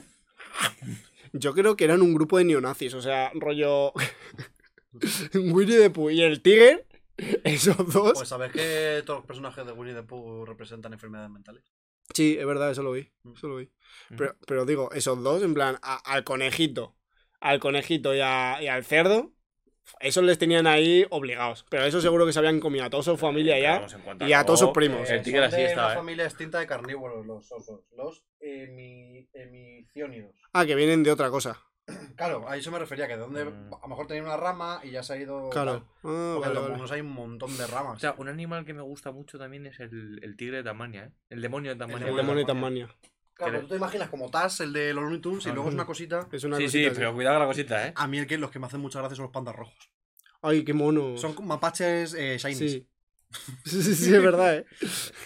Speaker 3: Yo creo que eran un grupo de neonazis, o sea, rollo. Winnie the Pooh y el tigre, esos dos.
Speaker 1: Pues sabes que todos los personajes de Winnie the Pooh representan enfermedades mentales.
Speaker 3: Sí, es verdad, eso lo vi. Eso lo vi. Pero digo, esos dos, en plan, al conejito y al cerdo, esos les tenían ahí obligados. Pero eso seguro que se habían comido a toda su familia ya
Speaker 2: Vamos, en cuanto
Speaker 3: y a todos sus
Speaker 2: acabó,
Speaker 3: primos.
Speaker 2: El tigre
Speaker 1: Son
Speaker 2: así
Speaker 1: de
Speaker 2: estaba,
Speaker 1: una
Speaker 2: ¿eh?
Speaker 1: familia extinta de carnívoros, los osos. Los hemiciónidos.
Speaker 3: Ah, que vienen de otra cosa.
Speaker 1: Claro, a eso me refería, que de donde a lo mejor tenía una rama y ya se ha ido.
Speaker 3: Claro.
Speaker 1: tal.
Speaker 3: Ah,
Speaker 1: Porque
Speaker 3: vale,
Speaker 1: en los
Speaker 3: vale.
Speaker 1: monos hay un montón de
Speaker 2: O
Speaker 1: ramas.
Speaker 2: sea, un animal que me gusta mucho también es el tigre de Tasmania, ¿eh? El demonio de Tasmania.
Speaker 3: El demonio de Tasmania.
Speaker 1: Claro, pero tú te imaginas como Taz, el de los Looney Tunes, y luego es una cosita.
Speaker 3: Es una
Speaker 2: Sí,
Speaker 3: cosita
Speaker 2: sí,
Speaker 3: así.
Speaker 2: pero cuidado con la cosita, ¿eh?
Speaker 1: A mí los que me hacen mucha gracia son los pandas rojos.
Speaker 3: Ay, qué mono.
Speaker 1: Son mapaches shinies.
Speaker 3: Sí. Sí, es verdad, ¿eh?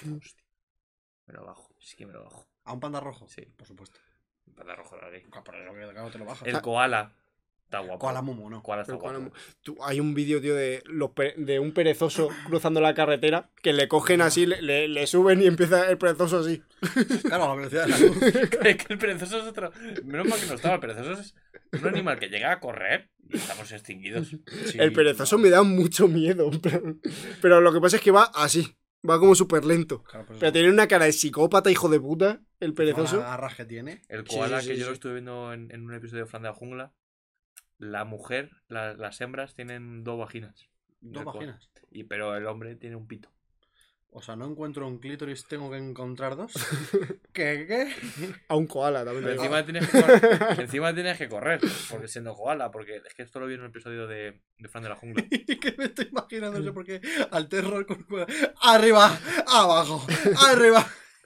Speaker 2: Me lo bajo, es que me lo bajo.
Speaker 1: ¿A un panda rojo?
Speaker 2: Sí.
Speaker 1: Por supuesto.
Speaker 2: Un panda rojo de la ley.
Speaker 1: Por eso que claro, te lo bajas.
Speaker 2: El koala. Está guapo.
Speaker 1: Koala muy mono.
Speaker 2: Koala está
Speaker 3: Pero
Speaker 2: guapo.
Speaker 3: Hay un vídeo, tío, de un perezoso cruzando la carretera que le cogen así, le suben y empieza el perezoso así.
Speaker 1: Claro, a la velocidad de la luz.
Speaker 2: Es que el perezoso es otro. Menos mal que no estaba. El perezoso es un animal que llega a correr y estamos extinguidos.
Speaker 1: Sí,
Speaker 3: El perezoso me da mucho miedo. en plan. Pero lo que pasa es que va así. Va como súper lento.
Speaker 1: Claro, pues
Speaker 3: Pero tiene una cara de psicópata, hijo de puta, el
Speaker 1: las
Speaker 3: perezoso.
Speaker 1: garras que tiene.
Speaker 2: El koala,
Speaker 3: sí,
Speaker 2: que
Speaker 3: sí,
Speaker 2: yo lo
Speaker 3: sí.
Speaker 2: estuve viendo en un episodio de Fran de la Jungla. La mujer, las hembras tienen dos vaginas.
Speaker 1: Dos
Speaker 2: El koala.
Speaker 1: vaginas.
Speaker 2: Pero el hombre tiene un pito.
Speaker 1: O sea, no encuentro un clítoris, tengo que encontrar dos. ¿Qué?
Speaker 3: A un koala también.
Speaker 2: Pero
Speaker 3: te digo.
Speaker 2: encima tienes que correr, porque siendo koala, porque es que esto lo vi en un episodio de Fran de la Jungla.
Speaker 1: Que me estoy imaginando, no sé por qué, al terror con arriba, abajo, arriba.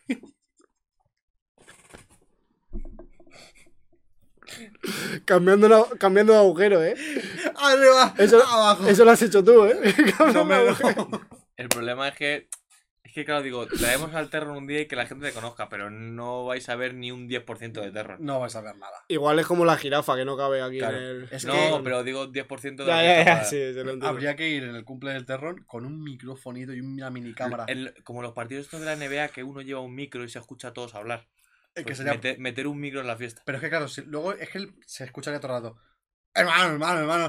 Speaker 3: Cambiando de agujero, ¿eh?
Speaker 1: Arriba,
Speaker 3: Eso,
Speaker 1: abajo.
Speaker 3: eso lo has hecho tú, ¿eh?
Speaker 1: no
Speaker 3: Cambiando
Speaker 1: me
Speaker 3: de
Speaker 1: dejo.
Speaker 3: agujero.
Speaker 2: El problema es que, claro, digo, traemos al Terron un día y que la gente te conozca, pero no vais a ver ni un 10% de Terron.
Speaker 1: No vais a ver nada.
Speaker 3: Igual es como la jirafa que no cabe aquí
Speaker 1: Claro.
Speaker 3: en el.
Speaker 1: Es
Speaker 2: No,
Speaker 1: que
Speaker 2: pero digo 10% de
Speaker 3: Ya,
Speaker 2: la
Speaker 3: ya,
Speaker 2: gente
Speaker 3: ya,
Speaker 2: para-
Speaker 3: sí, se lo entiendo.
Speaker 1: habría que ir en el cumple del terror con un microfonito y una minicámara.
Speaker 2: Como los partidos estos de la NBA que uno lleva un micro y se escucha a todos hablar.
Speaker 1: Que
Speaker 2: Pues
Speaker 1: sería...
Speaker 2: meter un micro en la fiesta.
Speaker 1: Pero es que claro, luego es que se escucharía todo el rato. Hermano.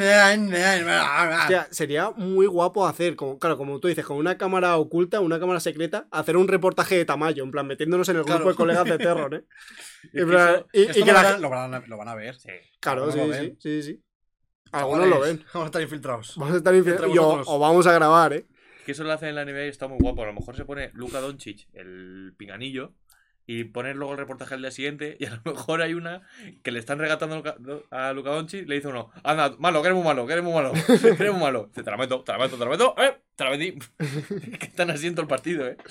Speaker 3: Hostia, sería muy guapo hacer, como tú dices, con una cámara oculta, una cámara secreta, hacer un reportaje de Tamayo, en plan, metiéndonos en el grupo
Speaker 1: Claro.
Speaker 3: de colegas de terror, ¿eh?
Speaker 2: Es
Speaker 3: En
Speaker 2: que
Speaker 3: plan,
Speaker 2: eso-
Speaker 3: y
Speaker 1: Esto
Speaker 3: que
Speaker 1: lo van a ver.
Speaker 2: Sí.
Speaker 3: Claro,
Speaker 1: algunos
Speaker 3: sí,
Speaker 1: lo
Speaker 3: sí,
Speaker 1: ven.
Speaker 3: sí. Algunos lo ven.
Speaker 1: Vamos a estar infiltrados.
Speaker 3: Vamos a estar
Speaker 1: Entre vosotros.
Speaker 3: o vamos a grabar, ¿eh?
Speaker 2: Es que eso lo hacen en la NBA y está muy guapo. A lo mejor se pone Luka Doncic, el pinganillo, y poner luego el reportaje al día siguiente. Y a lo mejor hay una que le están regatando a Luka Doncic. Le dice uno: anda, malo, que eres muy malo, que eres muy malo. Que eres muy malo. Dice: te la meto. Te la metí. Que están así en todo el partido, ¿eh?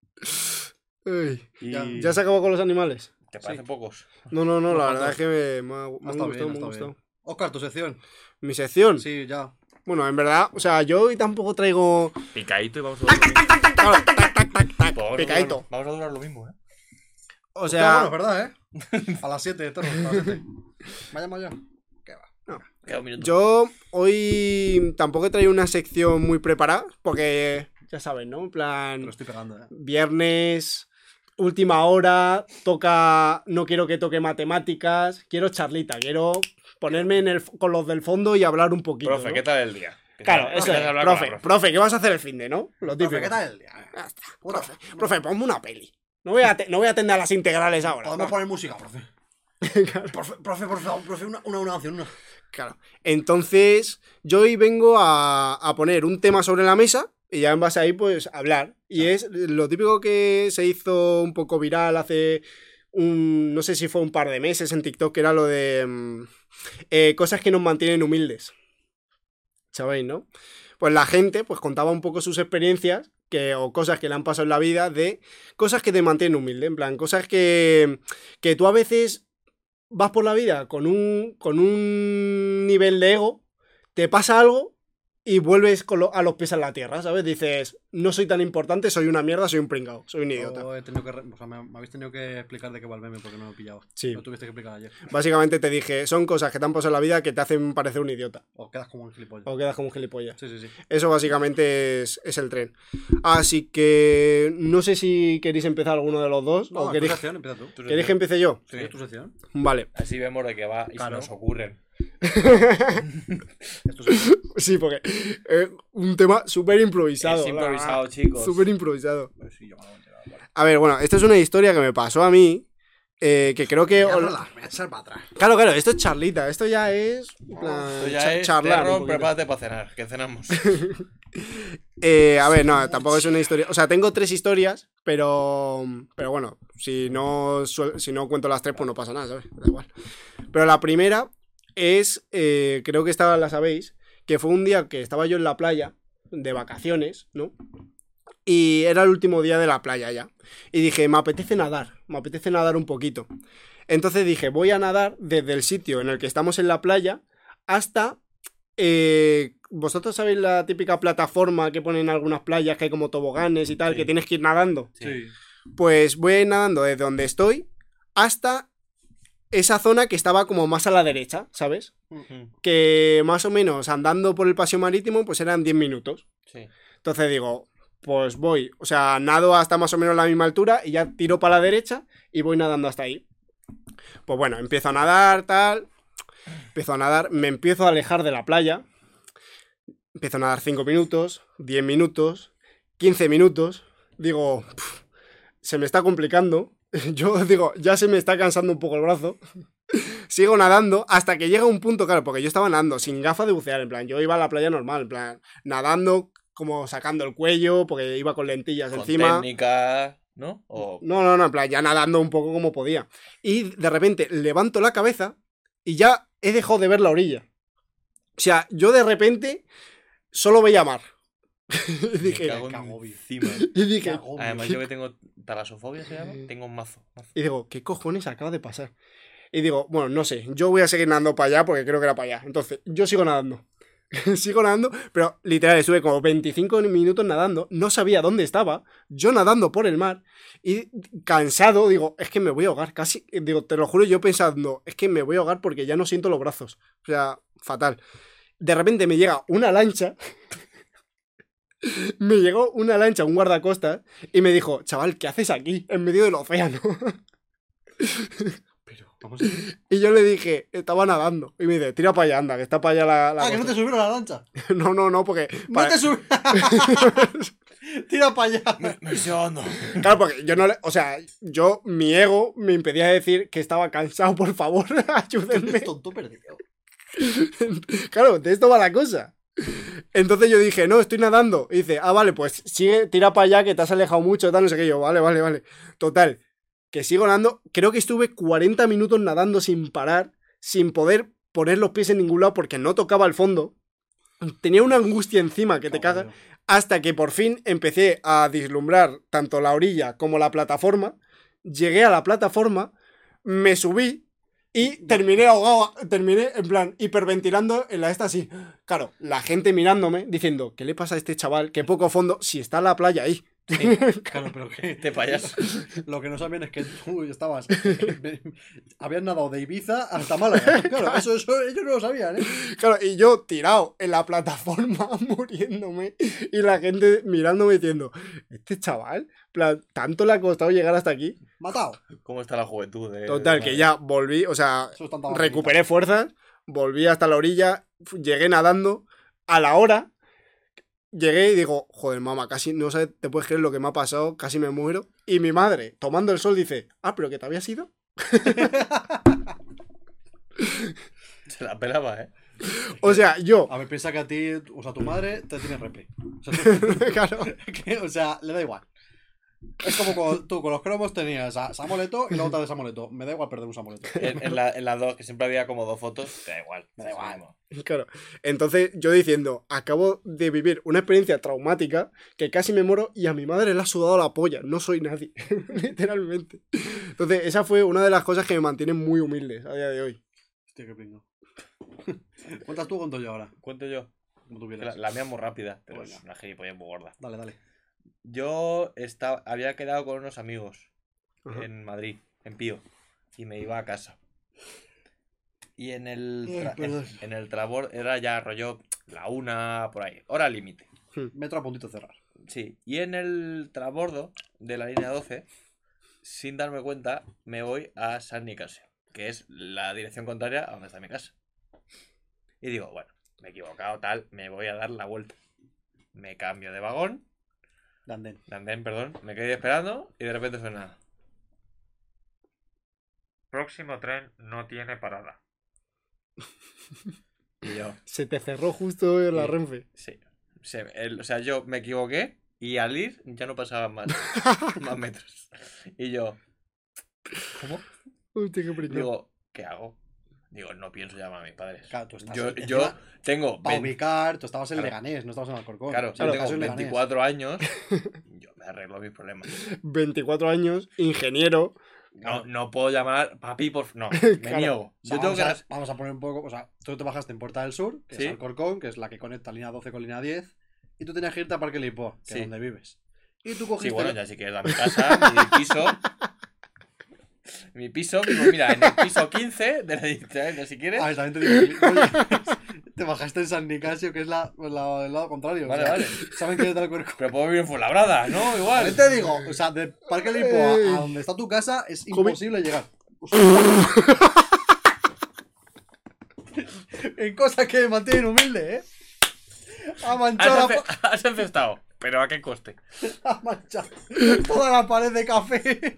Speaker 3: Ay.
Speaker 2: Y...
Speaker 3: ¿Ya se acabó con los animales?
Speaker 2: ¿Te parecen pocos?
Speaker 3: No,
Speaker 1: Nos
Speaker 3: la
Speaker 1: falta.
Speaker 3: verdad es que me ha
Speaker 1: Ha
Speaker 3: gustado,
Speaker 1: estado
Speaker 3: me
Speaker 1: bien,
Speaker 3: ha
Speaker 1: ha estado
Speaker 3: gustado.
Speaker 1: bien. Oscar, tu sección.
Speaker 3: Mi sección.
Speaker 1: Sí, ya.
Speaker 3: Bueno, en verdad, o sea, yo hoy tampoco traigo.
Speaker 2: Picadito y vamos a durar lo mismo.
Speaker 3: Claro, tac,
Speaker 2: Vamos a
Speaker 3: picadito.
Speaker 2: durar- Vamos a durar lo mismo, ¿eh?
Speaker 3: O
Speaker 1: Bueno,
Speaker 3: sea,
Speaker 1: es verdad, ¿eh? A las 7 de toros, a las 7. Vaya. ¿Qué va?
Speaker 2: Queda un minuto.
Speaker 3: yo hoy tampoco he traído una sección muy preparada, porque ya saben, ¿no? En
Speaker 1: Te
Speaker 3: plan,
Speaker 1: lo estoy pegando, ¿eh?
Speaker 3: viernes, última hora, no quiero que toque matemáticas, quiero charlita, quiero ponerme con los del fondo y hablar un poquito.
Speaker 2: Profe,
Speaker 3: ¿no?
Speaker 2: ¿qué tal el día?
Speaker 3: Claro, eso es.
Speaker 2: Hablar con la
Speaker 3: Profe, ¿qué vas a hacer el finde, no? Lo típico.
Speaker 1: Profe, ¿qué tal el día?
Speaker 3: Ya está. Profe, ponme una peli. No voy a atender a las integrales ahora.
Speaker 1: Podemos
Speaker 3: va.
Speaker 1: poner música, profe. Profe, por favor, profe, una canción, una.
Speaker 3: Claro. Entonces, yo hoy vengo a poner un tema sobre la mesa y ya en base ahí, pues, hablar. Y es lo típico que se hizo un poco viral hace no sé si fue un par de meses en TikTok, que era lo de cosas que nos mantienen humildes. ¿Sabéis, no? Pues la gente pues contaba un poco sus experiencias o cosas que le han pasado en la vida de cosas que te mantienen humilde, en plan, cosas que tú a veces vas por la vida con un nivel de ego, te pasa algo y vuelves a los pies en la tierra, ¿sabes? Dices, no soy tan importante, soy una mierda, soy un pringao, soy un idiota.
Speaker 1: Yo he tenido que o sea, me habéis tenido que explicar de qué va el meme porque no lo he pillado.
Speaker 3: Sí.
Speaker 1: Lo tuviste que explicar ayer.
Speaker 3: Básicamente te dije, son cosas que te han pasado en la vida que te hacen parecer un idiota.
Speaker 1: O quedas como un gilipollas.
Speaker 3: O quedas como un gilipollas.
Speaker 1: Sí.
Speaker 3: Eso básicamente es el tren. Así que no sé si queréis empezar alguno de los dos.
Speaker 1: No,
Speaker 3: o
Speaker 1: tu
Speaker 3: queréis,
Speaker 1: sección, empieza tú.
Speaker 3: ¿queréis que empiece yo?
Speaker 1: Sí, es tu sección.
Speaker 3: Vale.
Speaker 2: Así vemos de qué va y
Speaker 1: Claro.
Speaker 2: se nos ocurren.
Speaker 1: Es tu sección.
Speaker 3: Sí, porque un tema súper improvisado.
Speaker 2: Es improvisado, chicos.
Speaker 3: Súper improvisado.
Speaker 1: Pues sí, yo me lo he enterado, vale.
Speaker 3: A ver, bueno, esta es una historia que me pasó a mí. Que creo que...
Speaker 1: Me voy a echar para atrás.
Speaker 3: Claro, esto es charlita. Esto ya es... en plan,
Speaker 2: Esto ya es
Speaker 3: charlar un
Speaker 2: terror,
Speaker 3: poquito.
Speaker 2: prepárate para cenar, que cenamos.
Speaker 3: A ver, no, tampoco es una historia. O sea, tengo 3 historias, pero bueno, si no cuento las 3, pues no pasa nada, ¿sabes? Da igual. Pero la primera es, creo que esta la sabéis, que fue un día que estaba yo en la playa, de vacaciones, ¿no? Y era el último día de la playa ya. Y dije, me apetece nadar un poquito. Entonces dije, voy a nadar desde el sitio en el que estamos en la playa hasta... ¿Vosotros sabéis la típica plataforma que ponen en algunas playas, que hay como toboganes y tal,
Speaker 2: Sí.
Speaker 3: que tienes que ir nadando?
Speaker 1: Sí.
Speaker 3: Pues voy a ir nadando desde donde estoy hasta esa zona que estaba como más a la derecha, ¿sabes? Que más o menos andando por el paseo marítimo pues eran 10 minutos.
Speaker 2: Sí.
Speaker 3: Entonces digo, pues voy, o sea, nado hasta más o menos la misma altura y ya tiro para la derecha y voy nadando hasta ahí. Pues bueno, empiezo a nadar, me empiezo a alejar de la playa, empiezo a nadar 5 minutos, 10 minutos, 15 minutos, digo, se me está complicando, yo digo, ya se me está cansando un poco el brazo, sigo nadando hasta que llega un punto, claro, porque yo estaba nadando sin gafas de bucear, en plan, yo iba a la playa normal, en plan, nadando como sacando el cuello, porque iba con lentillas
Speaker 2: Con
Speaker 3: encima.
Speaker 2: técnica, ¿no? O...
Speaker 3: No, en plan, ya nadando un poco como podía. Y de repente levanto la cabeza y ya he dejado de ver la orilla. O sea, yo de repente solo veía mar. y dije,
Speaker 2: Me cago encima.
Speaker 3: y dije,
Speaker 1: Agobio.
Speaker 2: Además, yo que tengo talasofobia, ¿se llama? Tengo un mazo.
Speaker 3: y digo, ¿qué cojones acaba de pasar? Y digo, bueno, no sé, yo voy a seguir nadando para allá porque creo que era para allá. Entonces, yo sigo nadando. Sigo nadando, pero literal estuve como 25 minutos nadando, no sabía dónde estaba, yo nadando por el mar y cansado, digo, es que me voy a ahogar, casi, digo, te lo juro, yo pensando, es que me voy a ahogar porque ya no siento los brazos, o sea, fatal. De repente me llega una lancha, un guardacostas, y me dijo, chaval, ¿qué haces aquí, en medio del océano?
Speaker 1: Pero, vamos a ver.
Speaker 3: Y yo le dije, estaba nadando, y me dice, tira para allá, anda, que está para allá la
Speaker 1: Ah, que no te
Speaker 3: costa.
Speaker 1: subieron a la lancha.
Speaker 3: No, porque...
Speaker 1: No te subieron. Tira para allá.
Speaker 2: Me estoy ahogando.
Speaker 3: Claro, porque yo no le... O sea, mi ego me impedía decir que estaba cansado, por favor, ayúdenme.
Speaker 1: Eres tonto perdido.
Speaker 3: Claro, de esto va la cosa. Entonces yo dije, no, estoy nadando. Y dice, vale, pues sigue, tira para allá que te has alejado mucho, tal, no sé qué. Yo, vale. Total, que sigo nadando. Creo que estuve 40 minutos nadando sin parar, sin poder poner los pies en ningún lado porque no tocaba el fondo. Tenía una angustia encima que te caga. Hasta que por fin empecé a vislumbrar tanto la orilla como la plataforma. Llegué a la plataforma, me subí y terminé ahogado, terminé en plan hiperventilando en la esta así. Claro, la gente mirándome diciendo, ¿qué le pasa a este chaval? Qué poco fondo, si está la playa ahí.
Speaker 1: Claro, pero que
Speaker 2: Este payaso.
Speaker 1: lo que no sabían es que tú estabas. Habías nadado de Ibiza hasta Málaga. Claro, eso ellos no lo sabían, ¿eh?
Speaker 3: Claro, y yo tirado en la plataforma muriéndome y la gente mirándome diciendo, este chaval, en plan, ¿tanto le ha costado llegar hasta aquí?
Speaker 1: Matado.
Speaker 2: ¿Cómo está la juventud?
Speaker 3: Total, que ya volví, o sea,
Speaker 1: Eso es tanta
Speaker 3: recuperé fuerzas, volví hasta la orilla, llegué nadando, a la hora, llegué y digo, joder, mamá, casi no sé, te puedes creer lo que me ha pasado, casi me muero. Y mi madre, tomando el sol, dice, ¿pero que te habías ido?
Speaker 2: Se la pelaba, ¿eh?
Speaker 3: O sea, yo,
Speaker 1: A ver, piensa que a ti, o sea, tu madre te tiene repli. O sea,
Speaker 3: claro,
Speaker 1: o sea, le da igual. Es como cuando tú con los cromos tenías a Samoleto y la otra de Samoleto. Me da igual perder un Samoleto.
Speaker 2: En las dos, que siempre había como 2 fotos, te da igual.
Speaker 1: Me da igual.
Speaker 3: claro. Entonces yo diciendo, acabo de vivir una experiencia traumática que casi me muero y a mi madre le ha sudado la polla, no soy nadie, literalmente. Entonces esa fue una de las cosas que me mantienen muy humildes a día de hoy.
Speaker 1: Hostia, qué pingo. ¿Cuentas tú o cuento yo ahora?
Speaker 2: Cuento yo.
Speaker 1: como tú quieras.
Speaker 2: La mía es muy rápida, pero
Speaker 1: Venga.
Speaker 2: es una gilipollas muy gorda.
Speaker 1: Dale.
Speaker 2: Yo había quedado con unos amigos
Speaker 3: Ajá.
Speaker 2: en Madrid, en Pío, y me iba a casa. Y en
Speaker 1: perdón.
Speaker 2: en el trabor era ya rollo la 1 por ahí, hora límite.
Speaker 1: Metro a puntito de cerrar.
Speaker 2: Sí, y en el transbordo de la línea 12, sin darme cuenta, me voy a San Nicasio, que es la dirección contraria a donde está mi casa. Y digo, bueno, me he equivocado, tal, me voy a dar la vuelta. Me cambio de vagón,
Speaker 1: de
Speaker 2: andén, perdón, me quedé esperando y de repente suena: próximo tren no tiene parada. Y yo,
Speaker 3: Se te cerró justo en la
Speaker 2: Sí.
Speaker 3: Renfe.
Speaker 2: sí. O sea, yo me equivoqué y al ir ya no pasaban más metros. Y yo, ¿cómo?
Speaker 3: Hostia, qué pringao.
Speaker 2: Digo, ¿qué hago? Digo, no pienso llamar a mis padres.
Speaker 1: Claro, tú estás
Speaker 2: Yo
Speaker 1: encima,
Speaker 2: tengo
Speaker 1: para ubicar, tú estabas en
Speaker 2: Claro.
Speaker 1: Leganés, no estabas en Alcorcón.
Speaker 2: Claro,
Speaker 1: O sea,
Speaker 2: yo
Speaker 1: estás
Speaker 2: tengo
Speaker 1: en Leganés.
Speaker 2: 24 años, yo me arreglo mis problemas.
Speaker 3: 24 años, ingeniero.
Speaker 2: No puedo llamar papi, no, me
Speaker 3: Claro.
Speaker 2: niego.
Speaker 1: O sea,
Speaker 2: Yo tengo que...
Speaker 1: vamos a poner un poco, o sea, tú te bajaste en Puerta del Sur, que
Speaker 2: Sí.
Speaker 1: es Alcorcón, que es la que conecta línea 12 con línea 10, y tú tenías que irte a Parque Lisboa, que
Speaker 2: Sí.
Speaker 1: es donde vives. Y tú cogiste...
Speaker 2: Sí, bueno, ya si quieres dar mi casa, mi piso. Mi piso, mira, en el piso 15 de la editorial, si quieres.
Speaker 1: A ver, también te digo, oye, te bajaste en San Nicasio, que es el lado contrario.
Speaker 2: Vale,
Speaker 1: o sea,
Speaker 2: vale.
Speaker 1: Saben que es de Alcorcón.
Speaker 2: Pero puedo vivir en Fuenlabrada, ¿no? Igual.
Speaker 1: También te digo, o sea, de Parque Lisboa a donde está tu casa es imposible llegar. En cosas que me mantienen humilde, ¿eh? Ha manchado,
Speaker 2: Has encestado, pero ¿a qué coste?
Speaker 1: ha manchado toda la pared de café.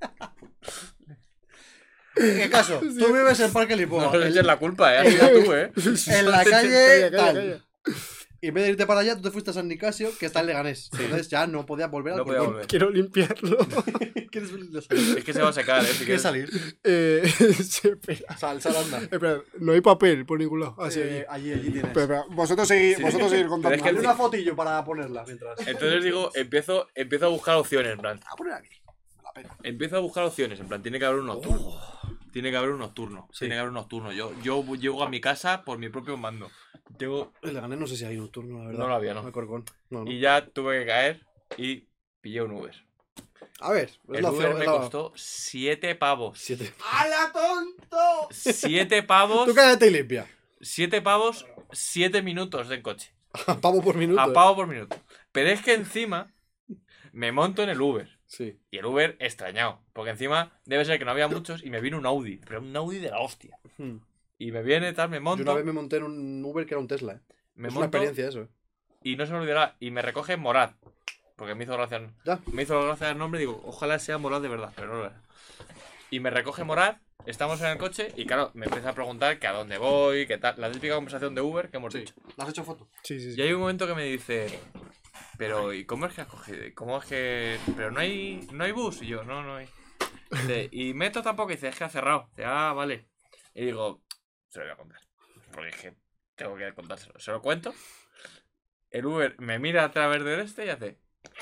Speaker 1: ¿En qué caso? Tú vives en Parque Lisboa.
Speaker 2: No le eches la culpa, has sido tú, ¿eh?
Speaker 1: En la calle
Speaker 3: Calla,
Speaker 1: tal.
Speaker 3: calla.
Speaker 1: Y en vez de irte para allá, tú te fuiste a San Nicasio, que está en Leganés. Entonces ya no podías volver al
Speaker 2: No podía
Speaker 1: Alcorcón.
Speaker 2: volver.
Speaker 3: Quiero limpiarlo.
Speaker 1: ¿Quieres salir?
Speaker 2: Es que se va a secar, ¿eh? Si
Speaker 1: ¿Quieres
Speaker 2: quieres.
Speaker 1: salir?
Speaker 3: Espera.
Speaker 1: Sal, anda.
Speaker 3: Espera, no hay papel por ningún lado. Así
Speaker 1: Allí tienes.
Speaker 3: Espera, vosotros seguís
Speaker 2: Sí.
Speaker 3: contando.
Speaker 2: Pero es que
Speaker 1: Hazle una fotillo para ponerla mientras.
Speaker 2: Entonces digo, empiezo a buscar opciones, en plan.
Speaker 1: A poner aquí. Me la pena.
Speaker 2: Empiezo a buscar opciones, en plan, tiene que haber un nocturno. Tiene que haber un nocturno.
Speaker 1: Sí.
Speaker 2: Tiene que haber un nocturno. Yo llego a mi casa por mi propio mando. Llego.
Speaker 1: El Leganés no sé si hay nocturno, la verdad.
Speaker 2: No lo había, ¿no?
Speaker 1: Alcorcón. No.
Speaker 2: Y ya tuve que caer y pillé un Uber.
Speaker 1: A ver, es
Speaker 2: El
Speaker 1: la
Speaker 2: Uber
Speaker 1: opción.
Speaker 2: me costó 7 pavos.
Speaker 1: 7.
Speaker 3: ¡Hala, tonto!
Speaker 2: 7 pavos.
Speaker 1: Tú cállate y limpia.
Speaker 2: 7 pavos, 7 minutos de coche.
Speaker 1: A pavo por minuto.
Speaker 2: A pavo por minuto. Pero es que encima me monto en el Uber.
Speaker 1: Sí.
Speaker 2: Y el Uber extrañado. Porque encima debe ser que no había muchos y me vino un Audi. Pero un Audi de la hostia. Y me viene tal, me
Speaker 1: Yo
Speaker 2: monto.
Speaker 1: una vez me monté en un Uber que era un Tesla,
Speaker 2: Me
Speaker 1: es una
Speaker 2: monto
Speaker 1: experiencia eso,
Speaker 2: y no se me olvidará. Y me recoge Morad. Porque me hizo gracia.
Speaker 1: Ya.
Speaker 2: Me hizo gracia el nombre y digo, ojalá sea Morad de verdad. Pero no lo era. Y me recoge Morad. Estamos en el coche y claro, me empieza a preguntar que a dónde voy, qué tal. La típica conversación de Uber que hemos dicho.
Speaker 1: ¿Le has hecho foto?
Speaker 3: Sí, sí,
Speaker 2: Y
Speaker 3: sí.
Speaker 2: hay un momento que me dice, pero ¿y cómo es que has cogido? ¿Cómo es que...? Pero no hay bus. Y yo, no hay. Dice, y metro tampoco. Y dice, es que ha cerrado. Dice, ah, vale. Y digo, se lo voy a contar. Porque es que tengo que contárselo. Se lo cuento. El Uber me mira a través del y hace...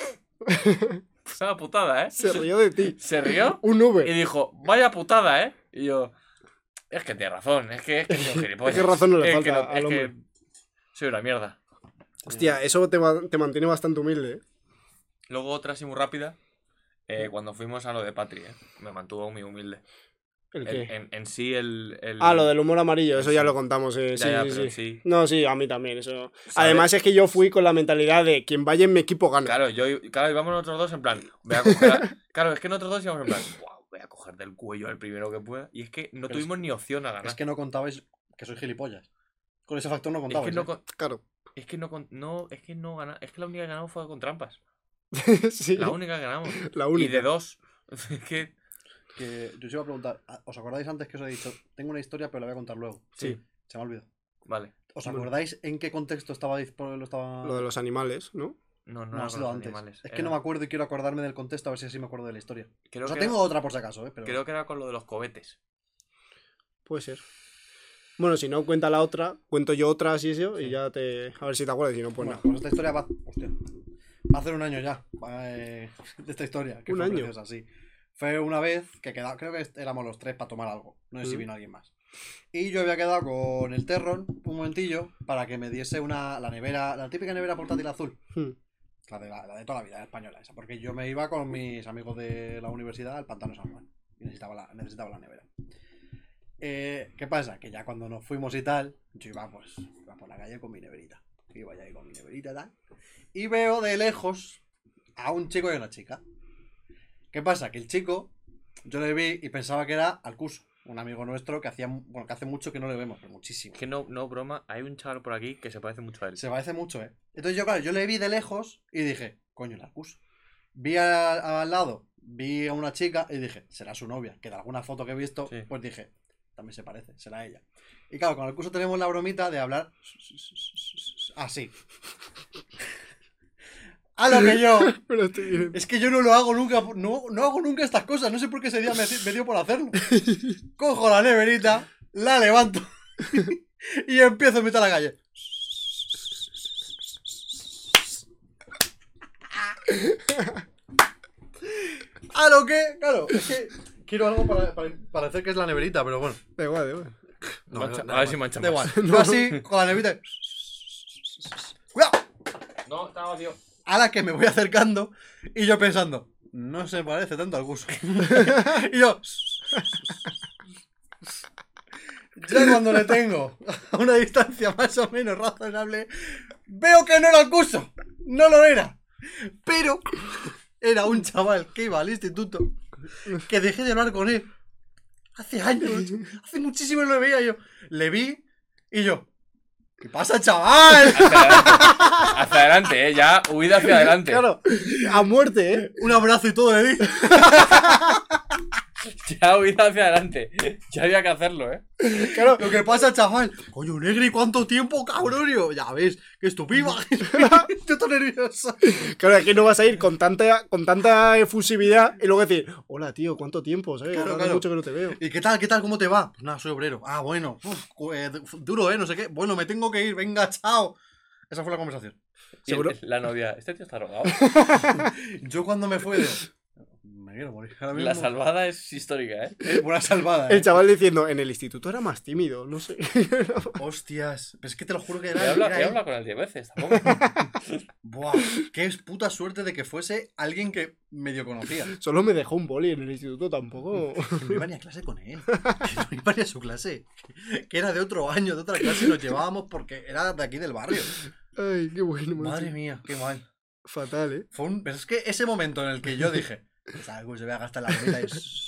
Speaker 2: Es una putada, ¿eh?
Speaker 3: Se rió de ti.
Speaker 2: Se rió
Speaker 3: Un
Speaker 2: y
Speaker 3: Uber.
Speaker 2: dijo, vaya putada, ¿eh? Y yo, es que tienes razón. Es que soy un gilipollas.
Speaker 3: ¿Qué razón no le
Speaker 2: Es
Speaker 3: falta
Speaker 2: que
Speaker 3: al
Speaker 2: es
Speaker 3: hombre?
Speaker 2: que soy una mierda.
Speaker 3: Hostia, eso te mantiene bastante humilde, ¿eh?
Speaker 2: Luego otra así muy rápida. Cuando fuimos a lo de Patri, me mantuvo muy humilde.
Speaker 3: ¿El qué?
Speaker 2: En sí el...
Speaker 3: Ah, lo del humor amarillo, eso ya
Speaker 2: Sí.
Speaker 3: lo contamos.
Speaker 2: Ya,
Speaker 3: Sí,
Speaker 2: ya,
Speaker 3: sí,
Speaker 2: pero
Speaker 3: sí.
Speaker 2: sí.
Speaker 3: No, sí, a mí también. Eso.
Speaker 2: ¿Sabes?
Speaker 3: Además es que yo fui con la mentalidad de quien vaya en mi equipo gana.
Speaker 2: Claro, íbamos nosotros dos en plan, voy a coger... Claro, es que nosotros dos íbamos en plan, wow, voy a coger del cuello al primero que pueda. Y es que no
Speaker 1: Pero
Speaker 2: tuvimos ni opción a ganar.
Speaker 1: Es que no contabais que soy gilipollas. Con ese factor no
Speaker 2: Es
Speaker 1: contabais.
Speaker 2: que no,
Speaker 1: ¿eh?
Speaker 3: Claro.
Speaker 2: es que no gana, es que la única que ganamos fue con trampas.
Speaker 3: Sí,
Speaker 2: La única que ganamos.
Speaker 3: la
Speaker 2: Y
Speaker 3: única.
Speaker 2: de dos. Es que
Speaker 1: Que yo os iba a preguntar, ¿os acordáis antes que os he dicho? Tengo una historia, pero la voy a contar luego.
Speaker 3: Sí.
Speaker 1: Se me ha olvidado.
Speaker 2: vale.
Speaker 1: ¿Os acordáis en qué contexto estaba?
Speaker 3: Lo de los animales, ¿no?
Speaker 2: No
Speaker 1: No, ha
Speaker 2: era
Speaker 1: sido
Speaker 2: con los
Speaker 1: antes.
Speaker 2: animales.
Speaker 1: Es que no me acuerdo y quiero acordarme del contexto a ver si así me acuerdo de la historia.
Speaker 2: Creo
Speaker 1: O sea,
Speaker 2: que
Speaker 1: tengo otra por si acaso, ¿eh? Pero...
Speaker 2: creo que era con lo de los cohetes.
Speaker 3: Puede ser. Bueno, si no, cuenta la otra, cuento yo otra así eso y ya te... A ver si te acuerdas, si no, pues
Speaker 1: Bueno,
Speaker 3: nada.
Speaker 1: pues esta historia va... Hostia. Va a hacer un año ya. De esta historia. Que
Speaker 3: ¿Un
Speaker 1: fue
Speaker 3: año?
Speaker 1: preciosa, sí. Fue una vez que creo que éramos los tres para tomar algo. No sé si
Speaker 3: Mm.
Speaker 1: vino alguien más. Y yo había quedado con el Terron un momentillo para que me diese la nevera, la típica nevera portátil azul. La de toda la vida, la española esa. Porque yo me iba con mis amigos de la universidad al Pantano San Juan. Y necesitaba la nevera. ¿Qué pasa? Que ya cuando nos fuimos y tal, yo iba por la calle con mi neverita. Iba ya ahí con mi neverita y tal. Y veo de lejos a un chico y una chica. ¿Qué pasa? Que el chico, yo le vi y pensaba que era Alcuso, un amigo nuestro que hace mucho que no le vemos, pero muchísimo.
Speaker 2: Que no, broma, hay un chaval por aquí que se parece mucho a él.
Speaker 1: Se parece mucho, ¿eh? Entonces yo le vi de lejos y dije, coño, el Alcuso. Vi al lado, vi a una chica y dije, será su novia. Que de alguna foto que he visto,
Speaker 2: Sí.
Speaker 1: pues dije, también se parece, será ella. Y claro, con Alcuso tenemos la bromita de hablar así. A lo que yo.
Speaker 3: Pero estoy bien.
Speaker 1: Es que yo no lo hago nunca. No hago nunca estas cosas. No sé por qué ese día me dio por hacerlo. Cojo la neverita, la levanto y empiezo a mitad de la calle. A lo que, claro, es que quiero algo para parecer que es la neverita, pero bueno.
Speaker 3: Da igual, da igual.
Speaker 1: No,
Speaker 2: A ver si mancha
Speaker 1: da
Speaker 2: más.
Speaker 1: igual. Yo así, con la neverita. ¡Cuidado!
Speaker 2: No, estaba vacío.
Speaker 1: A la que me voy acercando y yo pensando, no se parece tanto al Guso. Y yo, ya cuando le tengo a una distancia más o menos razonable, veo que no era el Guso, no lo era. Pero era un chaval que iba al instituto, que dejé de hablar con él hace años, hace muchísimo que no le veía. Yo le vi y yo, ¿qué pasa, chaval?
Speaker 2: Hacia adelante, ya, huida hacia adelante.
Speaker 3: Claro, a muerte, ¿eh?
Speaker 1: Un abrazo y todo le di.
Speaker 2: Ya, huida hacia adelante. Ya había que hacerlo,
Speaker 3: Claro,
Speaker 1: Lo que pasa, chaval. Coño, Negri, ¿cuánto tiempo, cabrón? Y yo, ya ves, que es tu piba. Estoy todo nervioso.
Speaker 3: claro, aquí no vas a ir con tanta efusividad y luego decir, hola, tío, ¿cuánto tiempo? ¿Sabes?
Speaker 1: Claro,
Speaker 3: Hace
Speaker 1: claro.
Speaker 3: mucho que no te veo.
Speaker 1: ¿Y qué tal? ¿Cómo te va? Pues nada, soy obrero. Ah, bueno. Duro, no sé qué. Bueno, me tengo que ir. Venga, chao. Esa fue la conversación.
Speaker 2: Y
Speaker 3: ¿Seguro?
Speaker 2: la novia, este tío está drogado.
Speaker 1: Yo cuando me fue de... Me quiero morir. Ahora mismo.
Speaker 2: La salvada es histórica,
Speaker 1: Buena salvada,
Speaker 3: El chaval diciendo, en el instituto era más tímido, no sé.
Speaker 1: Hostias. Pero es que te lo juro que
Speaker 2: He
Speaker 1: era...
Speaker 2: hablado con él 10 veces, tampoco.
Speaker 1: Buah. Qué es puta suerte de que fuese alguien que medio conocía.
Speaker 3: Solo me dejó un boli en el instituto, tampoco.
Speaker 1: Que no iba ni a clase con él. Que no iba ni a su clase. Que era de otro año, de otra clase, y nos llevábamos porque era de aquí del barrio.
Speaker 3: Ay, qué bueno, macho.
Speaker 1: Madre mía, qué mal.
Speaker 3: Fatal, ¿eh?
Speaker 1: Pero es que ese momento en el que yo dije, pues algo se voy a gastar la comida y...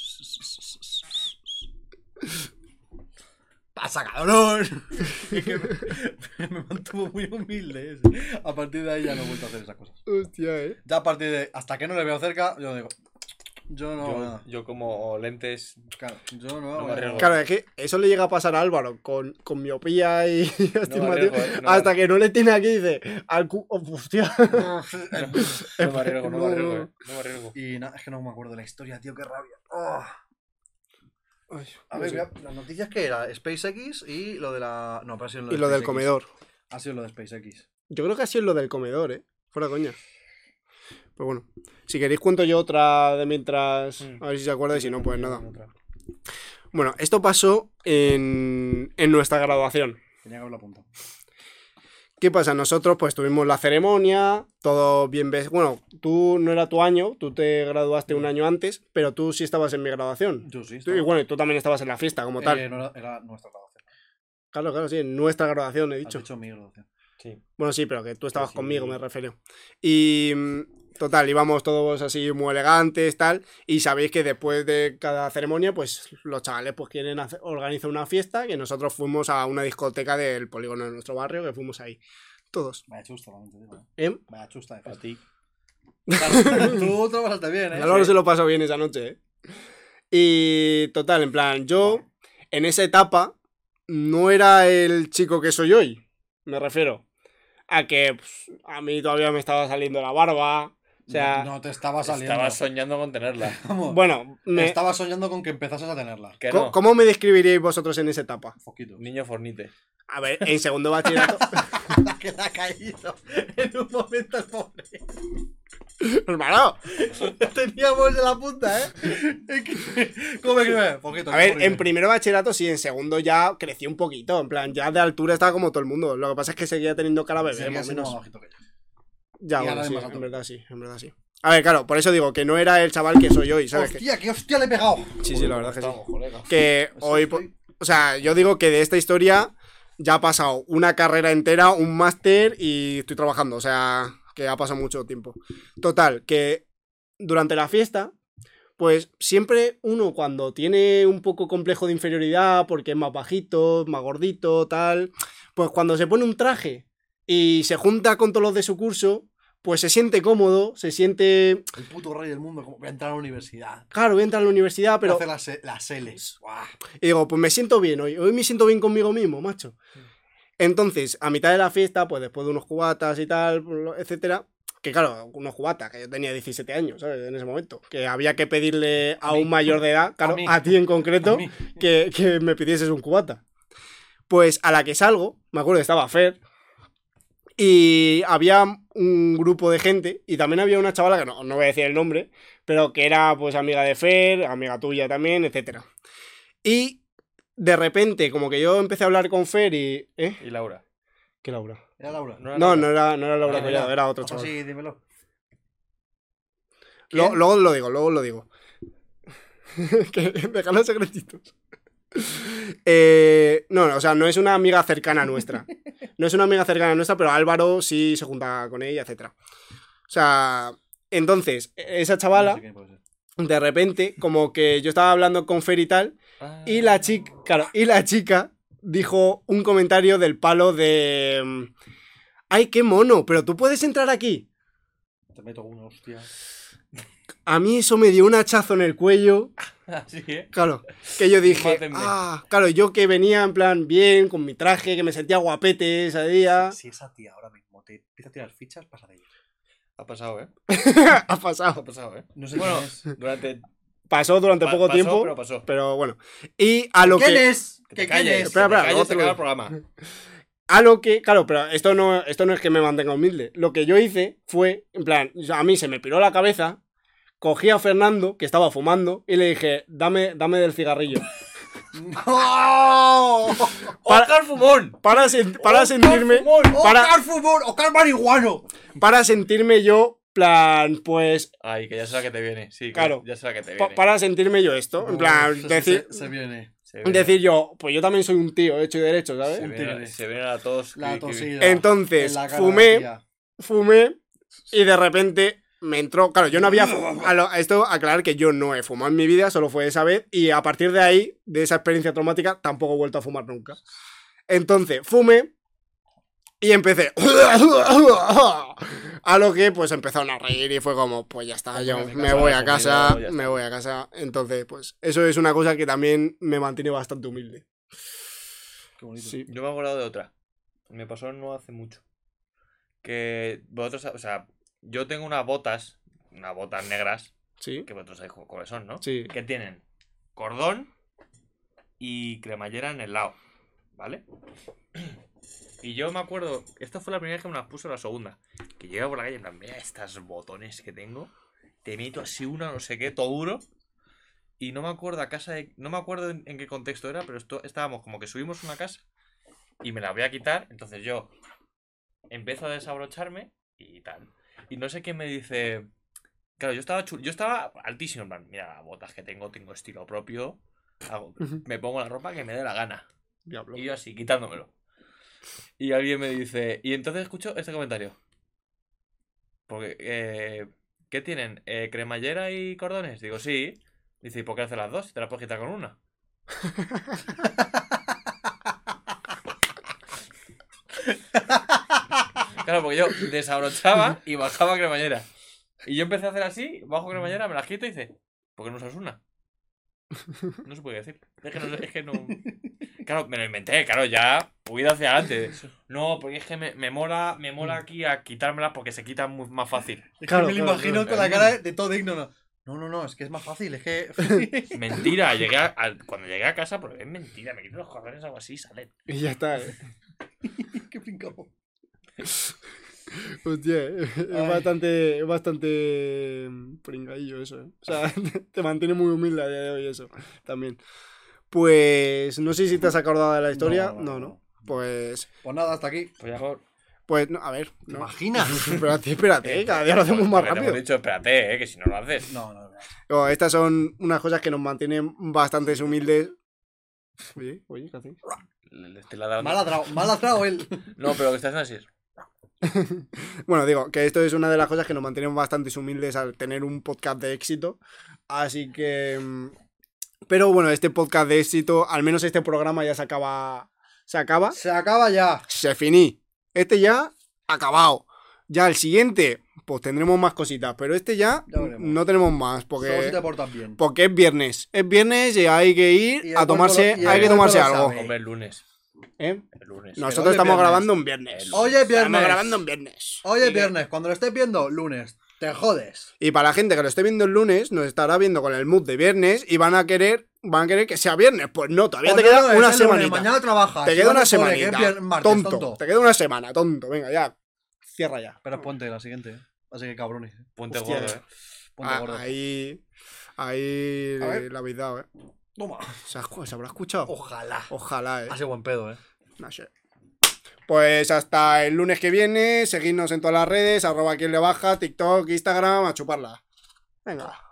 Speaker 1: ¡Pasa, cabrón! Es que me mantuvo muy humilde ese. A partir de ahí ya no he vuelto a hacer esas cosas.
Speaker 3: Hostia, ¿eh?
Speaker 1: Ya a partir de... Hasta que no le veo cerca, yo digo... Yo no hago nada.
Speaker 2: Yo como lentes.
Speaker 1: Claro, yo no
Speaker 2: No
Speaker 1: hago
Speaker 2: me arriesgo.
Speaker 1: nada.
Speaker 3: Claro, es que eso le llega a pasar a Álvaro con miopía y astigmatismo.
Speaker 2: arriesgo, no
Speaker 3: hasta que no le tiene aquí y dice, hostia.
Speaker 2: No me arriesgo, no me arriesgo, No me arriesgo.
Speaker 1: Y nada, es que no me acuerdo de la historia, tío, qué rabia. Oh.
Speaker 3: Ay,
Speaker 1: A
Speaker 3: no
Speaker 1: ver,
Speaker 3: sé.
Speaker 1: mira, las noticias que era SpaceX y lo de la... No, pero ha sido lo de
Speaker 3: Y lo del
Speaker 1: SpaceX.
Speaker 3: comedor.
Speaker 1: Ha sido lo de SpaceX.
Speaker 3: Yo creo que ha sido lo del comedor, ¿eh? Fuera coña. Pues bueno, si queréis cuento yo otra de mientras... A ver si se acuerda y si no, pues nada. Bueno, esto pasó en nuestra graduación.
Speaker 1: Tenía que haberlo apuntado.
Speaker 3: ¿Qué pasa? Nosotros pues tuvimos la ceremonia, todo bien... Bueno, tú no era tu año, tú te graduaste un año antes, pero tú sí estabas en mi graduación.
Speaker 1: Yo sí.
Speaker 3: Y bueno, y tú también estabas en la fiesta como tal.
Speaker 1: No era nuestra graduación.
Speaker 3: Claro, sí, en nuestra graduación he
Speaker 1: Has
Speaker 3: dicho.
Speaker 1: dicho mi graduación.
Speaker 2: Sí.
Speaker 3: Bueno, sí, pero que tú estabas
Speaker 2: Sí.
Speaker 3: conmigo, me refiero. Y total, íbamos todos así muy elegantes, tal. Y sabéis que después de cada ceremonia, pues los chavales pues quieren organizar una fiesta. Que nosotros fuimos a una discoteca del polígono de nuestro barrio, que fuimos ahí. Todos.
Speaker 1: Vaya chusta, también te digo.
Speaker 3: ¿Eh?
Speaker 1: Vaya chusta de
Speaker 2: A
Speaker 1: fiesta.
Speaker 2: ti.
Speaker 1: Claro, tú trabajaste bien,
Speaker 3: Y Álvaro se lo pasó bien esa noche, ¿eh? Y total, en plan, yo en esa etapa no era el chico que soy hoy. Me refiero a que pues, a mí todavía me estaba saliendo la barba. O sea,
Speaker 1: No te estaba saliendo.
Speaker 2: Estaba soñando con tenerla.
Speaker 1: ¿Cómo?
Speaker 3: bueno,
Speaker 1: Estaba soñando con que empezases a tenerla.
Speaker 2: Que no.
Speaker 3: ¿cómo me describiríais vosotros en esa etapa?
Speaker 1: Foquito.
Speaker 2: Niño fornite.
Speaker 3: A ver, en segundo bachillerato.
Speaker 1: La que le ha caído en un momento al pobre.
Speaker 3: Hermano.
Speaker 1: Teníamos en la punta, ¿eh? Es que- ¿Cómo me crees? Poquito,
Speaker 3: A ver,
Speaker 1: poquito.
Speaker 3: en primero bachillerato sí, en segundo ya crecí un poquito. En plan, ya de altura estaba como todo el mundo. Lo que pasa es que seguía teniendo cara bebé,
Speaker 1: Seguía
Speaker 3: más o
Speaker 1: siendo
Speaker 3: menos.
Speaker 1: más bajito que yo.
Speaker 3: Ya,
Speaker 1: y
Speaker 3: bueno,
Speaker 1: ahora
Speaker 3: sí,
Speaker 1: es más alto.
Speaker 3: en verdad sí, en verdad sí. A ver, claro, por eso digo que no era el chaval que soy hoy, ¿sabes?
Speaker 1: Hostia, qué hostia le he pegado.
Speaker 3: Sí, sí, la verdad que sí.
Speaker 2: Estamos, colega.
Speaker 3: Que hoy, o sea, yo digo que de esta historia ya ha pasado una carrera entera, un máster y estoy trabajando, o sea, que ha pasado mucho tiempo. Total, que durante la fiesta, pues siempre uno cuando tiene un poco complejo de inferioridad, porque es más bajito, más gordito, tal, pues cuando se pone un traje y se junta con todos los de su curso, pues se siente cómodo, se siente...
Speaker 1: El puto rey del mundo, como voy a entrar a la universidad.
Speaker 3: Claro, voy a entrar a la universidad,
Speaker 1: Pero...
Speaker 3: pero...
Speaker 1: hacer las L's. Buah.
Speaker 3: Y digo, pues me siento bien hoy me siento bien conmigo mismo, macho. Entonces, a mitad de la fiesta, pues después de unos cubatas y tal, etcétera, que claro, unos cubatas, que yo tenía 17 años, ¿sabes? En ese momento, que había que pedirle a un mayor de edad, claro, a ti en concreto,
Speaker 1: A mí.
Speaker 3: que me pidieses un cubata. Pues a la que salgo, me acuerdo que estaba Fer, y había un grupo de gente, y también había una chavala, que no voy a decir el nombre, pero que era pues amiga de Fer, amiga tuya también, etcétera. Y de repente, como que yo empecé a hablar con Fer y... ¿Eh?
Speaker 2: ¿Y Laura?
Speaker 3: ¿Qué Laura?
Speaker 1: Era Laura.
Speaker 3: No era Laura
Speaker 2: Ah,
Speaker 3: Collado, era otro
Speaker 1: Ojo,
Speaker 3: chaval.
Speaker 1: sí, dímelo.
Speaker 3: Luego lo digo. Que déjalo secretitos. No, o sea, no es una amiga cercana nuestra. No es una amiga cercana nuestra, pero Álvaro sí se junta con ella, etcétera. O sea, entonces, esa chavala,
Speaker 1: No sé quién puede ser.
Speaker 3: de repente, como que yo estaba hablando con Fer y tal, y la chica, claro, y la chica dijo un comentario del palo de... ¡Ay, qué mono! Pero tú puedes entrar aquí.
Speaker 1: Te meto una hostia.
Speaker 3: A mí eso me dio un hachazo en el cuello.
Speaker 2: Así, ¿eh?
Speaker 3: Claro, que yo dije,
Speaker 2: Mátenme.
Speaker 3: claro, yo que venía en plan bien, con mi traje, que me sentía guapete ese día.
Speaker 1: Si esa tía ahora mismo te empieza a tirar fichas, pasa de ella.
Speaker 2: Ha pasado, ¿eh?
Speaker 3: Ha
Speaker 2: Ha
Speaker 3: pasado.
Speaker 2: pasado, ¿eh?
Speaker 1: No sé
Speaker 2: Bueno,
Speaker 1: quién es.
Speaker 2: durante...
Speaker 3: Pasó durante poco
Speaker 2: pasó,
Speaker 3: tiempo,
Speaker 2: pero pasó.
Speaker 3: pero bueno. Y a lo
Speaker 1: ¿Quién
Speaker 3: que...
Speaker 1: es?
Speaker 2: Que te
Speaker 1: ¿Quién
Speaker 2: calles,
Speaker 1: es?
Speaker 3: Espera,
Speaker 2: que te
Speaker 3: luego
Speaker 2: calles,
Speaker 3: te
Speaker 2: se
Speaker 3: lo
Speaker 2: acaba el
Speaker 3: digo.
Speaker 2: programa.
Speaker 3: A lo que... Claro, pero esto no es que me mantenga humilde. Lo que yo hice fue, en plan, o sea, a mí se me piró la cabeza, cogí a Fernando, que estaba fumando, y le dije, dame del cigarrillo.
Speaker 1: ¡No!
Speaker 2: ¡Oscar Fumón!
Speaker 3: Para sentirme...
Speaker 1: ¡Oscar Fumón! ¡Oscar Marihuano!
Speaker 3: Para sentirme yo, plan, pues...
Speaker 2: Ay, que ya sé la que te viene. Sí,
Speaker 3: Claro.
Speaker 2: ya sé la que te viene.
Speaker 3: Para sentirme yo esto. En plan,
Speaker 1: Uf,
Speaker 3: decir...
Speaker 1: Se viene.
Speaker 2: Se viene-
Speaker 3: Decir yo, pues yo también soy un tío hecho y derecho, ¿sabes?
Speaker 2: se
Speaker 1: un
Speaker 2: viene,
Speaker 1: tigre.
Speaker 2: se viene la tos.
Speaker 1: La
Speaker 2: que-
Speaker 1: tosida.
Speaker 3: Entonces,
Speaker 1: en la cara
Speaker 3: fumé.
Speaker 1: de la tía.
Speaker 3: Fumé y de repente me entró. Claro, yo no había. A esto aclarar que yo no he fumado en mi vida, solo fue esa vez. Y a partir de ahí, de esa experiencia traumática, tampoco he vuelto a fumar nunca. Entonces, fumé y empecé. A lo que pues empezaron a reír y fue como, pues ya está, yo me voy a casa,
Speaker 2: ya está.
Speaker 3: me voy a casa. Entonces, pues eso es una cosa que también me mantiene bastante humilde.
Speaker 1: Qué bonito.
Speaker 3: Sí.
Speaker 2: Yo me he acordado de otra. Me pasó no hace mucho. Que vosotros, o sea, yo tengo unas botas negras,
Speaker 3: Sí,
Speaker 2: que vosotros sabéis cuáles son, ¿no?
Speaker 3: sí.
Speaker 2: Que tienen cordón y cremallera en el lado, ¿vale? Y yo me acuerdo, esta fue la primera vez que me las puso, la segunda. Que llegué por la calle y en plan, mira estos botones que tengo. Te meto así una, no sé qué, todo duro. Y no me acuerdo no me acuerdo en qué contexto era, pero estábamos como que subimos una casa y me la voy a quitar. Entonces yo empiezo a desabrocharme y tal. Y no sé qué me dice. Claro, yo estaba altísimo, en plan, mira las botas que tengo estilo propio. Me pongo la ropa que me dé la gana.
Speaker 3: Diablo.
Speaker 2: Y yo así, quitándomelo. Y alguien me dice. Y entonces escucho este comentario. Porque, ¿qué tienen? ¿Cremallera y cordones? Digo, sí. Dice, ¿y por qué haces las dos? Si te las puedes quitar con una. Claro, porque yo desabrochaba y bajaba cremallera. Y yo empecé a hacer así, bajo cremallera, me las quito y dice, ¿por qué no usas una? No se puede decir. Es que no. Claro, me lo inventé, claro, ya huida hacia adelante. No, porque es que me mola aquí a quitármelas porque se quitan más fácil.
Speaker 1: Es
Speaker 3: Claro,
Speaker 1: que me lo
Speaker 3: claro,
Speaker 1: imagino
Speaker 2: claro.
Speaker 1: con la cara de todo digno. No, es que es más fácil, es que...
Speaker 2: Mentira, cuando llegué a casa, pero es mentira, me quito los cordones o algo así, salen.
Speaker 3: Y ya está,
Speaker 1: Qué brincado.
Speaker 3: Hostia, es bastante pringadillo eso, ¿eh? O sea, te mantiene muy humilde a día de hoy eso, también. Pues, no sé si te has acordado de la historia. No. Pues
Speaker 1: nada, hasta aquí.
Speaker 2: Pues ya por...
Speaker 3: Pues, no, a ver.
Speaker 1: ¿Te
Speaker 3: No.
Speaker 1: imaginas?
Speaker 3: Espérate, cada día lo hacemos más
Speaker 2: Porque te
Speaker 3: rápido.
Speaker 2: hemos dicho, espérate, que si no lo haces.
Speaker 1: No.
Speaker 3: Oh, estas son unas cosas que nos mantienen bastante humildes. Oye, ¿qué hacéis?
Speaker 2: Le estoy ladrando.
Speaker 1: Mal ladrado él.
Speaker 2: No, pero lo que estás haciendo así es.
Speaker 3: Bueno, digo, que esto es una de las cosas que nos mantienen bastante humildes al tener un podcast de éxito. Así que... Pero bueno, este podcast de éxito, al menos este programa ya se acaba. ¿Se acaba?
Speaker 1: Se acaba ya.
Speaker 3: Se finí. Este ya acabado. Ya el siguiente, pues tendremos más cositas. Pero este ya
Speaker 1: veremos.
Speaker 3: no tenemos más.
Speaker 1: Solo si te
Speaker 3: Porque,
Speaker 1: portas bien.
Speaker 3: porque es viernes. Es viernes y hay que ir
Speaker 1: Y el
Speaker 3: a tomarse,
Speaker 1: cuerpo lo- y
Speaker 3: hay
Speaker 1: el
Speaker 3: que tomarse
Speaker 1: cuerpo lo
Speaker 3: algo.
Speaker 1: sabe.
Speaker 2: Hombre, el lunes.
Speaker 3: ¿Eh?
Speaker 2: El lunes.
Speaker 3: Nosotros
Speaker 1: hoy es
Speaker 3: estamos
Speaker 1: viernes.
Speaker 3: grabando un viernes.
Speaker 1: Hoy es viernes.
Speaker 3: Estamos grabando un viernes.
Speaker 1: Hoy es viernes. Cuando lo estés viendo, lunes. Te jodes.
Speaker 3: Y para la gente que lo esté viendo el lunes, nos estará viendo con el mood de viernes y van a querer que sea viernes. Pues no, todavía te
Speaker 1: Pues
Speaker 3: queda
Speaker 1: no, es
Speaker 3: una
Speaker 1: el lunes,
Speaker 3: semanita.
Speaker 1: Mañana trabajas.
Speaker 3: Te
Speaker 1: Si
Speaker 3: queda
Speaker 1: no
Speaker 3: una
Speaker 1: te jode, que es
Speaker 3: semanita.
Speaker 1: martes,
Speaker 3: Tonto. Te queda una semana, tonto. Venga, ya. Cierra ya.
Speaker 1: Pero ponte la siguiente. Así que cabrones.
Speaker 2: Ponte
Speaker 3: Hostia.
Speaker 2: gordo,
Speaker 1: Ponte gordo.
Speaker 3: Ahí
Speaker 1: A ver.
Speaker 3: la habéis dado, ¿eh?
Speaker 1: Toma.
Speaker 3: ¿Se habrá escuchado?
Speaker 1: Ojalá.
Speaker 3: Ojalá, ¿eh?
Speaker 1: Hace buen pedo,
Speaker 3: No sé. Pues hasta el lunes que viene, seguidnos en todas las redes, @quien le baja, TikTok, Instagram, a chuparla. Venga.